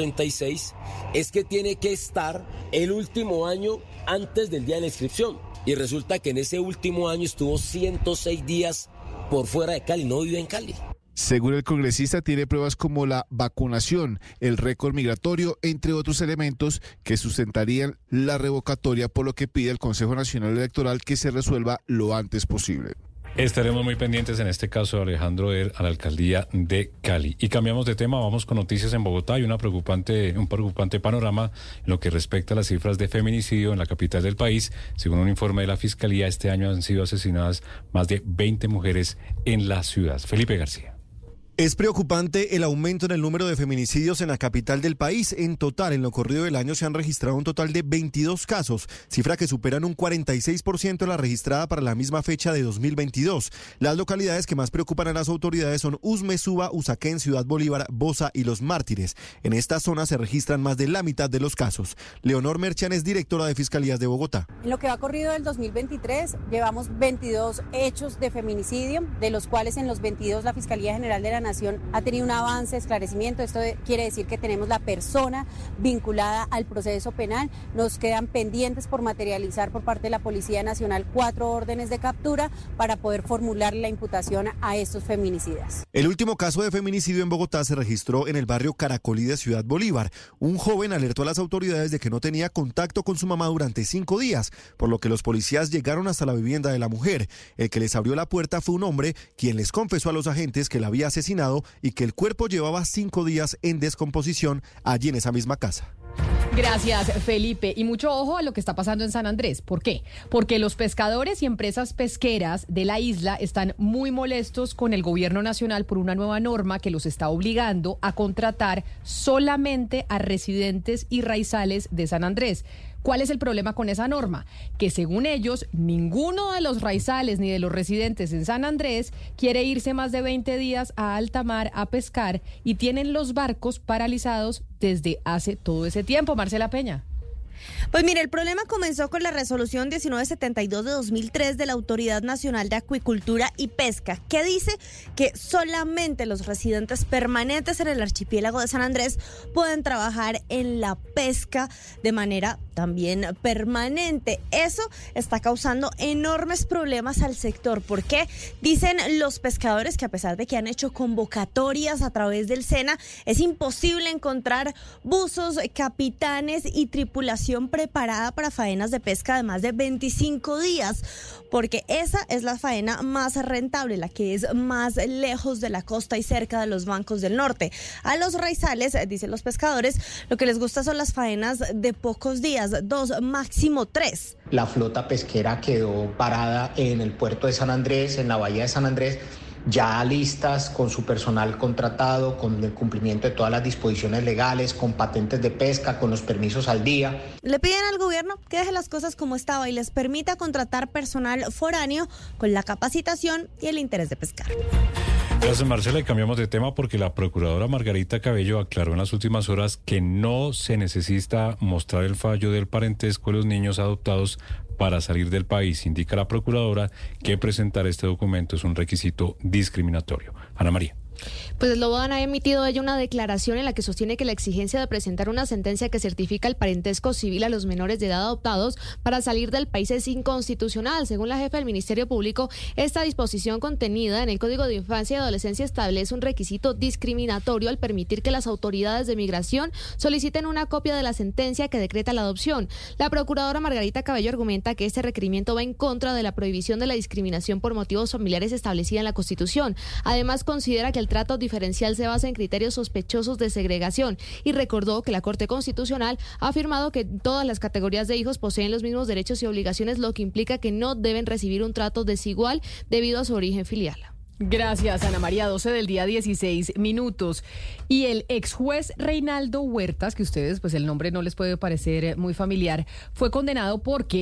136 es que tiene que estar el último año antes del día de la inscripción. Y resulta que en ese último año estuvo 106 días por fuera de Cali, no vive en Cali. Según el congresista, tiene pruebas como la vacunación, el récord migratorio, entre otros elementos que sustentarían la revocatoria, por lo que pide el Consejo Nacional Electoral que se resuelva lo antes posible. Estaremos muy pendientes en este caso de Alejandro Eder a la alcaldía de Cali. Y cambiamos de tema, vamos con noticias en Bogotá. Hay un preocupante panorama en lo que respecta a las cifras de feminicidio en la capital del país. Según un informe de la Fiscalía, este año han sido asesinadas más de 20 mujeres en la ciudad. Felipe García. Es preocupante el aumento en el número de feminicidios en la capital del país. En total, en lo corrido del año se han registrado un total de 22 casos, cifra que superan un 46% de la registrada para la misma fecha de 2022. Las localidades que más preocupan a las autoridades son Usme, Suba, Usaquén, Ciudad Bolívar, Bosa y Los Mártires. En esta zona se registran más de la mitad de los casos. Leonor Merchan es directora de Fiscalías de Bogotá. En lo que va corrido del 2023, llevamos 22 hechos de feminicidio, de los cuales en los 22 la Fiscalía General de la Nación ha tenido un avance, esclarecimiento. Esto quiere decir que tenemos la persona vinculada al proceso penal. Nos quedan pendientes por materializar por parte de la Policía Nacional 4 órdenes de captura para poder formular la imputación a estos feminicidas. El último caso de feminicidio en Bogotá se registró en el barrio Caracolí de Ciudad Bolívar. Un joven alertó a las autoridades de que no tenía contacto con su mamá durante 5 días, por lo que los policías llegaron hasta la vivienda de la mujer. El que les abrió la puerta fue un hombre quien les confesó a los agentes que la había asesinado y que el cuerpo llevaba 5 días en descomposición allí en esa misma casa. Gracias, Felipe. Y mucho ojo a lo que está pasando en San Andrés. ¿Por qué? Porque los pescadores y empresas pesqueras de la isla están muy molestos con el gobierno nacional por una nueva norma que los está obligando a contratar solamente a residentes y raizales de San Andrés. ¿Cuál es el problema con esa norma? Que según ellos, ninguno de los raizales ni de los residentes en San Andrés quiere irse más de 20 días a alta mar a pescar y tienen los barcos paralizados desde hace todo ese tiempo. Marcela Peña. Pues mire, el problema comenzó con la resolución 1972 de 2003 de la Autoridad Nacional de Acuicultura y Pesca, que dice que solamente los residentes permanentes en el archipiélago de San Andrés pueden trabajar en la pesca de manera también permanente. Eso está causando enormes problemas al sector. ¿Por qué? Dicen los pescadores que a pesar de que han hecho convocatorias a través del SENA, es imposible encontrar buzos, capitanes y tripulación preparada para faenas de pesca de más de 25 días, porque esa es la faena más rentable, la que es más lejos de la costa y cerca de los bancos del norte. A los raizales, dicen los pescadores, lo que les gusta son las faenas de pocos días, 2, máximo 3. La flota pesquera quedó parada en el puerto de San Andrés, en la bahía de San Andrés, ya listas con su personal contratado, con el cumplimiento de todas las disposiciones legales, con patentes de pesca, con los permisos al día. Le piden al gobierno que deje las cosas como estaba y les permita contratar personal foráneo con la capacitación y el interés de pescar. Gracias, Marcela, y cambiamos de tema porque la procuradora Margarita Cabello aclaró en las últimas horas que no se necesita mostrar el fallo del parentesco de los niños adoptados para salir del país. Indica la procuradora que presentar este documento es un requisito discriminatorio. Ana María. Pues Slobodan ha emitido ella una declaración en la que sostiene que la exigencia de presentar una sentencia que certifica el parentesco civil a los menores de edad adoptados para salir del país es inconstitucional. Según la jefa del Ministerio Público, esta disposición contenida en el Código de Infancia y Adolescencia establece un requisito discriminatorio al permitir que las autoridades de migración soliciten una copia de la sentencia que decreta la adopción. La procuradora Margarita Cabello argumenta que este requerimiento va en contra de la prohibición de la discriminación por motivos familiares establecida en la Constitución. Además, considera que el trato diferencial se basa en criterios sospechosos de segregación y recordó que la Corte Constitucional ha afirmado que todas las categorías de hijos poseen los mismos derechos y obligaciones, lo que implica que no deben recibir un trato desigual debido a su origen filial. Gracias, Ana María. 12 del día, 16 minutos. Y el ex juez Reinaldo Huertas, que ustedes, pues el nombre no les puede parecer muy familiar, fue condenado porque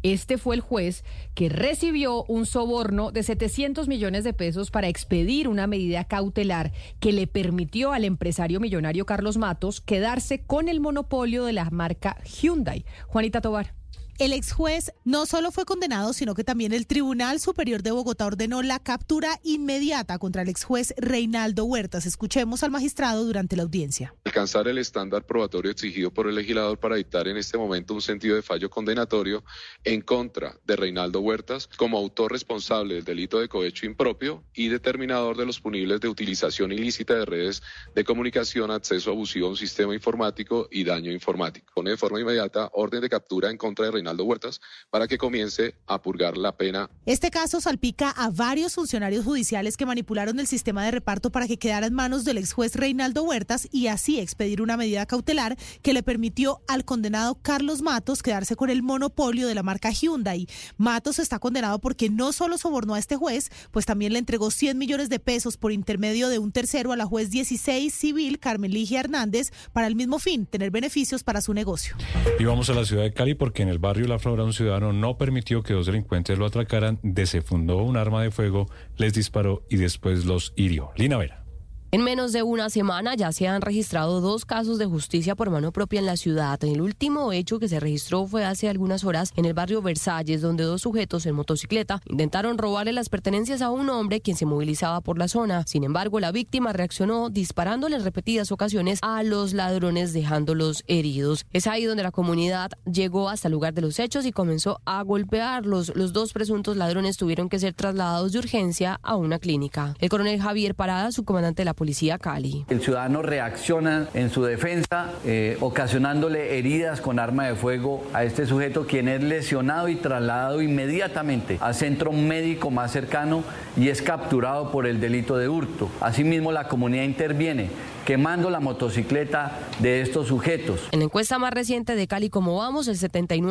Este fue el juez que recibió un soborno de 700 millones de pesos para expedir una medida cautelar que le permitió al empresario millonario Carlos Matos quedarse con el monopolio de la marca Hyundai. Juanita Tovar. El ex juez no solo fue condenado, sino que también el Tribunal Superior de Bogotá ordenó la captura inmediata contra el ex juez Reinaldo Huertas. Escuchemos al magistrado durante la audiencia. Alcanzar el estándar probatorio exigido por el legislador para dictar en este momento un sentido de fallo condenatorio en contra de Reinaldo Huertas como autor responsable del delito de cohecho impropio y determinador de los punibles de utilización ilícita de redes de comunicación, acceso abusivo a un sistema informático y daño informático. Pone de forma inmediata orden de captura en contra de Reinaldo Huertas para que comience a purgar la pena. Este caso salpica a varios funcionarios judiciales que manipularon el sistema de reparto para que quedara en manos del ex juez Reinaldo Huertas y así expedir una medida cautelar que le permitió al condenado Carlos Matos quedarse con el monopolio de la marca Hyundai. Matos está condenado porque no solo sobornó a este juez, pues también le entregó 100 millones de pesos por intermedio de un tercero a la juez 16 civil Carmen Ligia Hernández para el mismo fin, tener beneficios para su negocio. Y vamos a la ciudad de Cali porque en el barrio La Flora un ciudadano no permitió que dos delincuentes lo atracaran, desenfundó un arma de fuego, les disparó y después los hirió. Lina Vera. En menos de una semana ya se han registrado 2 casos de justicia por mano propia en la ciudad. El último hecho que se registró fue hace algunas horas en el barrio Versalles, donde 2 sujetos en motocicleta intentaron robarle las pertenencias a un hombre quien se movilizaba por la zona. Sin embargo, la víctima reaccionó disparándole en repetidas ocasiones a los ladrones, dejándolos heridos. Es ahí donde la comunidad llegó hasta el lugar de los hechos y comenzó a golpearlos. Los 2 presuntos ladrones tuvieron que ser trasladados de urgencia a una clínica. El coronel Javier Parada, subcomandante de la Policía Cali. El ciudadano reacciona en su defensa, ocasionándole heridas con arma de fuego a este sujeto, quien es lesionado y trasladado inmediatamente al centro médico más cercano y es capturado por el delito de hurto. Asimismo, la comunidad interviene, quemando la motocicleta de estos sujetos. En la encuesta más reciente de Cali Como Vamos, el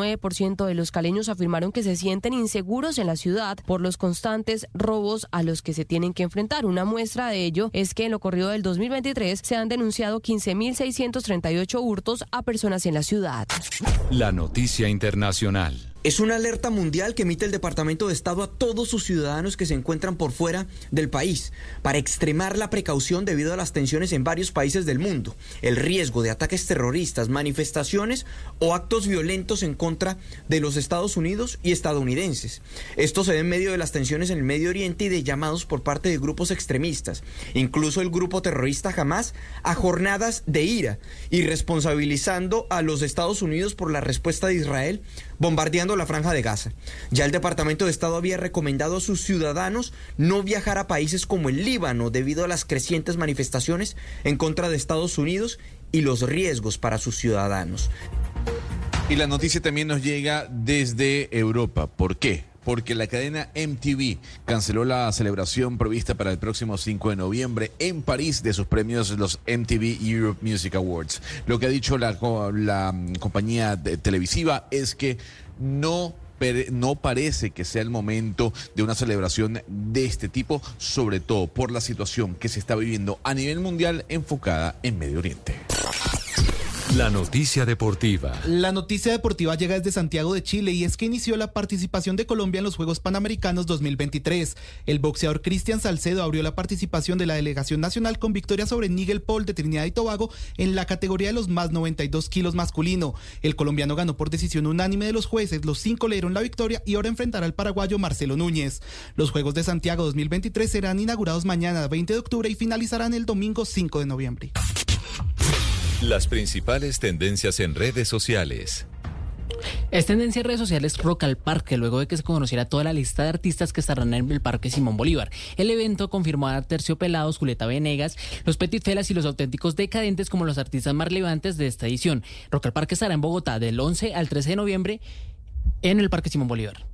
79% de los caleños afirmaron que se sienten inseguros en la ciudad por los constantes robos a los que se tienen que enfrentar. Una muestra de ello es que en lo corrido del 2023 se han denunciado 15.638 hurtos a personas en la ciudad. La noticia internacional. Es una alerta mundial que emite el Departamento de Estado a todos sus ciudadanos que se encuentran por fuera del país para extremar la precaución debido a las tensiones en varios países del mundo, el riesgo de ataques terroristas, manifestaciones o actos violentos en contra de los Estados Unidos y estadounidenses. Esto se da en medio de las tensiones en el Medio Oriente y de llamados por parte de grupos extremistas, incluso el grupo terrorista Hamas, a jornadas de ira y responsabilizando a los Estados Unidos por la respuesta de Israel bombardeando la Franja de Gaza. Ya el Departamento de Estado había recomendado a sus ciudadanos no viajar a países como el Líbano debido a las crecientes manifestaciones en contra de Estados Unidos y los riesgos para sus ciudadanos. Y la noticia también nos llega desde Europa. ¿Por qué? Porque la cadena MTV canceló la celebración prevista para el próximo 5 de noviembre en París de sus premios, los MTV Europe Music Awards. Lo que ha dicho la compañía televisiva es que no parece que sea el momento de una celebración de este tipo, sobre todo por la situación que se está viviendo a nivel mundial enfocada en Medio Oriente. La noticia deportiva. La noticia deportiva llega desde Santiago de Chile y es que inició la participación de Colombia en los Juegos Panamericanos 2023. El boxeador Cristian Salcedo abrió la participación de la delegación nacional con victoria sobre Nigel Paul de Trinidad y Tobago en la categoría de los más 92 kilos masculino. El colombiano ganó por decisión unánime de los jueces, los 5 le dieron la victoria y ahora enfrentará al paraguayo Marcelo Núñez. Los Juegos de Santiago 2023 serán inaugurados mañana 20 de octubre y finalizarán el domingo 5 de noviembre. Las principales tendencias en redes sociales. Es tendencia en redes sociales Rock al Parque, luego de que se conociera toda la lista de artistas que estarán en el Parque Simón Bolívar. El evento confirmó a Terciopelados, Julieta Venegas, los Petit Felas y los Auténticos Decadentes como los artistas más relevantes de esta edición. Rock al Parque estará en Bogotá del 11 al 13 de noviembre en el Parque Simón Bolívar.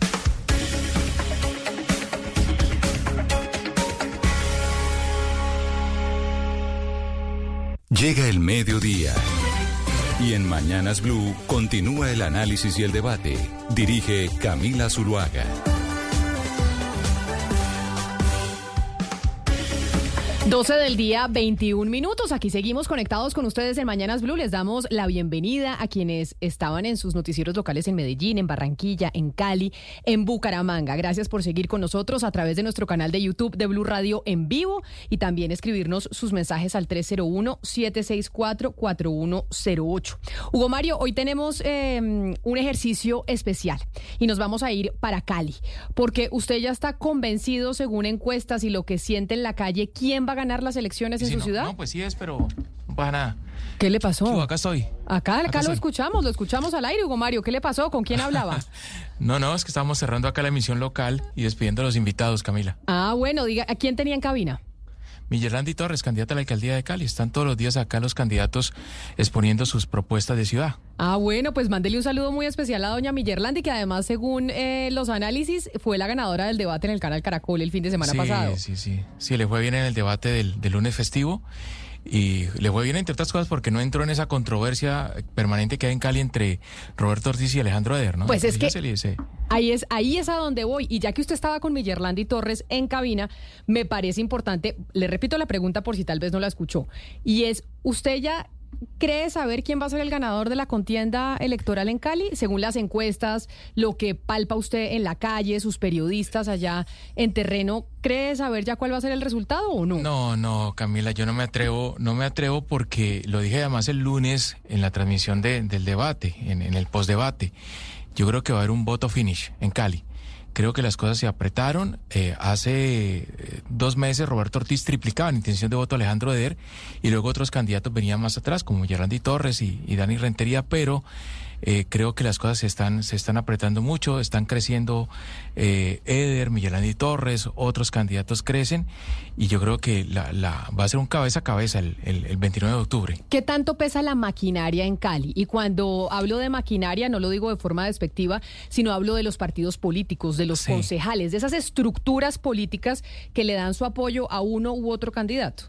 Llega el mediodía y en Mañanas Blue continúa el análisis y el debate. Dirige Camila Zuluaga. 12 del día, 21 minutos. Aquí seguimos conectados con ustedes en Mañanas Blue. Les damos la bienvenida a quienes estaban en sus noticieros locales en Medellín, en Barranquilla, en Cali, en Bucaramanga. Gracias por seguir con nosotros a través de nuestro canal de YouTube de Blue Radio en vivo y también escribirnos sus mensajes al 301-764-4108. Hugo Mario, hoy tenemos un ejercicio especial y nos vamos a ir para Cali, porque usted ya está convencido, según encuestas y lo que siente en la calle, quién va a ganar las elecciones en su ciudad. No, pues sí es, pero no pasa nada. ¿Qué le pasó? Acá estoy. Acá lo estoy. lo escuchamos al aire, Hugo Mario. ¿Qué le pasó? ¿Con quién hablaba? No, es que estábamos cerrando acá la emisión local y despidiendo a los invitados, Camila. Bueno, diga, ¿a quién tenía en cabina? Millerlandi Torres, candidata a la alcaldía de Cali. Están todos los días acá los candidatos exponiendo sus propuestas de ciudad. Bueno, pues mándele un saludo muy especial a doña Millerlandi, que además, según los análisis, fue la ganadora del debate en el canal Caracol el fin de semana pasado. Sí, le fue bien en el debate del lunes festivo. Y le fue bien, entre otras cosas, porque no entró en esa controversia permanente que hay en Cali entre Roberto Ortiz y Alejandro Eder, ¿no? Pues es que ahí es a donde voy. Y ya que usted estaba con Millerlandi Torres en cabina, me parece importante, le repito la pregunta por si tal vez no la escuchó, y es, ¿usted ya cree saber quién va a ser el ganador de la contienda electoral en Cali? Según las encuestas, lo que palpa usted en la calle, sus periodistas allá en terreno, ¿cree saber ya cuál va a ser el resultado o no? No, Camila, yo no me atrevo porque lo dije además el lunes en la transmisión del debate, en el postdebate. Yo creo que va a haber un voto finish en Cali. Creo que las cosas se apretaron. Hace 2 meses Roberto Ortiz triplicaba en intención de voto a Alejandro Eder y luego otros candidatos venían más atrás, como Yerandi Torres y Dani Rentería, pero creo que las cosas se están apretando mucho, están creciendo Eder, Millerlandi Torres, otros candidatos crecen y yo creo que va a ser un cabeza a cabeza el 29 de octubre. ¿Qué tanto pesa la maquinaria en Cali? Y cuando hablo de maquinaria no lo digo de forma despectiva, sino hablo de los partidos políticos, de los concejales, de esas estructuras políticas que le dan su apoyo a uno u otro candidato.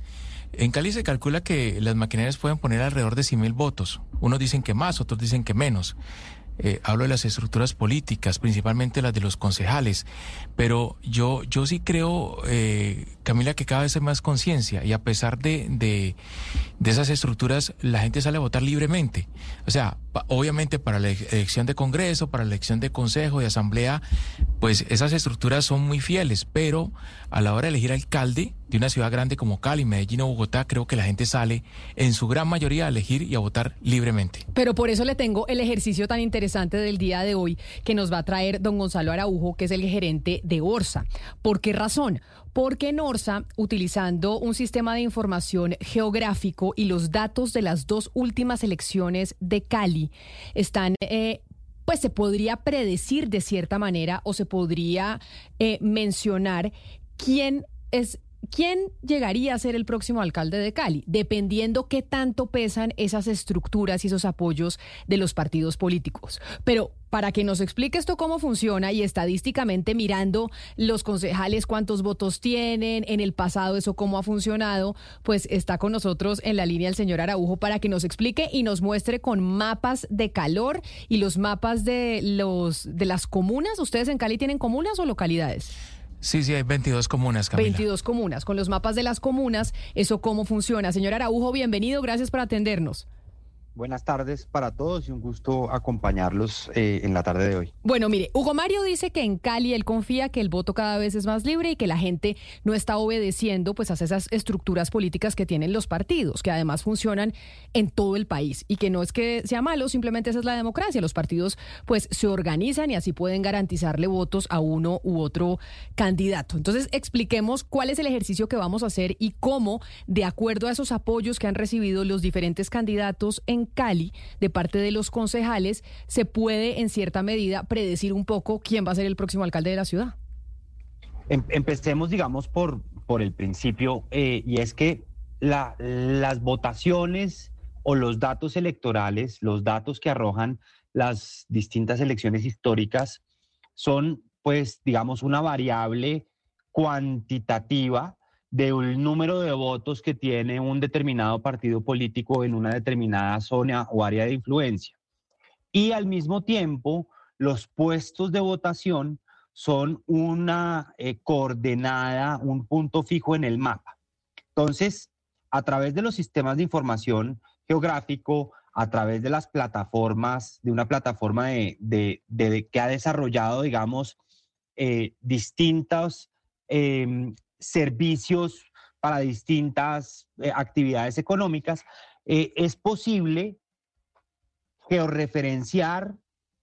En Cali se calcula que las maquinarias pueden poner alrededor de 100.000 votos. Unos dicen que más, otros dicen que menos. Hablo de las estructuras políticas, principalmente las de los concejales. Pero yo sí creo, Camila, que cada vez hay más conciencia y a pesar de esas estructuras, la gente sale a votar libremente. O sea, obviamente para la elección de Congreso, para la elección de Consejo, de Asamblea, pues esas estructuras son muy fieles, pero a la hora de elegir alcalde de una ciudad grande como Cali, Medellín o Bogotá, creo que la gente sale en su gran mayoría a elegir y a votar libremente. Pero por eso le tengo el ejercicio tan interesante del día de hoy que nos va a traer don Gonzalo Araujo, que es el gerente de Orsa. ¿Por qué razón? Porque en Orsa, utilizando un sistema de información geográfico y los datos de las 2 últimas elecciones de Cali, están... pues se podría predecir de cierta manera o se podría mencionar quién llegaría a ser el próximo alcalde de Cali, dependiendo qué tanto pesan esas estructuras y esos apoyos de los partidos políticos. Pero para que nos explique esto cómo funciona y estadísticamente mirando los concejales cuántos votos tienen, en el pasado eso cómo ha funcionado, pues está con nosotros en la línea el señor Araujo para que nos explique y nos muestre con mapas de calor y los mapas de las comunas. ¿Ustedes en Cali tienen comunas o localidades? Sí, hay 22 comunas, Camila. 22 comunas. Con los mapas de las comunas, ¿eso cómo funciona? Señor Araujo, bienvenido, gracias por atendernos. Buenas tardes para todos y un gusto acompañarlos en la tarde de hoy. Bueno, mire, Hugo Mario dice que en Cali él confía que el voto cada vez es más libre y que la gente no está obedeciendo pues a esas estructuras políticas que tienen los partidos, que además funcionan en todo el país y que no es que sea malo, simplemente esa es la democracia. Los partidos pues se organizan y así pueden garantizarle votos a uno u otro candidato. Entonces expliquemos cuál es el ejercicio que vamos a hacer y cómo, de acuerdo a esos apoyos que han recibido los diferentes candidatos en Cali, de parte de los concejales, se puede en cierta medida predecir un poco quién va a ser el próximo alcalde de la ciudad. Empecemos, digamos, por el principio, y es que las votaciones o los datos electorales, los datos que arrojan las distintas elecciones históricas, son, pues, digamos, una variable cuantitativa del número de votos que tiene un determinado partido político en una determinada zona o área de influencia. Y al mismo tiempo, los puestos de votación son una coordenada, un punto fijo en el mapa. Entonces, a través de los sistemas de información geográfico, a través de las plataformas, de una plataforma que ha desarrollado, digamos, distintos servicios para distintas actividades económicas, es posible georreferenciar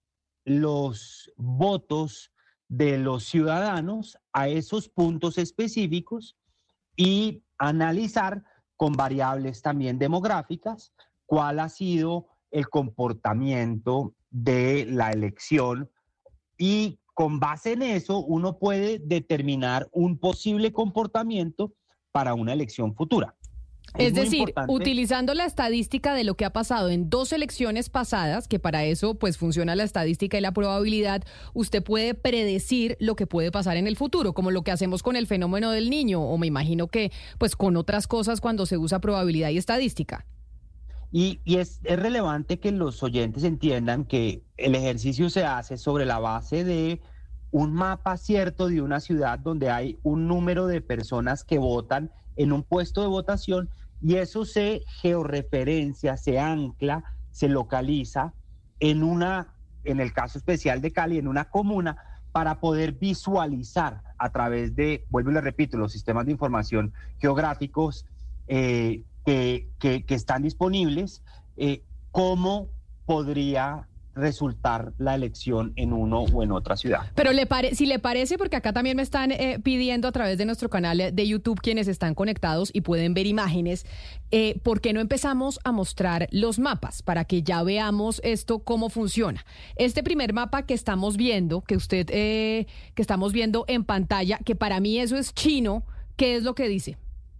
los votos de los ciudadanos a esos puntos específicos y analizar con variables también demográficas cuál ha sido el comportamiento de la elección, y con base en eso uno puede determinar un posible comportamiento para una elección futura. Es decir, utilizando la estadística de lo que ha pasado en 2 elecciones pasadas, que para eso pues funciona la estadística y la probabilidad, usted puede predecir lo que puede pasar en el futuro, como lo que hacemos con el fenómeno del Niño, o me imagino que pues con otras cosas cuando se usa probabilidad y estadística. Y es relevante que los oyentes entiendan que el ejercicio se hace sobre la base de un mapa cierto de una ciudad donde hay un número de personas que votan en un puesto de votación, y eso se georreferencia, se ancla, se localiza en el caso especial de Cali, en una comuna, para poder visualizar a través de, vuelvo y le repito, los sistemas de información geográficos que están disponibles, cómo podría resultar la elección en uno o en otra ciudad. Pero si le parece, porque acá también me están pidiendo a través de nuestro canal de YouTube, quienes están conectados y pueden ver imágenes, ¿por qué no empezamos a mostrar los mapas para que ya veamos esto cómo funciona? Este primer mapa que estamos viendo, que estamos viendo en pantalla, que para mí eso es chino, ¿qué es lo que dice?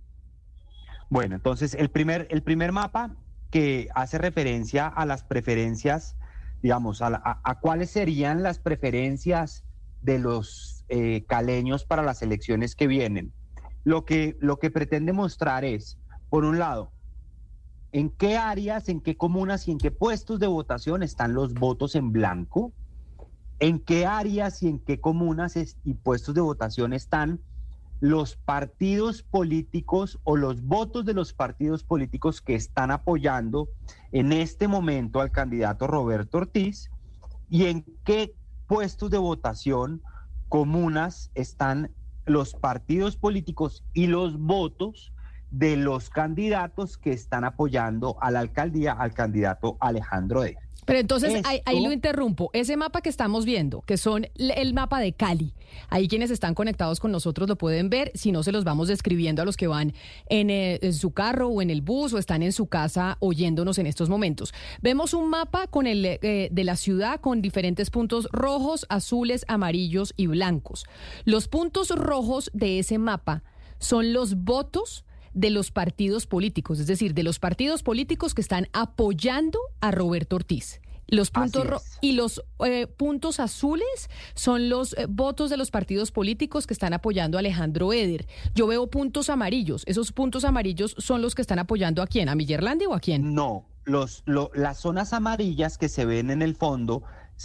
Bueno, entonces el primer mapa que hace referencia a las preferencias, digamos, a cuáles serían las preferencias de los caleños para las elecciones que vienen. Lo que pretende mostrar es, por un lado, en qué áreas, en qué comunas y en qué puestos de votación están los votos en blanco, en qué áreas y en qué comunas y puestos de votación están los partidos políticos o los votos de los partidos políticos que están apoyando en este momento al candidato Roberto Ortiz, y en qué puestos de votación, comunas, están los partidos políticos y los votos de los candidatos que están apoyando a la alcaldía al candidato Alejandro Eder. Pero entonces, ahí lo interrumpo. Ese mapa que estamos viendo, que son el mapa de Cali, ahí quienes están conectados con nosotros lo pueden ver, si no se los vamos describiendo a los que van en su carro o en el bus o están en su casa oyéndonos en estos momentos. Vemos un mapa con de la ciudad con diferentes puntos rojos, azules, amarillos y blancos. Los puntos rojos de ese mapa son los votos de los partidos políticos, es decir, de los partidos políticos que están apoyando a Roberto Ortiz. Los puntos y los puntos azules son los votos de los partidos políticos que están apoyando a Alejandro Eder. Yo veo puntos amarillos. ¿Esos puntos amarillos son los que están apoyando a quién? ¿A Millerlandi o a quién? No, las zonas amarillas que se ven en el fondo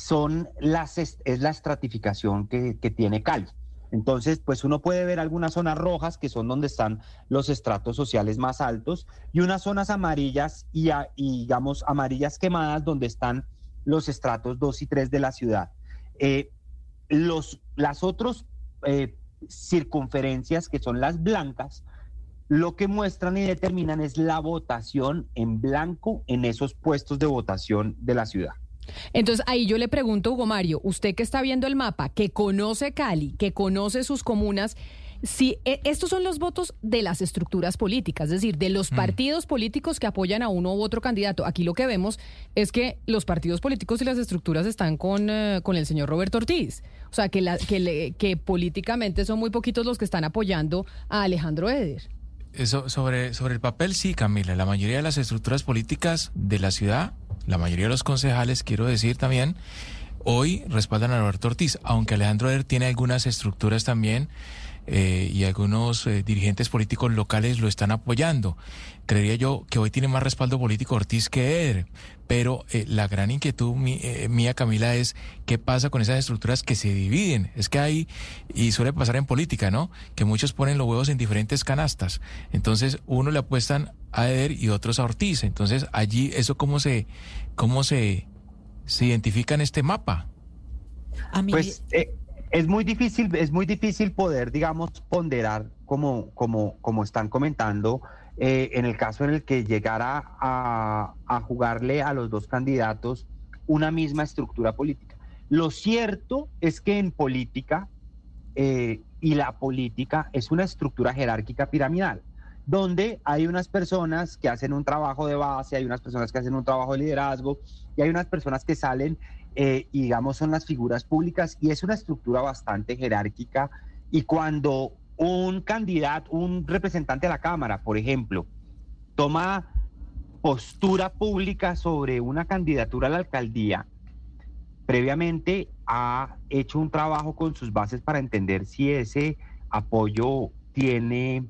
es la estratificación que tiene Cali. Entonces, pues uno puede ver algunas zonas rojas, que son donde están los estratos sociales más altos, y unas zonas amarillas y digamos, amarillas quemadas, donde están los estratos 2 y 3 de la ciudad. Las otras circunferencias, que son las blancas, lo que muestran y determinan es la votación en blanco en esos puestos de votación de la ciudad. Entonces, ahí yo le pregunto, Hugo Mario, usted que está viendo el mapa, que conoce Cali, que conoce sus comunas, si estos son los votos de las estructuras políticas, es decir, de los partidos políticos que apoyan a uno u otro candidato. Aquí lo que vemos es que los partidos políticos y las estructuras están con el señor Roberto Ortiz. O sea, que políticamente son muy poquitos los que están apoyando a Alejandro Eder. Eso, sobre el papel, sí, Camila. La mayoría de las estructuras políticas de la ciudad, la mayoría de los concejales, quiero decir también, hoy respaldan a Roberto Ortiz, aunque Alejandro Eder tiene algunas estructuras también y algunos dirigentes políticos locales lo están apoyando. Creería yo que hoy tiene más respaldo político Ortiz que Eder, pero la gran inquietud mía, Camila, es qué pasa con esas estructuras que se dividen. Es que hay, y suele pasar en política, ¿no?, que muchos ponen los huevos en diferentes canastas. Entonces, uno le apuestan a Eder y otros a Ortiz. Entonces, allí, ¿eso cómo se identifica en este mapa? A mí... Pues es muy difícil poder, digamos, ponderar como están comentando, en el caso en el que llegara a jugarle a los dos candidatos una misma estructura política. Lo cierto es que en política, y la política es una estructura jerárquica piramidal, donde hay unas personas que hacen un trabajo de base, hay unas personas que hacen un trabajo de liderazgo, y hay unas personas que salen y digamos son las figuras públicas, y es una estructura bastante jerárquica. Y cuando un candidato, un representante de la Cámara, por ejemplo, toma postura pública sobre una candidatura a la alcaldía, previamente ha hecho un trabajo con sus bases para entender si ese apoyo tiene,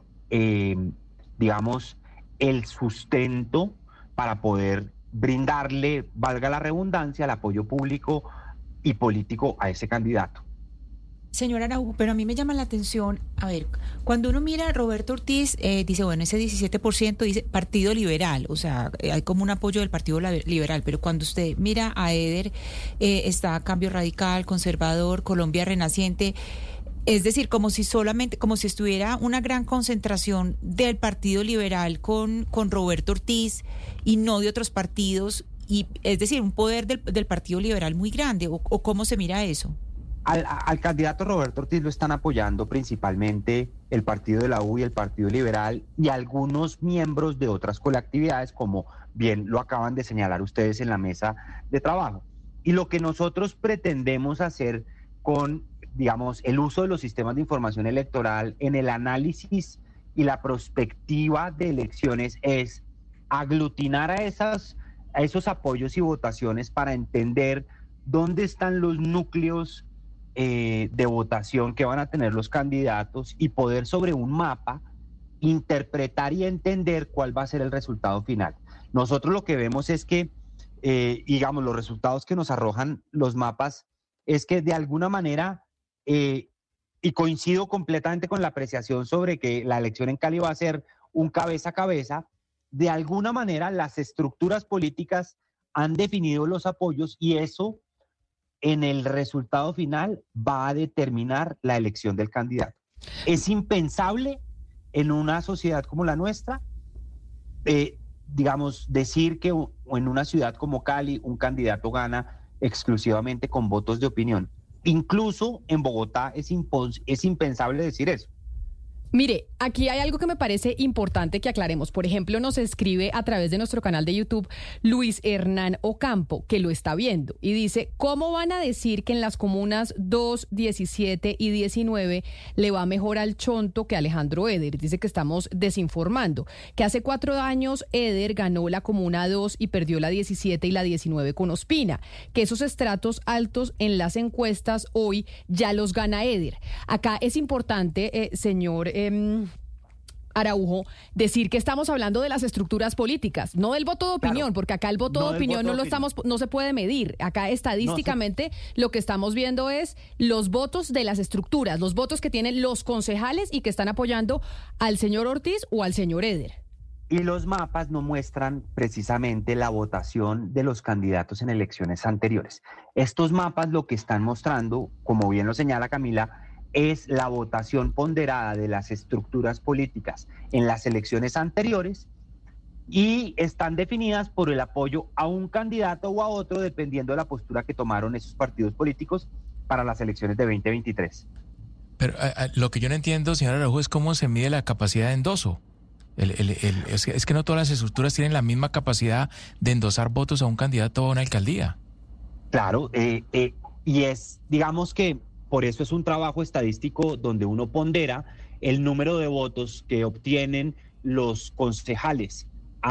digamos, el sustento para poder brindarle, valga la redundancia, el apoyo público y político a ese candidato. Señor Araujo, pero a mí me llama la atención, a ver, cuando uno mira a Roberto Ortiz, dice, bueno, ese 17% dice Partido Liberal, o sea, hay como un apoyo del Partido Liberal, pero cuando usted mira a Eder, está Cambio Radical, Conservador, Colombia Renaciente, es decir, como si estuviera una gran concentración del Partido Liberal con Roberto Ortiz y no de otros partidos, y es decir, un poder del Partido Liberal muy grande, o ¿cómo se mira eso? Al candidato Roberto Ortiz lo están apoyando principalmente el Partido de la U y el Partido Liberal y algunos miembros de otras colectividades, como bien lo acaban de señalar ustedes en la mesa de trabajo. Y lo que nosotros pretendemos hacer con, digamos, el uso de los sistemas de información electoral en el análisis y la prospectiva de elecciones es aglutinar a esos apoyos y votaciones para entender dónde están los núcleos de votación que van a tener los candidatos y poder sobre un mapa interpretar y entender cuál va a ser el resultado final. Nosotros lo que vemos es que, digamos, los resultados que nos arrojan los mapas es que de alguna manera, y coincido completamente con la apreciación sobre que la elección en Cali va a ser un cabeza a cabeza, de alguna manera las estructuras políticas han definido los apoyos y eso en el resultado final va a determinar la elección del candidato. Es impensable en una sociedad como la nuestra, digamos, decir que en una ciudad como Cali un candidato gana exclusivamente con votos de opinión. Incluso en Bogotá es impensable decir eso. Mire, aquí hay algo que me parece importante que aclaremos. Por ejemplo, nos escribe a través de nuestro canal de YouTube Luis Hernán Ocampo, que lo está viendo, y dice, ¿cómo van a decir que en las comunas 2, 17 y 19 le va mejor al Chonto que a Alejandro Eder? Dice que estamos desinformando, que hace 4 años Eder ganó la comuna 2 y perdió la 17 y la 19 con Ospina, que esos estratos altos en las encuestas hoy ya los gana Eder. Acá es importante, señor Araujo, decir que estamos hablando de las estructuras políticas, no del voto de opinión, claro, porque acá el voto de opinión no se puede medir. Acá estadísticamente lo que estamos viendo es los votos de las estructuras, los votos que tienen los concejales y que están apoyando al señor Ortiz o al señor Eder. Y los mapas no muestran precisamente la votación de los candidatos en elecciones anteriores. Estos mapas lo que están mostrando, como bien lo señala Camila, es la votación ponderada de las estructuras políticas en las elecciones anteriores y están definidas por el apoyo a un candidato o a otro dependiendo de la postura que tomaron esos partidos políticos para las elecciones de 2023. Pero lo que yo no entiendo, señor Araujo, es cómo se mide la capacidad de endoso. Es que no todas las estructuras tienen la misma capacidad de endosar votos a un candidato o a una alcaldía. Claro, y es, digamos que por eso es un trabajo estadístico donde uno pondera el número de votos que obtienen los concejales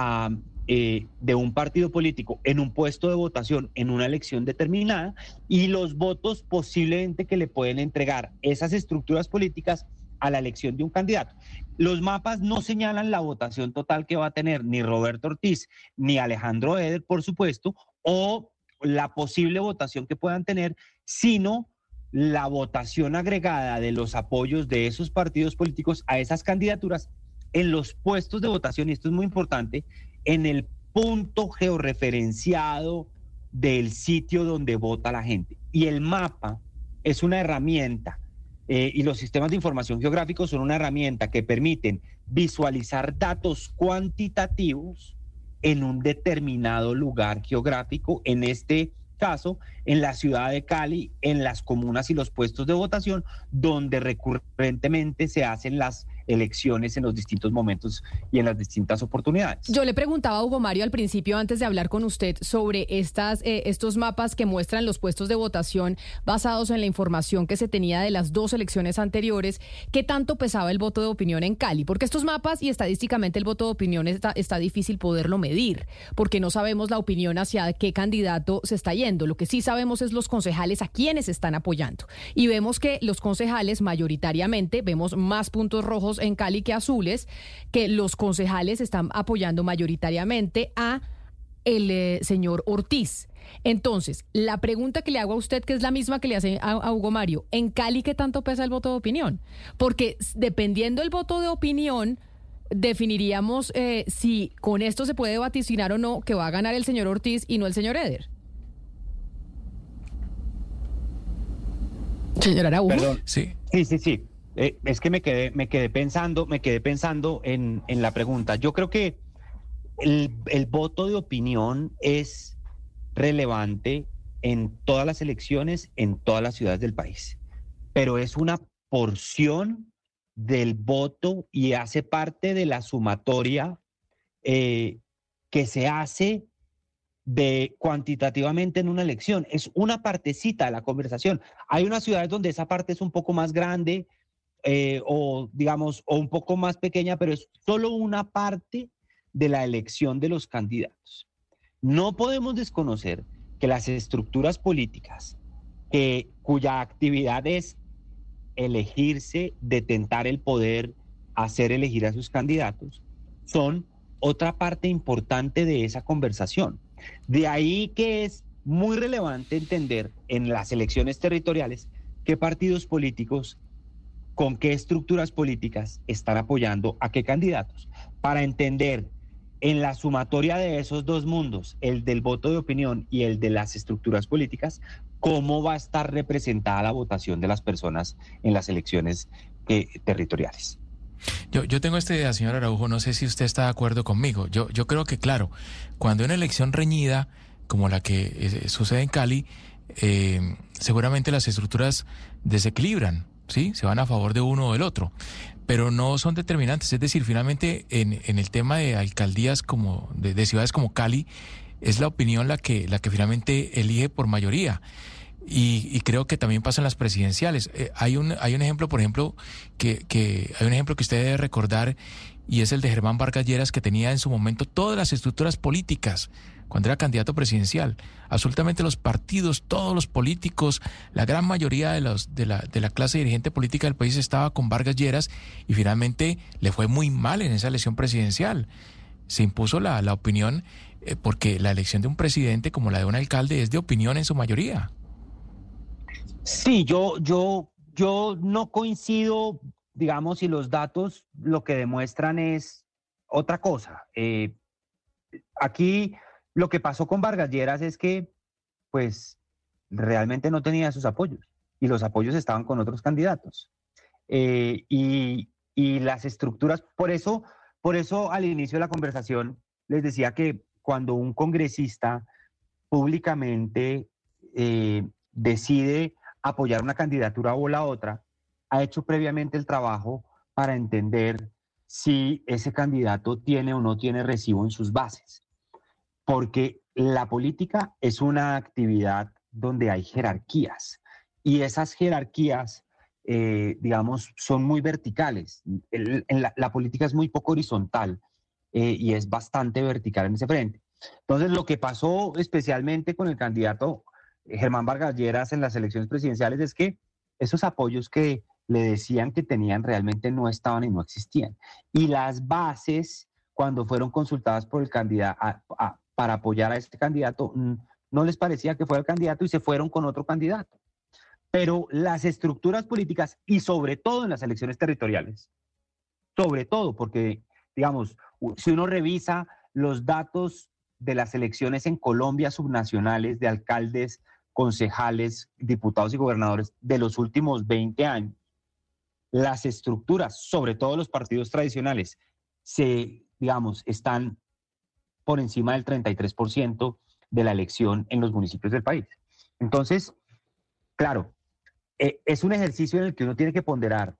de un partido político en un puesto de votación en una elección determinada y los votos posiblemente que le pueden entregar esas estructuras políticas a la elección de un candidato. Los mapas no señalan la votación total que va a tener ni Roberto Ortiz ni Alejandro Eder, por supuesto, o la posible votación que puedan tener, sino la votación agregada de los apoyos de esos partidos políticos a esas candidaturas en los puestos de votación, y esto es muy importante, en el punto georreferenciado del sitio donde vota la gente. Y el mapa es una herramienta, y los sistemas de información geográficos son una herramienta que permiten visualizar datos cuantitativos en un determinado lugar geográfico, en este caso, en la ciudad de Cali, en las comunas y los puestos de votación, donde recurrentemente se hacen las elecciones en los distintos momentos y en las distintas oportunidades. Yo le preguntaba a Hugo Mario al principio, antes de hablar con usted, sobre estos mapas que muestran los puestos de votación basados en la información que se tenía de las dos elecciones anteriores. ¿Qué tanto pesaba el voto de opinión en Cali? Porque estos mapas y estadísticamente el voto de opinión está difícil poderlo medir, porque no sabemos la opinión hacia qué candidato se está yendo. Lo que sí sabemos es los concejales a quienes están apoyando. Y vemos que los concejales mayoritariamente, vemos más puntos rojos en Cali que azules, que los concejales están apoyando mayoritariamente a el señor Ortiz. Entonces, la pregunta que le hago a usted, que es la misma que le hace a Hugo Mario, ¿en Cali qué tanto pesa el voto de opinión? Porque dependiendo del voto de opinión, definiríamos si con esto se puede vaticinar o no que va a ganar el señor Ortiz y no el señor Eder. Señor Araújo. Perdón. Sí. Sí. Es que me quedé pensando en la pregunta. Yo creo que el voto de opinión es relevante en todas las elecciones, en todas las ciudades del país, pero es una porción del voto y hace parte de la sumatoria que se hace cuantitativamente en una elección. Es una partecita de la conversación. Hay unas ciudades donde esa parte es un poco más grande, o un poco más pequeña, pero es solo una parte de la elección de los candidatos. No podemos desconocer que las estructuras políticas cuya actividad es elegirse, detentar el poder, hacer elegir a sus candidatos, son otra parte importante de esa conversación. De ahí que es muy relevante entender en las elecciones territoriales qué partidos políticos, con qué estructuras políticas están apoyando a qué candidatos, para entender en la sumatoria de esos dos mundos, el del voto de opinión y el de las estructuras políticas, cómo va a estar representada la votación de las personas en las elecciones territoriales. Yo tengo esta idea, señor Araújo, no sé si usted está de acuerdo conmigo. Yo creo que, claro, cuando hay una elección reñida, como la que sucede en Cali, seguramente las estructuras desequilibran, ¿sí? Se van a favor de uno o del otro, pero no son determinantes. Es decir, finalmente en el tema de alcaldías de ciudades como Cali, es la opinión la que finalmente elige por mayoría. Y creo que también pasa en las presidenciales. Hay un ejemplo, por ejemplo, que hay un ejemplo que usted debe recordar, y es el de Germán Vargas Lleras, que tenía en su momento todas las estructuras políticas cuando era candidato presidencial. Absolutamente los partidos, todos los políticos, la gran mayoría de la clase dirigente política del país estaba con Vargas Lleras, y finalmente le fue muy mal en esa elección presidencial. Se impuso la opinión, porque la elección de un presidente como la de un alcalde es de opinión en su mayoría. Sí, yo no coincido, digamos, y los datos lo que demuestran es otra cosa. Aquí lo que pasó con Vargas Lleras es que, pues, realmente no tenía sus apoyos, y los apoyos estaban con otros candidatos. Y las estructuras, por eso al inicio de la conversación les decía que cuando un congresista públicamente decide apoyar una candidatura o la otra, ha hecho previamente el trabajo para entender si ese candidato tiene o no tiene recibo en sus bases. Porque la política es una actividad donde hay jerarquías, y esas jerarquías, digamos, son muy verticales. La política es muy poco horizontal, y es bastante vertical en ese frente. Entonces, lo que pasó especialmente con el candidato Germán Vargas Lleras en las elecciones presidenciales es que esos apoyos que le decían que tenían realmente no estaban y no existían. Y las bases, cuando fueron consultadas por el candidato para apoyar a este candidato, no les parecía que fuera el candidato y se fueron con otro candidato. Pero las estructuras políticas, y sobre todo en las elecciones territoriales, sobre todo porque, digamos, si uno revisa los datos de las elecciones en Colombia subnacionales de alcaldes, concejales, diputados y gobernadores de los últimos 20 años, las estructuras, sobre todo los partidos tradicionales, están por encima del 33% de la elección en los municipios del país. Entonces, claro, es un ejercicio en el que uno tiene que ponderar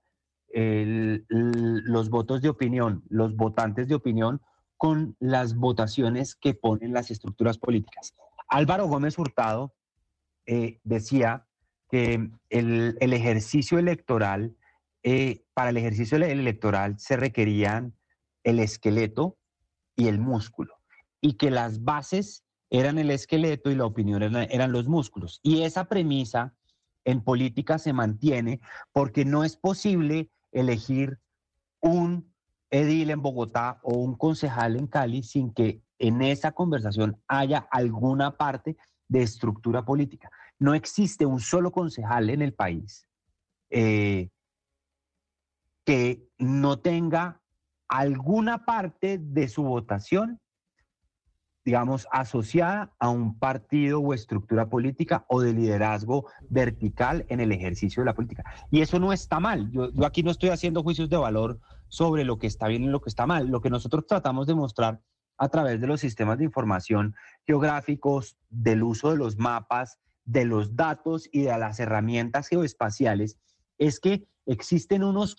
los votos de opinión, los votantes de opinión, con las votaciones que ponen las estructuras políticas. Álvaro Gómez Hurtado decía que el ejercicio electoral, para el ejercicio electoral se requerían el esqueleto y el músculo, y que las bases eran el esqueleto y la opinión eran los músculos. Y esa premisa en política se mantiene porque no es posible elegir un edil en Bogotá o un concejal en Cali sin que en esa conversación haya alguna parte de estructura política. No existe un solo concejal en el país que no tenga alguna parte de su votación, digamos, asociada a un partido o estructura política o de liderazgo vertical en el ejercicio de la política. Y eso no está mal. Yo aquí no estoy haciendo juicios de valor sobre lo que está bien y lo que está mal. Lo que nosotros tratamos de mostrar a través de los sistemas de información geográficos, del uso de los mapas, de los datos y de las herramientas geoespaciales, es que existen unos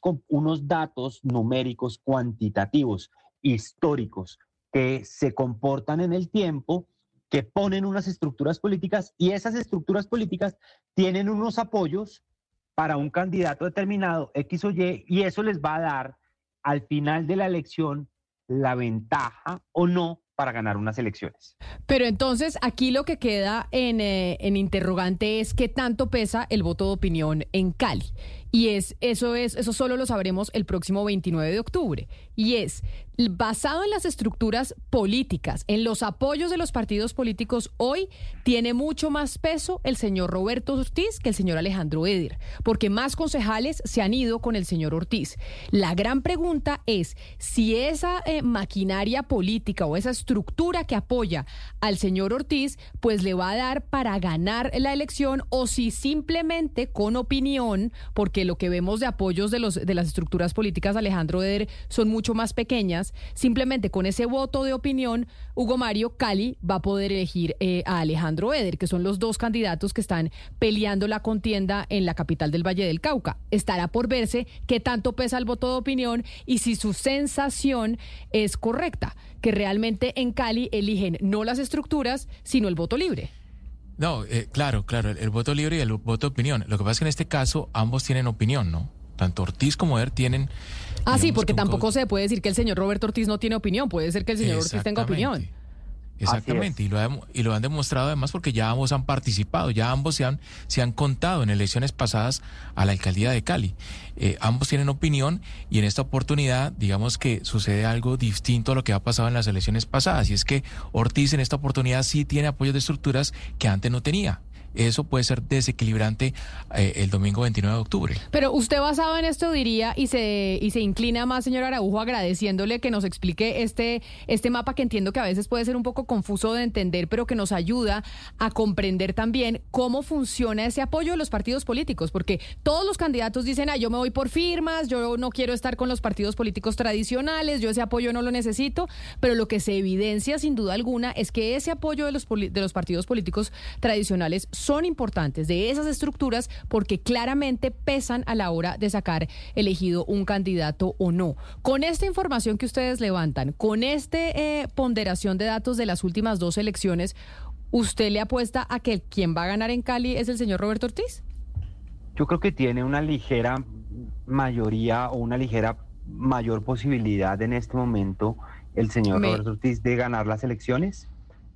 datos numéricos cuantitativos, históricos, que se comportan en el tiempo, que ponen unas estructuras políticas, y esas estructuras políticas tienen unos apoyos para un candidato determinado, X o Y, y eso les va a dar al final de la elección la ventaja o no para ganar unas elecciones. Pero entonces aquí lo que queda en interrogante es qué tanto pesa el voto de opinión en Cali. Y eso solo lo sabremos el próximo 29 de octubre. Y es basado en las estructuras políticas, en los apoyos de los partidos políticos, hoy tiene mucho más peso el señor Roberto Ortiz que el señor Alejandro Eder, porque más concejales se han ido con el señor Ortiz. La gran pregunta es si esa maquinaria política o esa estructura que apoya al señor Ortiz, pues le va a dar para ganar la elección, o si simplemente con opinión, porque lo que vemos de apoyos de las estructuras políticas de Alejandro Eder son mucho más pequeñas, simplemente con ese voto de opinión, Hugo Mario, Cali va a poder elegir a Alejandro Eder, que son los dos candidatos que están peleando la contienda en la capital del Valle del Cauca. Estará por verse qué tanto pesa el voto de opinión y si su sensación es correcta, que realmente en Cali eligen no las estructuras, sino el voto libre. No, claro, el voto libre y el voto de opinión. Lo que pasa es que en este caso ambos tienen opinión, ¿no? Tanto Ortiz como Eder tienen... Sí, porque tampoco se puede decir que el señor Roberto Ortiz no tiene opinión. Puede ser que el señor Ortiz tenga opinión. Exactamente, y lo han demostrado además porque ya ambos han participado, ya ambos se han contado en elecciones pasadas a la alcaldía de Cali. Ambos tienen opinión y en esta oportunidad, digamos que sucede algo distinto a lo que ha pasado en las elecciones pasadas, y es que Ortiz en esta oportunidad sí tiene apoyo de estructuras que antes no tenía. Eso puede ser desequilibrante el domingo 29 de octubre. Pero usted, basado en esto, diría y se inclina más, señor Araujo, agradeciéndole que nos explique este mapa, que entiendo que a veces puede ser un poco confuso de entender, pero que nos ayuda a comprender también cómo funciona ese apoyo de los partidos políticos, porque todos los candidatos dicen, yo me voy por firmas, yo no quiero estar con los partidos políticos tradicionales, yo ese apoyo no lo necesito, pero lo que se evidencia sin duda alguna es que ese apoyo de los partidos políticos tradicionales son importantes, de esas estructuras, porque claramente pesan a la hora de sacar elegido un candidato o no. Con esta información que ustedes levantan, con ponderación de datos de las últimas dos elecciones, ¿usted le apuesta a que quien va a ganar en Cali es el señor Roberto Ortiz? Yo creo que tiene una ligera mayoría o una ligera mayor posibilidad en este momento el señor Roberto Ortiz de ganar las elecciones.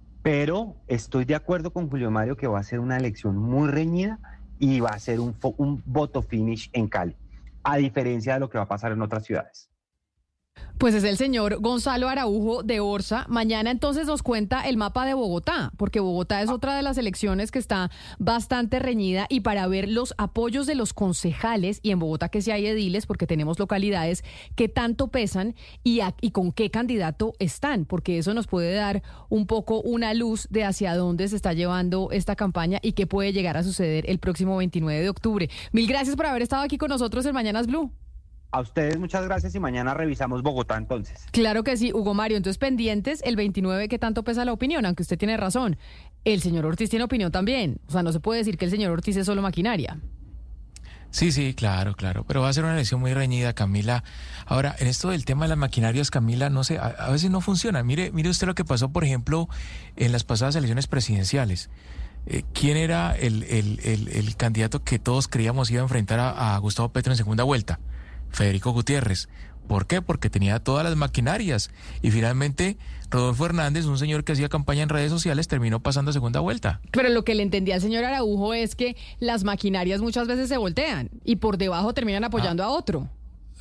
Pero estoy de acuerdo con Julio Mario que va a ser una elección muy reñida y va a ser un voto finish en Cali. a diferencia de lo que va a pasar en otras ciudades. Pues es el señor Gonzalo Araujo de Orsa. Mañana entonces nos cuenta el mapa de Bogotá, porque Bogotá es otra de las elecciones que está bastante reñida, y para ver los apoyos de los concejales, y en Bogotá que sí hay ediles, porque tenemos localidades que tanto pesan y con qué candidato están, porque eso nos puede dar un poco una luz de hacia dónde se está llevando esta campaña y qué puede llegar a suceder el próximo 29 de octubre. Mil gracias por haber estado aquí con nosotros en Mañanas Blue. A ustedes muchas gracias y mañana revisamos Bogotá entonces. Claro que sí, Hugo Mario. Entonces pendientes el 29, que tanto pesa la opinión, aunque usted tiene razón. El señor Ortiz tiene opinión también. O sea, no se puede decir que el señor Ortiz es solo maquinaria. Sí, claro, pero va a ser una elección muy reñida, Camila. Ahora, en esto del tema de las maquinarias, Camila, no sé, a veces no funciona. Mire usted lo que pasó, por ejemplo, en las pasadas elecciones presidenciales. ¿Quién era el candidato que todos creíamos iba a enfrentar a Gustavo Petro en segunda vuelta? Federico Gutiérrez. ¿Por qué? Porque tenía todas las maquinarias. Y finalmente, Rodolfo Hernández, un señor que hacía campaña en redes sociales, terminó pasando a segunda vuelta. Pero lo que le entendía al señor Araujo es que las maquinarias muchas veces se voltean y por debajo terminan apoyando a otro.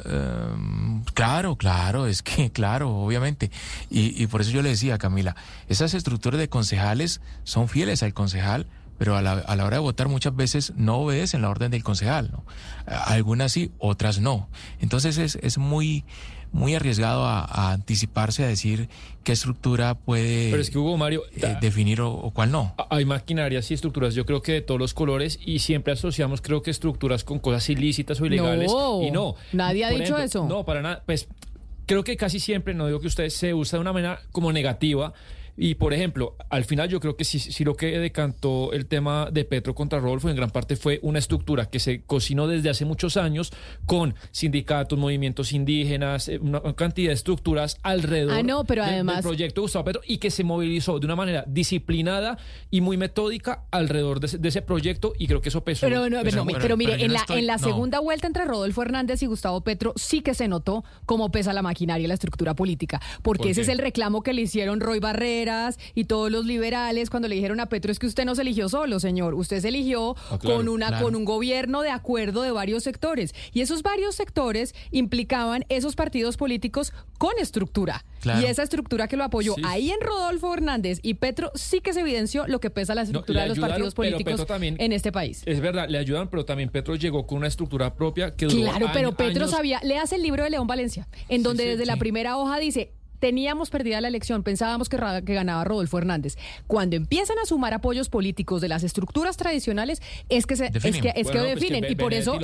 Claro, es que, obviamente. Y por eso yo le decía, Camila, esas estructuras de concejales son fieles al concejal, pero a la hora de votar muchas veces no obedecen la orden del concejal, ¿no? Algunas sí, otras no. Entonces es muy arriesgado a anticiparse a decir qué estructura puede pero es que, Hugo Mario, definir o cuál no. Hay maquinarias y estructuras, yo creo que de todos los colores, y siempre asociamos, creo que estructuras con cosas ilícitas o ilegales. No, y no. Nadie ha dicho eso. No, para nada. Pues creo que casi siempre, no digo que usted se usa de una manera como negativa. Y, por ejemplo, al final yo creo que sí lo que decantó el tema de Petro contra Rodolfo en gran parte fue una estructura que se cocinó desde hace muchos años con sindicatos, movimientos indígenas, una cantidad de estructuras alrededor además, del proyecto de Gustavo Petro, y que se movilizó de una manera disciplinada y muy metódica alrededor de ese proyecto, y creo que eso pesó. Pero mire, en la segunda vuelta entre Rodolfo Hernández y Gustavo Petro sí que se notó cómo pesa la maquinaria y la estructura política, porque ese es el reclamo que le hicieron Roy Barrera y todos los liberales cuando le dijeron a Petro: es que usted no se eligió solo, señor, usted se eligió con un gobierno de acuerdo de varios sectores, y esos varios sectores implicaban esos partidos políticos con estructura, y esa estructura que lo apoyó ahí en Rodolfo Hernández y Petro sí que se evidenció lo que pesa la estructura de los partidos políticos en este país. Es verdad, le ayudan, pero también Petro llegó con una estructura propia que duró pero Petro años. sabía, le hace el libro de León Valencia, en donde desde la primera hoja dice: teníamos perdida la elección, pensábamos que ganaba Rodolfo Hernández. Cuando empiezan a sumar apoyos políticos de las estructuras tradicionales, es que definen, y por eso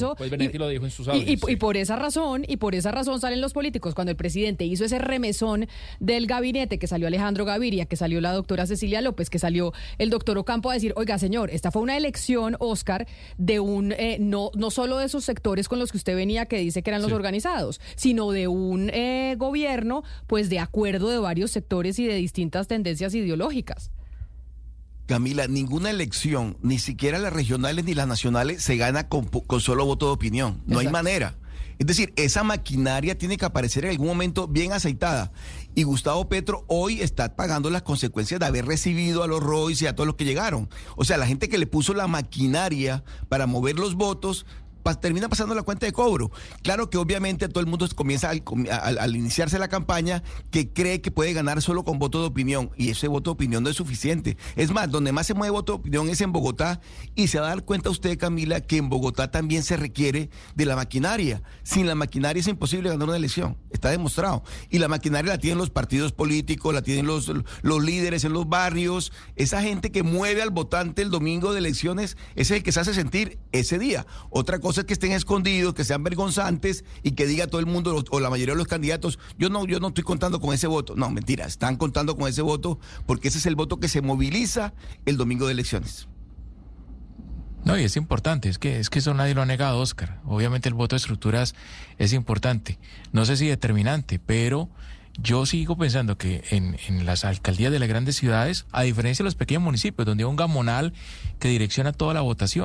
por esa razón salen los políticos. Cuando el presidente hizo ese remesón del gabinete, que salió Alejandro Gaviria, que salió la doctora Cecilia López, que salió el doctor Ocampo a decir: oiga, señor, esta fue una elección, Oscar, de no solo de esos sectores con los que usted venía, que dice que eran los organizados, sino de un gobierno pues de acuerdo de varios sectores y de distintas tendencias ideológicas. Camila, ninguna elección, ni siquiera las regionales ni las nacionales, se gana con solo voto de opinión. No hay manera. Es decir, esa maquinaria tiene que aparecer en algún momento bien aceitada. Y Gustavo Petro hoy está pagando las consecuencias de haber recibido a los Royce y a todos los que llegaron. O sea, la gente que le puso la maquinaria para mover los votos termina pasando la cuenta de cobro. Claro que obviamente todo el mundo comienza al iniciarse la campaña que cree que puede ganar solo con voto de opinión, y ese voto de opinión no es suficiente. Es más, donde más se mueve voto de opinión es en Bogotá, y se va a dar cuenta usted, Camila, que en Bogotá también se requiere de la maquinaria. Sin la maquinaria es imposible ganar una elección, está demostrado. Y la maquinaria la tienen los partidos políticos, la tienen los líderes en los barrios. Esa gente que mueve al votante el domingo de elecciones es el que se hace sentir ese día. Otra cosa es que estén escondidos, que sean vergonzantes y que diga todo el mundo o la mayoría de los candidatos: yo no estoy contando con ese voto. No, mentira, están contando con ese voto, porque ese es el voto que se moviliza el domingo de elecciones. No, y es importante, es que eso nadie lo ha negado, Oscar. Obviamente el voto de estructuras es importante, no sé si determinante, pero yo sigo pensando que en las alcaldías de las grandes ciudades, a diferencia de los pequeños municipios, donde hay un gamonal que direcciona toda la votación,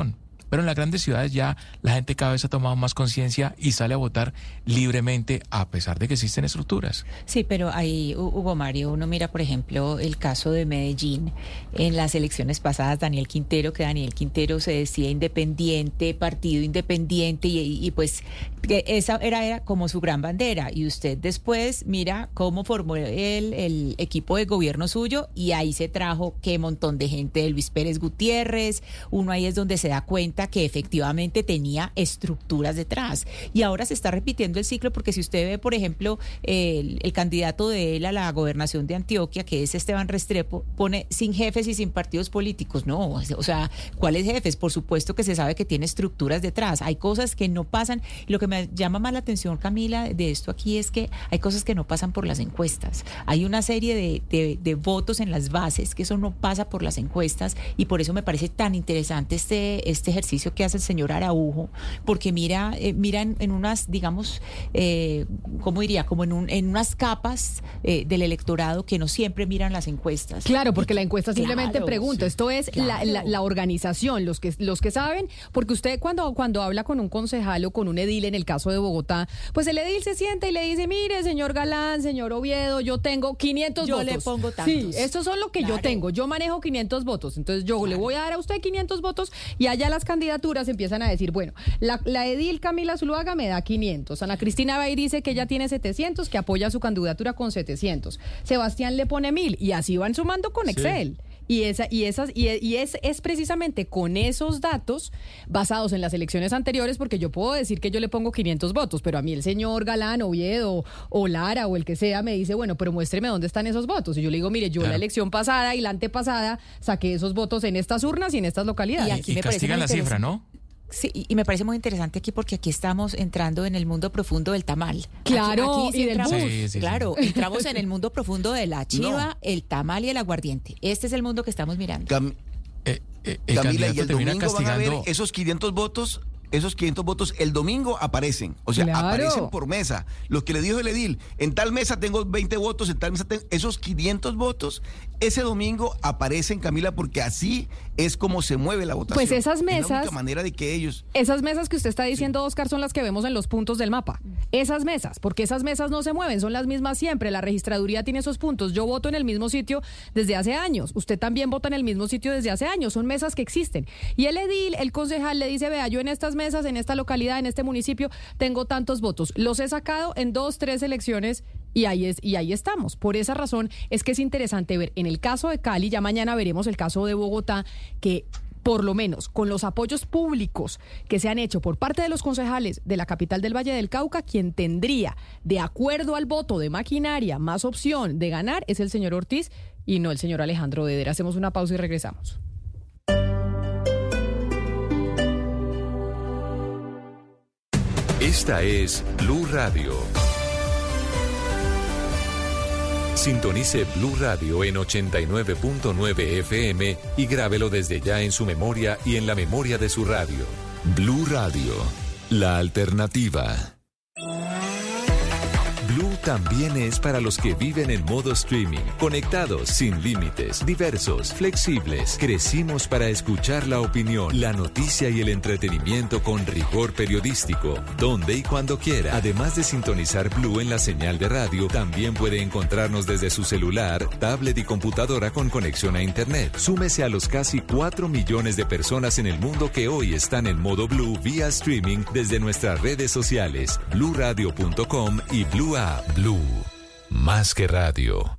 Pero en las grandes ciudades ya la gente cada vez ha tomado más conciencia y sale a votar libremente a pesar de que existen estructuras. Sí, pero ahí, Hugo Mario, uno mira, por ejemplo, el caso de Medellín. En las elecciones pasadas, Daniel Quintero se decía independiente, partido independiente, y pues esa era como su gran bandera. Y usted después mira cómo formó el equipo de gobierno suyo, y ahí se trajo qué montón de gente de Luis Pérez Gutiérrez. Uno ahí es donde se da cuenta que efectivamente tenía estructuras detrás. Y ahora se está repitiendo el ciclo, porque si usted ve, por ejemplo, el candidato de él a la gobernación de Antioquia, que es Esteban Restrepo, pone sin jefes y sin partidos políticos. No, o sea, ¿cuáles jefes? Por supuesto que se sabe que tiene estructuras detrás. Hay cosas que no pasan. Lo que me llama más la atención, Camila, de esto aquí es que hay cosas que no pasan por las encuestas. Hay una serie de votos en las bases que eso no pasa por las encuestas, y por eso me parece tan interesante este ejercicio que hace el señor Araujo, porque mira en unas, digamos, ¿cómo diría? Como en unas capas del electorado que no siempre miran las encuestas. Claro, porque la encuesta simplemente pregunta. Sí, esto es la organización, los que saben, porque usted cuando habla con un concejal o con un edil, en el caso de Bogotá, pues el edil se sienta y le dice, mire, señor Galán, señor Oviedo, yo tengo 500 votos. Yo le pongo tantos. Sí, estos son lo que yo tengo. Yo manejo 500 votos. Entonces yo le voy a dar a usted 500 votos, y allá las candidaturas empiezan a decir, bueno, la edil Camila Zuluaga me da 500. Ana Cristina Bay dice que ella tiene 700, que apoya su candidatura con 700. Sebastián le pone 1000, y así van sumando con Excel. Y es precisamente con esos datos basados en las elecciones anteriores, porque yo puedo decir que yo le pongo 500 votos, pero a mí el señor Galán, Oviedo o Lara o el que sea me dice, bueno, pero muéstreme dónde están esos votos. Y yo le digo, mire, yo la elección pasada y la antepasada saqué esos votos en estas urnas y en estas localidades. Y aquí me castigan la cifra, ¿no? Sí, y me parece muy interesante aquí, porque aquí estamos entrando en el mundo profundo del tamal. Claro, aquí y del bus. Claro, entramos en el mundo profundo de la chiva, el tamal y el aguardiente. Este es el mundo que estamos mirando. Camila, y el domingo van a ver esos 500 votos. Esos 500 votos el domingo aparecen, o sea, aparecen por mesa. Los que le dijo el edil, en tal mesa tengo 20 votos, en tal mesa tengo... Esos 500 votos, ese domingo aparecen, Camila, porque así es como se mueve la votación. Pues esas mesas... Es la única manera de que ellos... Esas mesas que usted está diciendo, Oscar, son las que vemos en los puntos del mapa. Esas mesas, porque esas mesas no se mueven, son las mismas siempre. La registraduría tiene esos puntos. Yo voto en el mismo sitio desde hace años. Usted también vota en el mismo sitio desde hace años. Son mesas que existen. Y el edil, el concejal, le dice, vea, yo en estas mesas, en esta localidad, en este municipio, tengo tantos votos. Los he sacado en 2, 3 elecciones y ahí estamos. Por esa razón es que es interesante ver en el caso de Cali, ya mañana veremos el caso de Bogotá, que por lo menos con los apoyos públicos que se han hecho por parte de los concejales de la capital del Valle del Cauca, quien tendría, de acuerdo al voto de maquinaria, más opción de ganar es el señor Ortiz y no el señor Alejandro Vedera. Hacemos una pausa y regresamos. Esta es Blue Radio. Sintonice Blue Radio en 89.9 FM y grábelo desde ya en su memoria y en la memoria de su radio. Blue Radio, la alternativa. Blue también es para los que viven en modo streaming, conectados, sin límites, diversos, flexibles. Crecimos para escuchar la opinión, la noticia y el entretenimiento con rigor periodístico, donde y cuando quiera. Además de sintonizar Blue en la señal de radio, también puede encontrarnos desde su celular, tablet y computadora con conexión a Internet. Súmese a los casi 4 millones de personas en el mundo que hoy están en modo Blue vía streaming desde nuestras redes sociales, bluradio.com y Blue App. Blue, más que radio.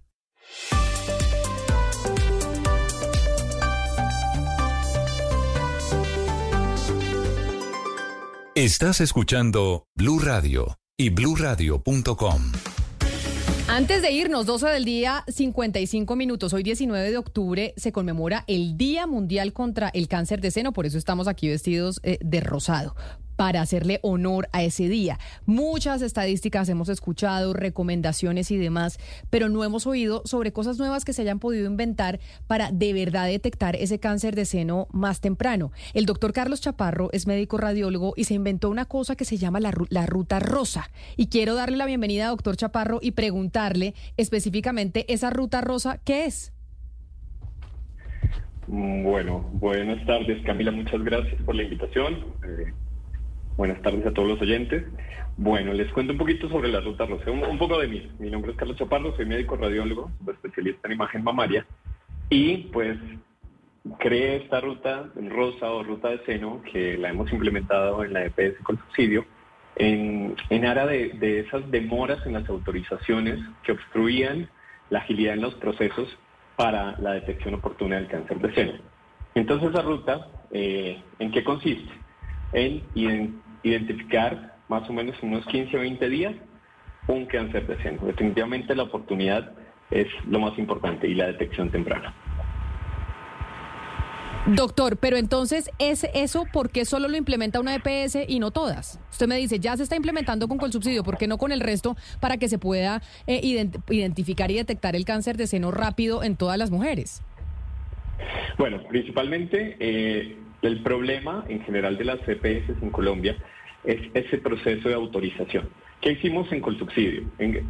Estás escuchando Blue Radio y bluradio.com. Antes de irnos, 12 del día, 55 minutos. Hoy 19 de octubre se conmemora el Día Mundial contra el Cáncer de Seno, por eso estamos aquí vestidos de rosado, para hacerle honor a ese día. Muchas estadísticas hemos escuchado, recomendaciones y demás, pero no hemos oído sobre cosas nuevas que se hayan podido inventar para de verdad detectar ese cáncer de seno más temprano. El doctor Carlos Chaparro es médico radiólogo y se inventó una cosa que se llama la ruta rosa. Y quiero darle la bienvenida a doctor Chaparro y preguntarle específicamente esa ruta rosa, ¿qué es? Bueno, buenas tardes, Camila, muchas gracias por la invitación. Buenas tardes a todos los oyentes. Bueno, les cuento un poquito sobre la ruta rosa, un poco de mí. Mi nombre es Carlos Chaparro, soy médico radiólogo, especialista en imagen mamaria, y pues creé esta ruta rosa o ruta de seno, que la hemos implementado en la EPS con subsidio, en aras de esas demoras en las autorizaciones que obstruían la agilidad en los procesos para la detección oportuna del cáncer de seno. Entonces, esa ruta, ¿en qué consiste? En identificar más o menos unos 15 o 20 días un cáncer de seno. Definitivamente la oportunidad es lo más importante y la detección temprana. Doctor, pero entonces, ¿eso por qué solo lo implementa una EPS y no todas? Usted me dice, ya se está implementando con Colsubsidio, ¿por qué no con el resto para que se pueda identificar y detectar el cáncer de seno rápido en todas las mujeres? Bueno, principalmente el problema en general de las EPS en Colombia es ese proceso de autorización. ¿Qué hicimos en Colsubsidio?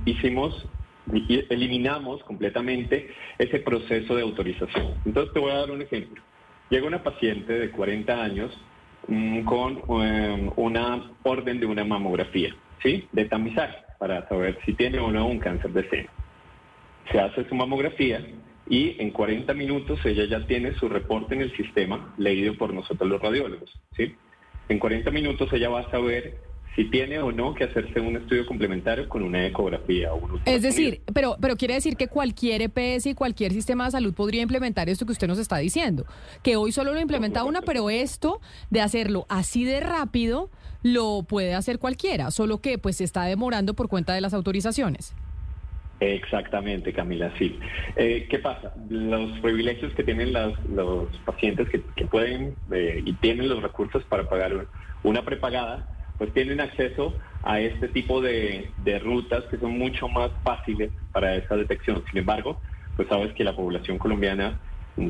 Eliminamos completamente ese proceso de autorización. Entonces te voy a dar un ejemplo. Llega una paciente de 40 años con una orden de una mamografía, ¿sí? De tamizaje, para saber si tiene o no un cáncer de seno. Se hace su mamografía y en 40 minutos ella ya tiene su reporte en el sistema, leído por nosotros los radiólogos, ¿sí? En 40 minutos ella va a saber si tiene o no que hacerse un estudio complementario con una ecografía o un ultrasonido. Es decir, pero quiere decir que cualquier EPS y cualquier sistema de salud podría implementar esto que usted nos está diciendo, que hoy solo lo implementa una, pero esto de hacerlo así de rápido lo puede hacer cualquiera, solo que pues se está demorando por cuenta de las autorizaciones. Exactamente, Camila, sí. ¿Qué pasa? Los privilegios que tienen los pacientes que pueden y tienen los recursos para pagar una prepagada, pues tienen acceso a este tipo de rutas que son mucho más fáciles para esa detección. Sin embargo, pues sabes que la población colombiana,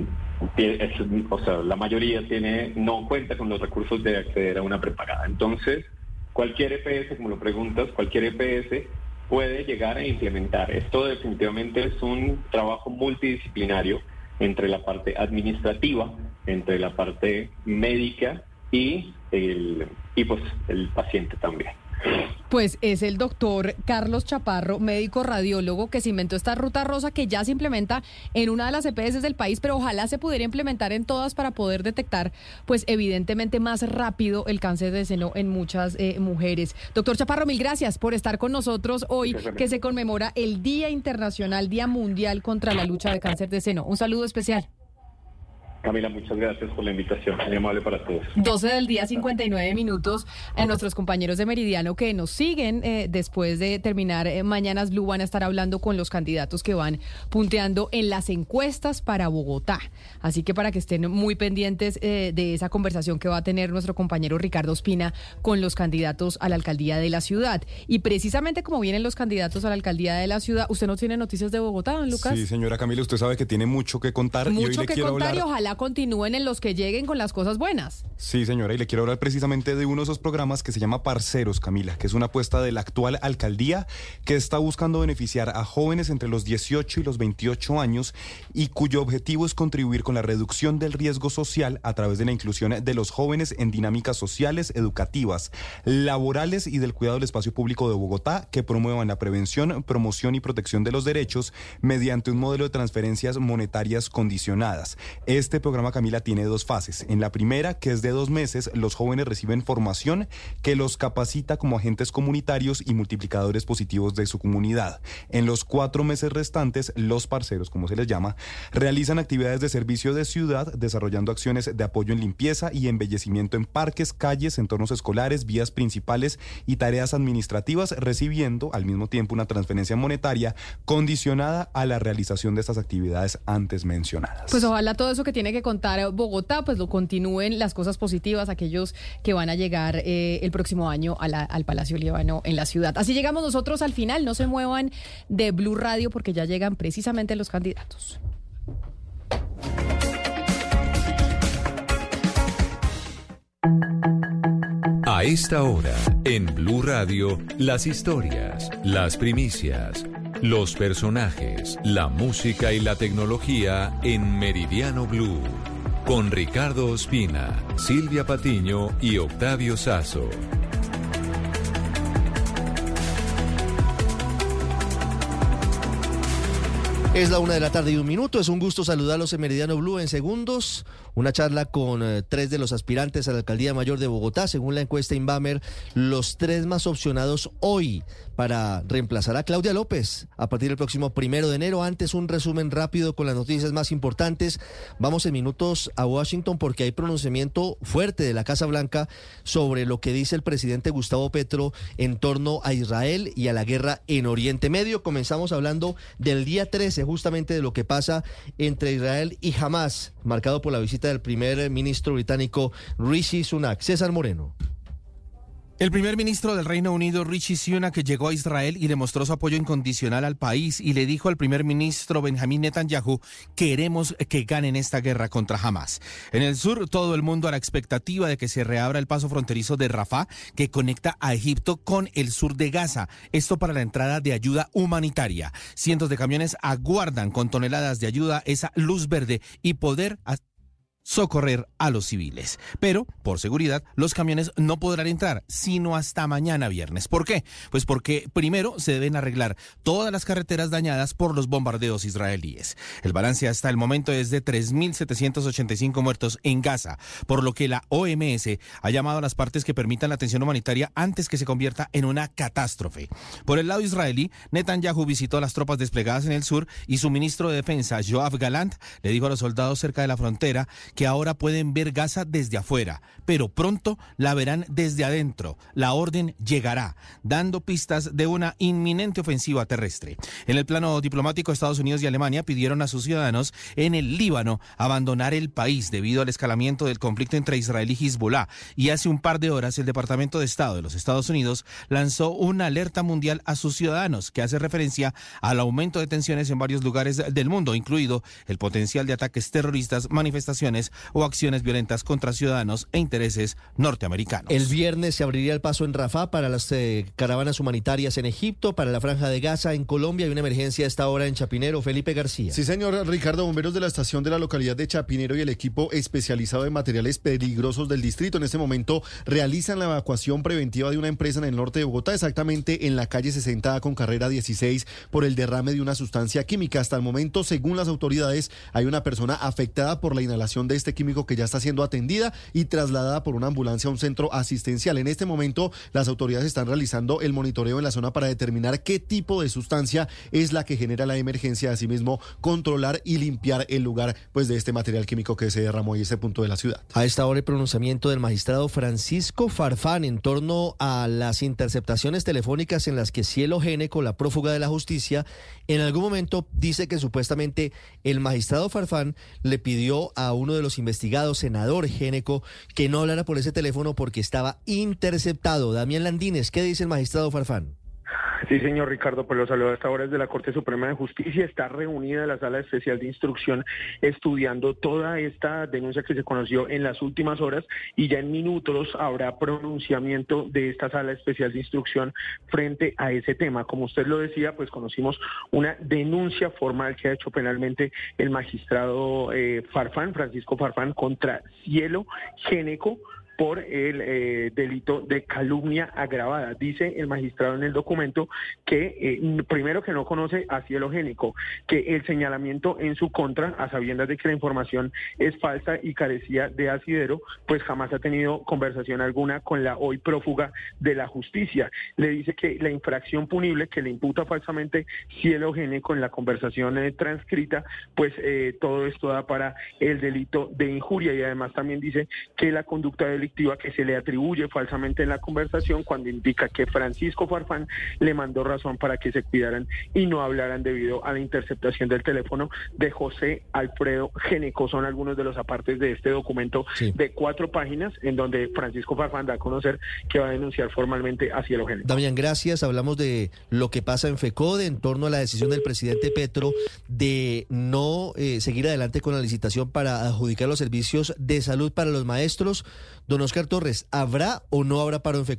la mayoría no cuenta con los recursos de acceder a una prepagada. Entonces, cualquier EPS, como lo preguntas, cualquier EPS puede llegar a implementar. Esto definitivamente es un trabajo multidisciplinario entre la parte administrativa, entre la parte médica y el paciente también. Pues es el doctor Carlos Chaparro, médico radiólogo, que se inventó esta ruta rosa que ya se implementa en una de las EPS del país, pero ojalá se pudiera implementar en todas para poder detectar, pues evidentemente más rápido el cáncer de seno en muchas mujeres. Doctor Chaparro, mil gracias por estar con nosotros hoy, que se conmemora el Día Internacional, Día Mundial contra la lucha de cáncer de seno. Un saludo especial. Camila, muchas gracias por la invitación. Muy amable para todos. 12 del día, 59 minutos. A nuestros compañeros de Meridiano que nos siguen después de terminar Mañanas Blue van a estar hablando con los candidatos que van punteando en las encuestas para Bogotá. Así que para que estén muy pendientes de esa conversación que va a tener nuestro compañero Ricardo Ospina con los candidatos a la alcaldía de la ciudad. Y precisamente como vienen los candidatos a la alcaldía de la ciudad, ¿usted no tiene noticias de Bogotá, don Lucas? Sí, señora Camila, usted sabe que tiene mucho que contar. Mucho y hoy le que quiero contar hablar... y ojalá continúen en los que lleguen con las cosas buenas. Sí, señora, y le quiero hablar precisamente de uno de esos programas que se llama Parceros, Camila, que es una apuesta de la actual alcaldía que está buscando beneficiar a jóvenes entre los 18 y los 28 años y cuyo objetivo es contribuir con la reducción del riesgo social a través de la inclusión de los jóvenes en dinámicas sociales, educativas, laborales y del cuidado del espacio público de Bogotá que promuevan la prevención, promoción y protección de los derechos mediante un modelo de transferencias monetarias condicionadas. Este programa, Camila, tiene dos fases. En la primera, que es de 2 meses, los jóvenes reciben formación que los capacita como agentes comunitarios y multiplicadores positivos de su comunidad. En los 4 meses restantes, los parceros, como se les llama, realizan actividades de servicio de ciudad, desarrollando acciones de apoyo en limpieza y embellecimiento en parques, calles, entornos escolares, vías principales y tareas administrativas, recibiendo al mismo tiempo una transferencia monetaria condicionada a la realización de estas actividades antes mencionadas. Pues ojalá todo eso que tiene que contar Bogotá, pues lo continúen las cosas positivas, aquellos que van a llegar el próximo año al Palacio Líbano en la ciudad. Así llegamos nosotros al final. No se muevan de Blue Radio porque ya llegan precisamente los candidatos. A esta hora, en Blue Radio, las historias, las primicias, los personajes, la música y la tecnología en Meridiano Blue. con Ricardo Ospina, Silvia Patiño y Octavio Sazo. Es la 1:01 p.m. Es un gusto saludarlos en Meridiano Blue en segundos. Una charla con 3 de los aspirantes a la Alcaldía Mayor de Bogotá. Según la encuesta Inbamer, los 3 más opcionados hoy para reemplazar a Claudia López a partir del próximo 1 de enero. Antes, un resumen rápido con las noticias más importantes. Vamos en minutos a Washington porque hay pronunciamiento fuerte de la Casa Blanca sobre lo que dice el presidente Gustavo Petro en torno a Israel y a la guerra en Oriente Medio. Comenzamos hablando del día 13, justamente de lo que pasa entre Israel y Hamás, marcado por la visita del primer ministro británico Rishi Sunak. César Moreno. El primer ministro del Reino Unido, Rishi Sunak, que llegó a Israel y le mostró su apoyo incondicional al país y le dijo al primer ministro Benjamín Netanyahu: queremos que ganen esta guerra contra Hamás. En el sur, todo el mundo a la expectativa de que se reabra el paso fronterizo de Rafah, que conecta a Egipto con el sur de Gaza. Esto para la entrada de ayuda humanitaria. Cientos de camiones aguardan con toneladas de ayuda esa luz verde y poder socorrer a los civiles. Pero, por seguridad, los camiones no podrán entrar sino hasta mañana viernes. ¿Por qué? Pues porque primero se deben arreglar todas las carreteras dañadas por los bombardeos israelíes. El balance hasta el momento es de 3.785 muertos en Gaza, por lo que la OMS ha llamado a las partes que permitan la atención humanitaria antes que se convierta en una catástrofe. Por el lado israelí, Netanyahu visitó a las tropas desplegadas en el sur y su ministro de Defensa, Yoav Galant, le dijo a los soldados cerca de la frontera que ahora pueden ver Gaza desde afuera, pero pronto la verán desde adentro. La orden llegará, dando pistas de una inminente ofensiva terrestre. En el plano diplomático, Estados Unidos y Alemania pidieron a sus ciudadanos en el Líbano abandonar el país debido al escalamiento del conflicto entre Israel y Hezbollah. Y hace un par de horas, el Departamento de Estado de los Estados Unidos lanzó una alerta mundial a sus ciudadanos que hace referencia al aumento de tensiones en varios lugares del mundo, incluido el potencial de ataques terroristas, manifestaciones o acciones violentas contra ciudadanos e intereses norteamericanos. El viernes se abriría el paso en Rafah para las caravanas humanitarias en Egipto, para la Franja de Gaza en Colombia. Hay una emergencia a esta hora en Chapinero. Felipe García. Sí, señor Ricardo. Bomberos de la estación de la localidad de Chapinero y el equipo especializado en materiales peligrosos del distrito en este momento realizan la evacuación preventiva de una empresa en el norte de Bogotá, exactamente en la calle 60 con carrera 16, por el derrame de una sustancia química. Hasta el momento, según las autoridades, hay una persona afectada por la inhalación de este químico que ya está siendo atendida y trasladada por una ambulancia a un centro asistencial. En este momento, las autoridades están realizando el monitoreo en la zona para determinar qué tipo de sustancia es la que genera la emergencia. Asimismo, controlar y limpiar el lugar de este material químico que se derramó en este punto de la ciudad. A esta hora, el pronunciamiento del magistrado Francisco Farfán en torno a las interceptaciones telefónicas en las que Cielo Géneco, la prófuga de la justicia, en algún momento dice que supuestamente el magistrado Farfán le pidió a uno de los investigados, senador Géneco, que no hablara por ese teléfono porque estaba interceptado. Damián Landines, ¿qué dice el magistrado Farfán? Sí, señor Ricardo, pues lo saludo a esta hora desde la Corte Suprema de Justicia. Está reunida la Sala Especial de Instrucción estudiando toda esta denuncia que se conoció en las últimas horas y ya en minutos habrá pronunciamiento de esta Sala Especial de Instrucción frente a ese tema. Como usted lo decía, pues conocimos una denuncia formal que ha hecho penalmente el magistrado Farfán, Francisco Farfán, contra Cielo Géneco, por el delito de calumnia agravada. Dice el magistrado en el documento que, primero, que no conoce a Cielo Géneco, que el señalamiento en su contra, a sabiendas de que la información es falsa y carecía de asidero, pues jamás ha tenido conversación alguna con la hoy prófuga de la justicia. Le dice que la infracción punible que le imputa falsamente Cielo Géneco en la conversación transcrita, pues todo esto da para el delito de injuria, y además también dice que la conducta delictiva que se le atribuye falsamente en la conversación, cuando indica que Francisco Farfán le mandó razón para que se cuidaran y no hablaran debido a la interceptación del teléfono de José Alfredo Géneco. Son algunos de los apartes de este documento de 4 páginas en donde Francisco Farfán da a conocer que va a denunciar formalmente a Cielo Géneco. Damián, gracias. Hablamos de lo que pasa en FECODE en torno a la decisión del presidente Petro de no seguir adelante con la licitación para adjudicar los servicios de salud para los maestros. Don Oscar Torres, ¿habrá o no habrá paro en FECODE?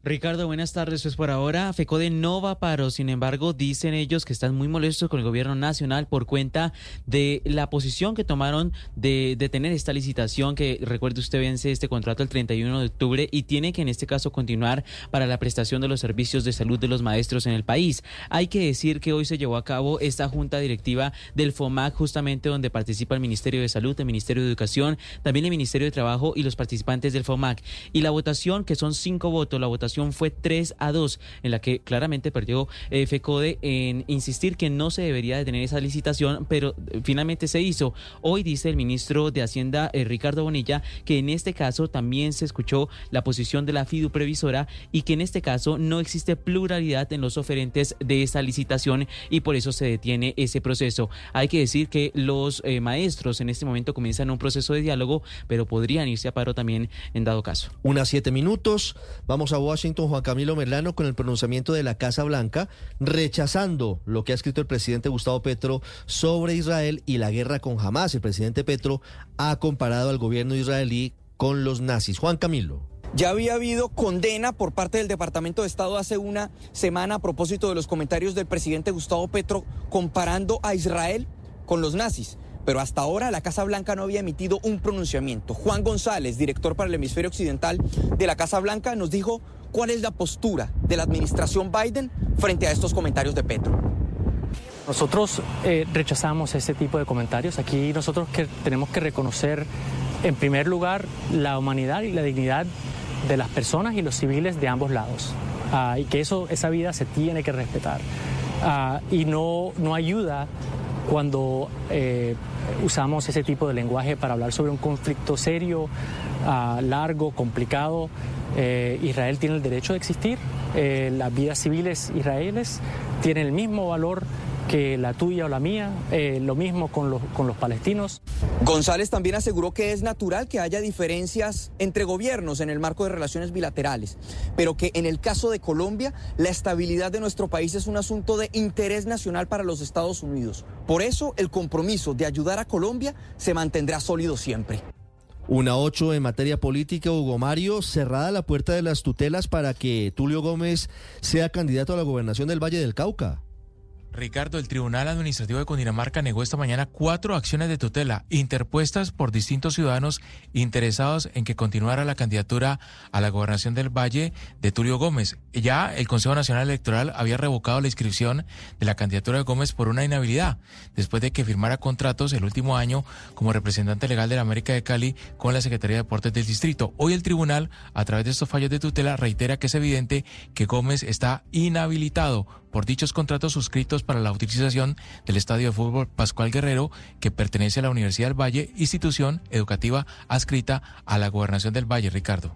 Ricardo, buenas tardes. Pues por ahora FECODE no va a paro, sin embargo dicen ellos que están muy molestos con el gobierno nacional por cuenta de la posición que tomaron de detener esta licitación que, recuerde usted, vence este contrato el 31 de octubre y tiene que en este caso continuar para la prestación de los servicios de salud de los maestros en el país. Hay que decir que hoy se llevó a cabo esta junta directiva del FOMAC, justamente donde participa el Ministerio de Salud, el Ministerio de Educación, también el Ministerio de Trabajo y los participantes del FOMAC. Y la votación, que son 5 votos, la votación fue 3-2, en la que claramente perdió FECODE en insistir que no se debería detener esa licitación, pero finalmente se hizo. Hoy dice el ministro de Hacienda, Ricardo Bonilla, que en este caso también se escuchó la posición de la fiduprevisora y que en este caso no existe pluralidad en los oferentes de esa licitación y por eso se detiene ese proceso. Hay que decir que los maestros en este momento comienzan un proceso de diálogo, pero podrían irse a paro también en dado caso. 7 minutos. Vamos a Washington, Juan Camilo Merlano, con el pronunciamiento de la Casa Blanca, rechazando lo que ha escrito el presidente Gustavo Petro sobre Israel y la guerra con Hamás. El presidente Petro ha comparado al gobierno israelí con los nazis. Juan Camilo. Ya había habido condena por parte del Departamento de Estado hace una semana a propósito de los comentarios del presidente Gustavo Petro comparando a Israel con los nazis. Pero hasta ahora la Casa Blanca no había emitido un pronunciamiento. Juan González, director para el hemisferio occidental de la Casa Blanca, nos dijo cuál es la postura de la administración Biden frente a estos comentarios de Petro. Nosotros rechazamos este tipo de comentarios. Aquí nosotros tenemos que reconocer, en primer lugar, la humanidad y la dignidad de las personas y los civiles de ambos lados. Y que esa vida se tiene que respetar. Y no ayuda cuando usamos ese tipo de lenguaje para hablar sobre un conflicto serio, largo, complicado. Israel tiene el derecho de existir. Las vidas civiles israelíes tienen el mismo valor que la tuya o la mía, lo mismo con los palestinos. González también aseguró que es natural que haya diferencias entre gobiernos en el marco de relaciones bilaterales, pero que en el caso de Colombia, la estabilidad de nuestro país es un asunto de interés nacional para los Estados Unidos. Por eso, el compromiso de ayudar a Colombia se mantendrá sólido siempre. 1-8 en materia política. Hugo Mario, cerrada la puerta de las tutelas para que Tulio Gómez sea candidato a la gobernación del Valle del Cauca. Ricardo, el Tribunal Administrativo de Cundinamarca negó esta mañana 4 acciones de tutela interpuestas por distintos ciudadanos interesados en que continuara la candidatura a la gobernación del Valle de Tulio Gómez. Ya el Consejo Nacional Electoral había revocado la inscripción de la candidatura de Gómez por una inhabilidad, después de que firmara contratos el último año como representante legal de la América de Cali con la Secretaría de Deportes del Distrito. Hoy el tribunal, a través de estos fallos de tutela, reitera que es evidente que Gómez está inhabilitado por dichos contratos suscritos para la utilización del estadio de fútbol Pascual Guerrero, que pertenece a la Universidad del Valle, institución educativa adscrita a la gobernación del Valle. Ricardo.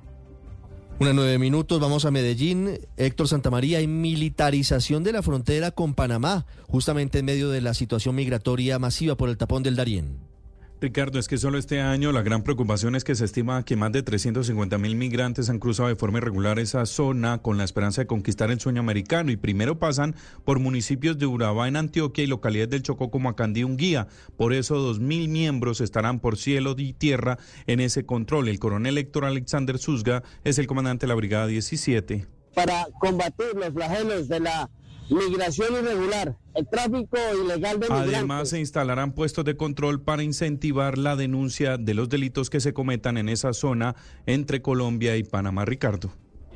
9 minutos, vamos a Medellín. Héctor Santamaría, hay militarización de la frontera con Panamá, justamente en medio de la situación migratoria masiva por el tapón del Darién. Ricardo, es que solo este año la gran preocupación es que se estima que más de 350.000 migrantes han cruzado de forma irregular esa zona con la esperanza de conquistar el sueño americano y primero pasan por municipios de Urabá en Antioquia y localidades del Chocó como Acandí y Unguía. Por eso 2.000 miembros estarán por cielo y tierra en ese control. El coronel Héctor Alexander Zuzga es el comandante de la Brigada 17. Para combatir los flagelos de la migración irregular, el tráfico ilegal de migrantes. Además, se instalarán puestos de control para incentivar la denuncia de los delitos que se cometan en esa zona entre Colombia y Panamá. Ricardo.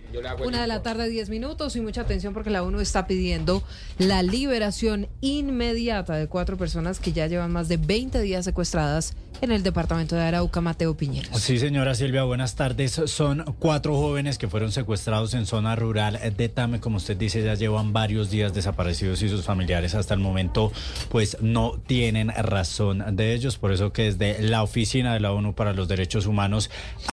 1:10 p.m. y mucha atención porque la ONU está pidiendo la liberación inmediata de 4 personas que ya llevan más de 20 días secuestradas en el departamento de Arauca. Mateo Piñeros. Sí, señora Silvia, buenas tardes. Son 4 jóvenes que fueron secuestrados en zona rural de Tame. Como usted dice, ya llevan varios días desaparecidos y sus familiares hasta el momento pues no tienen razón de ellos. Por eso que desde la Oficina de la ONU para los Derechos Humanos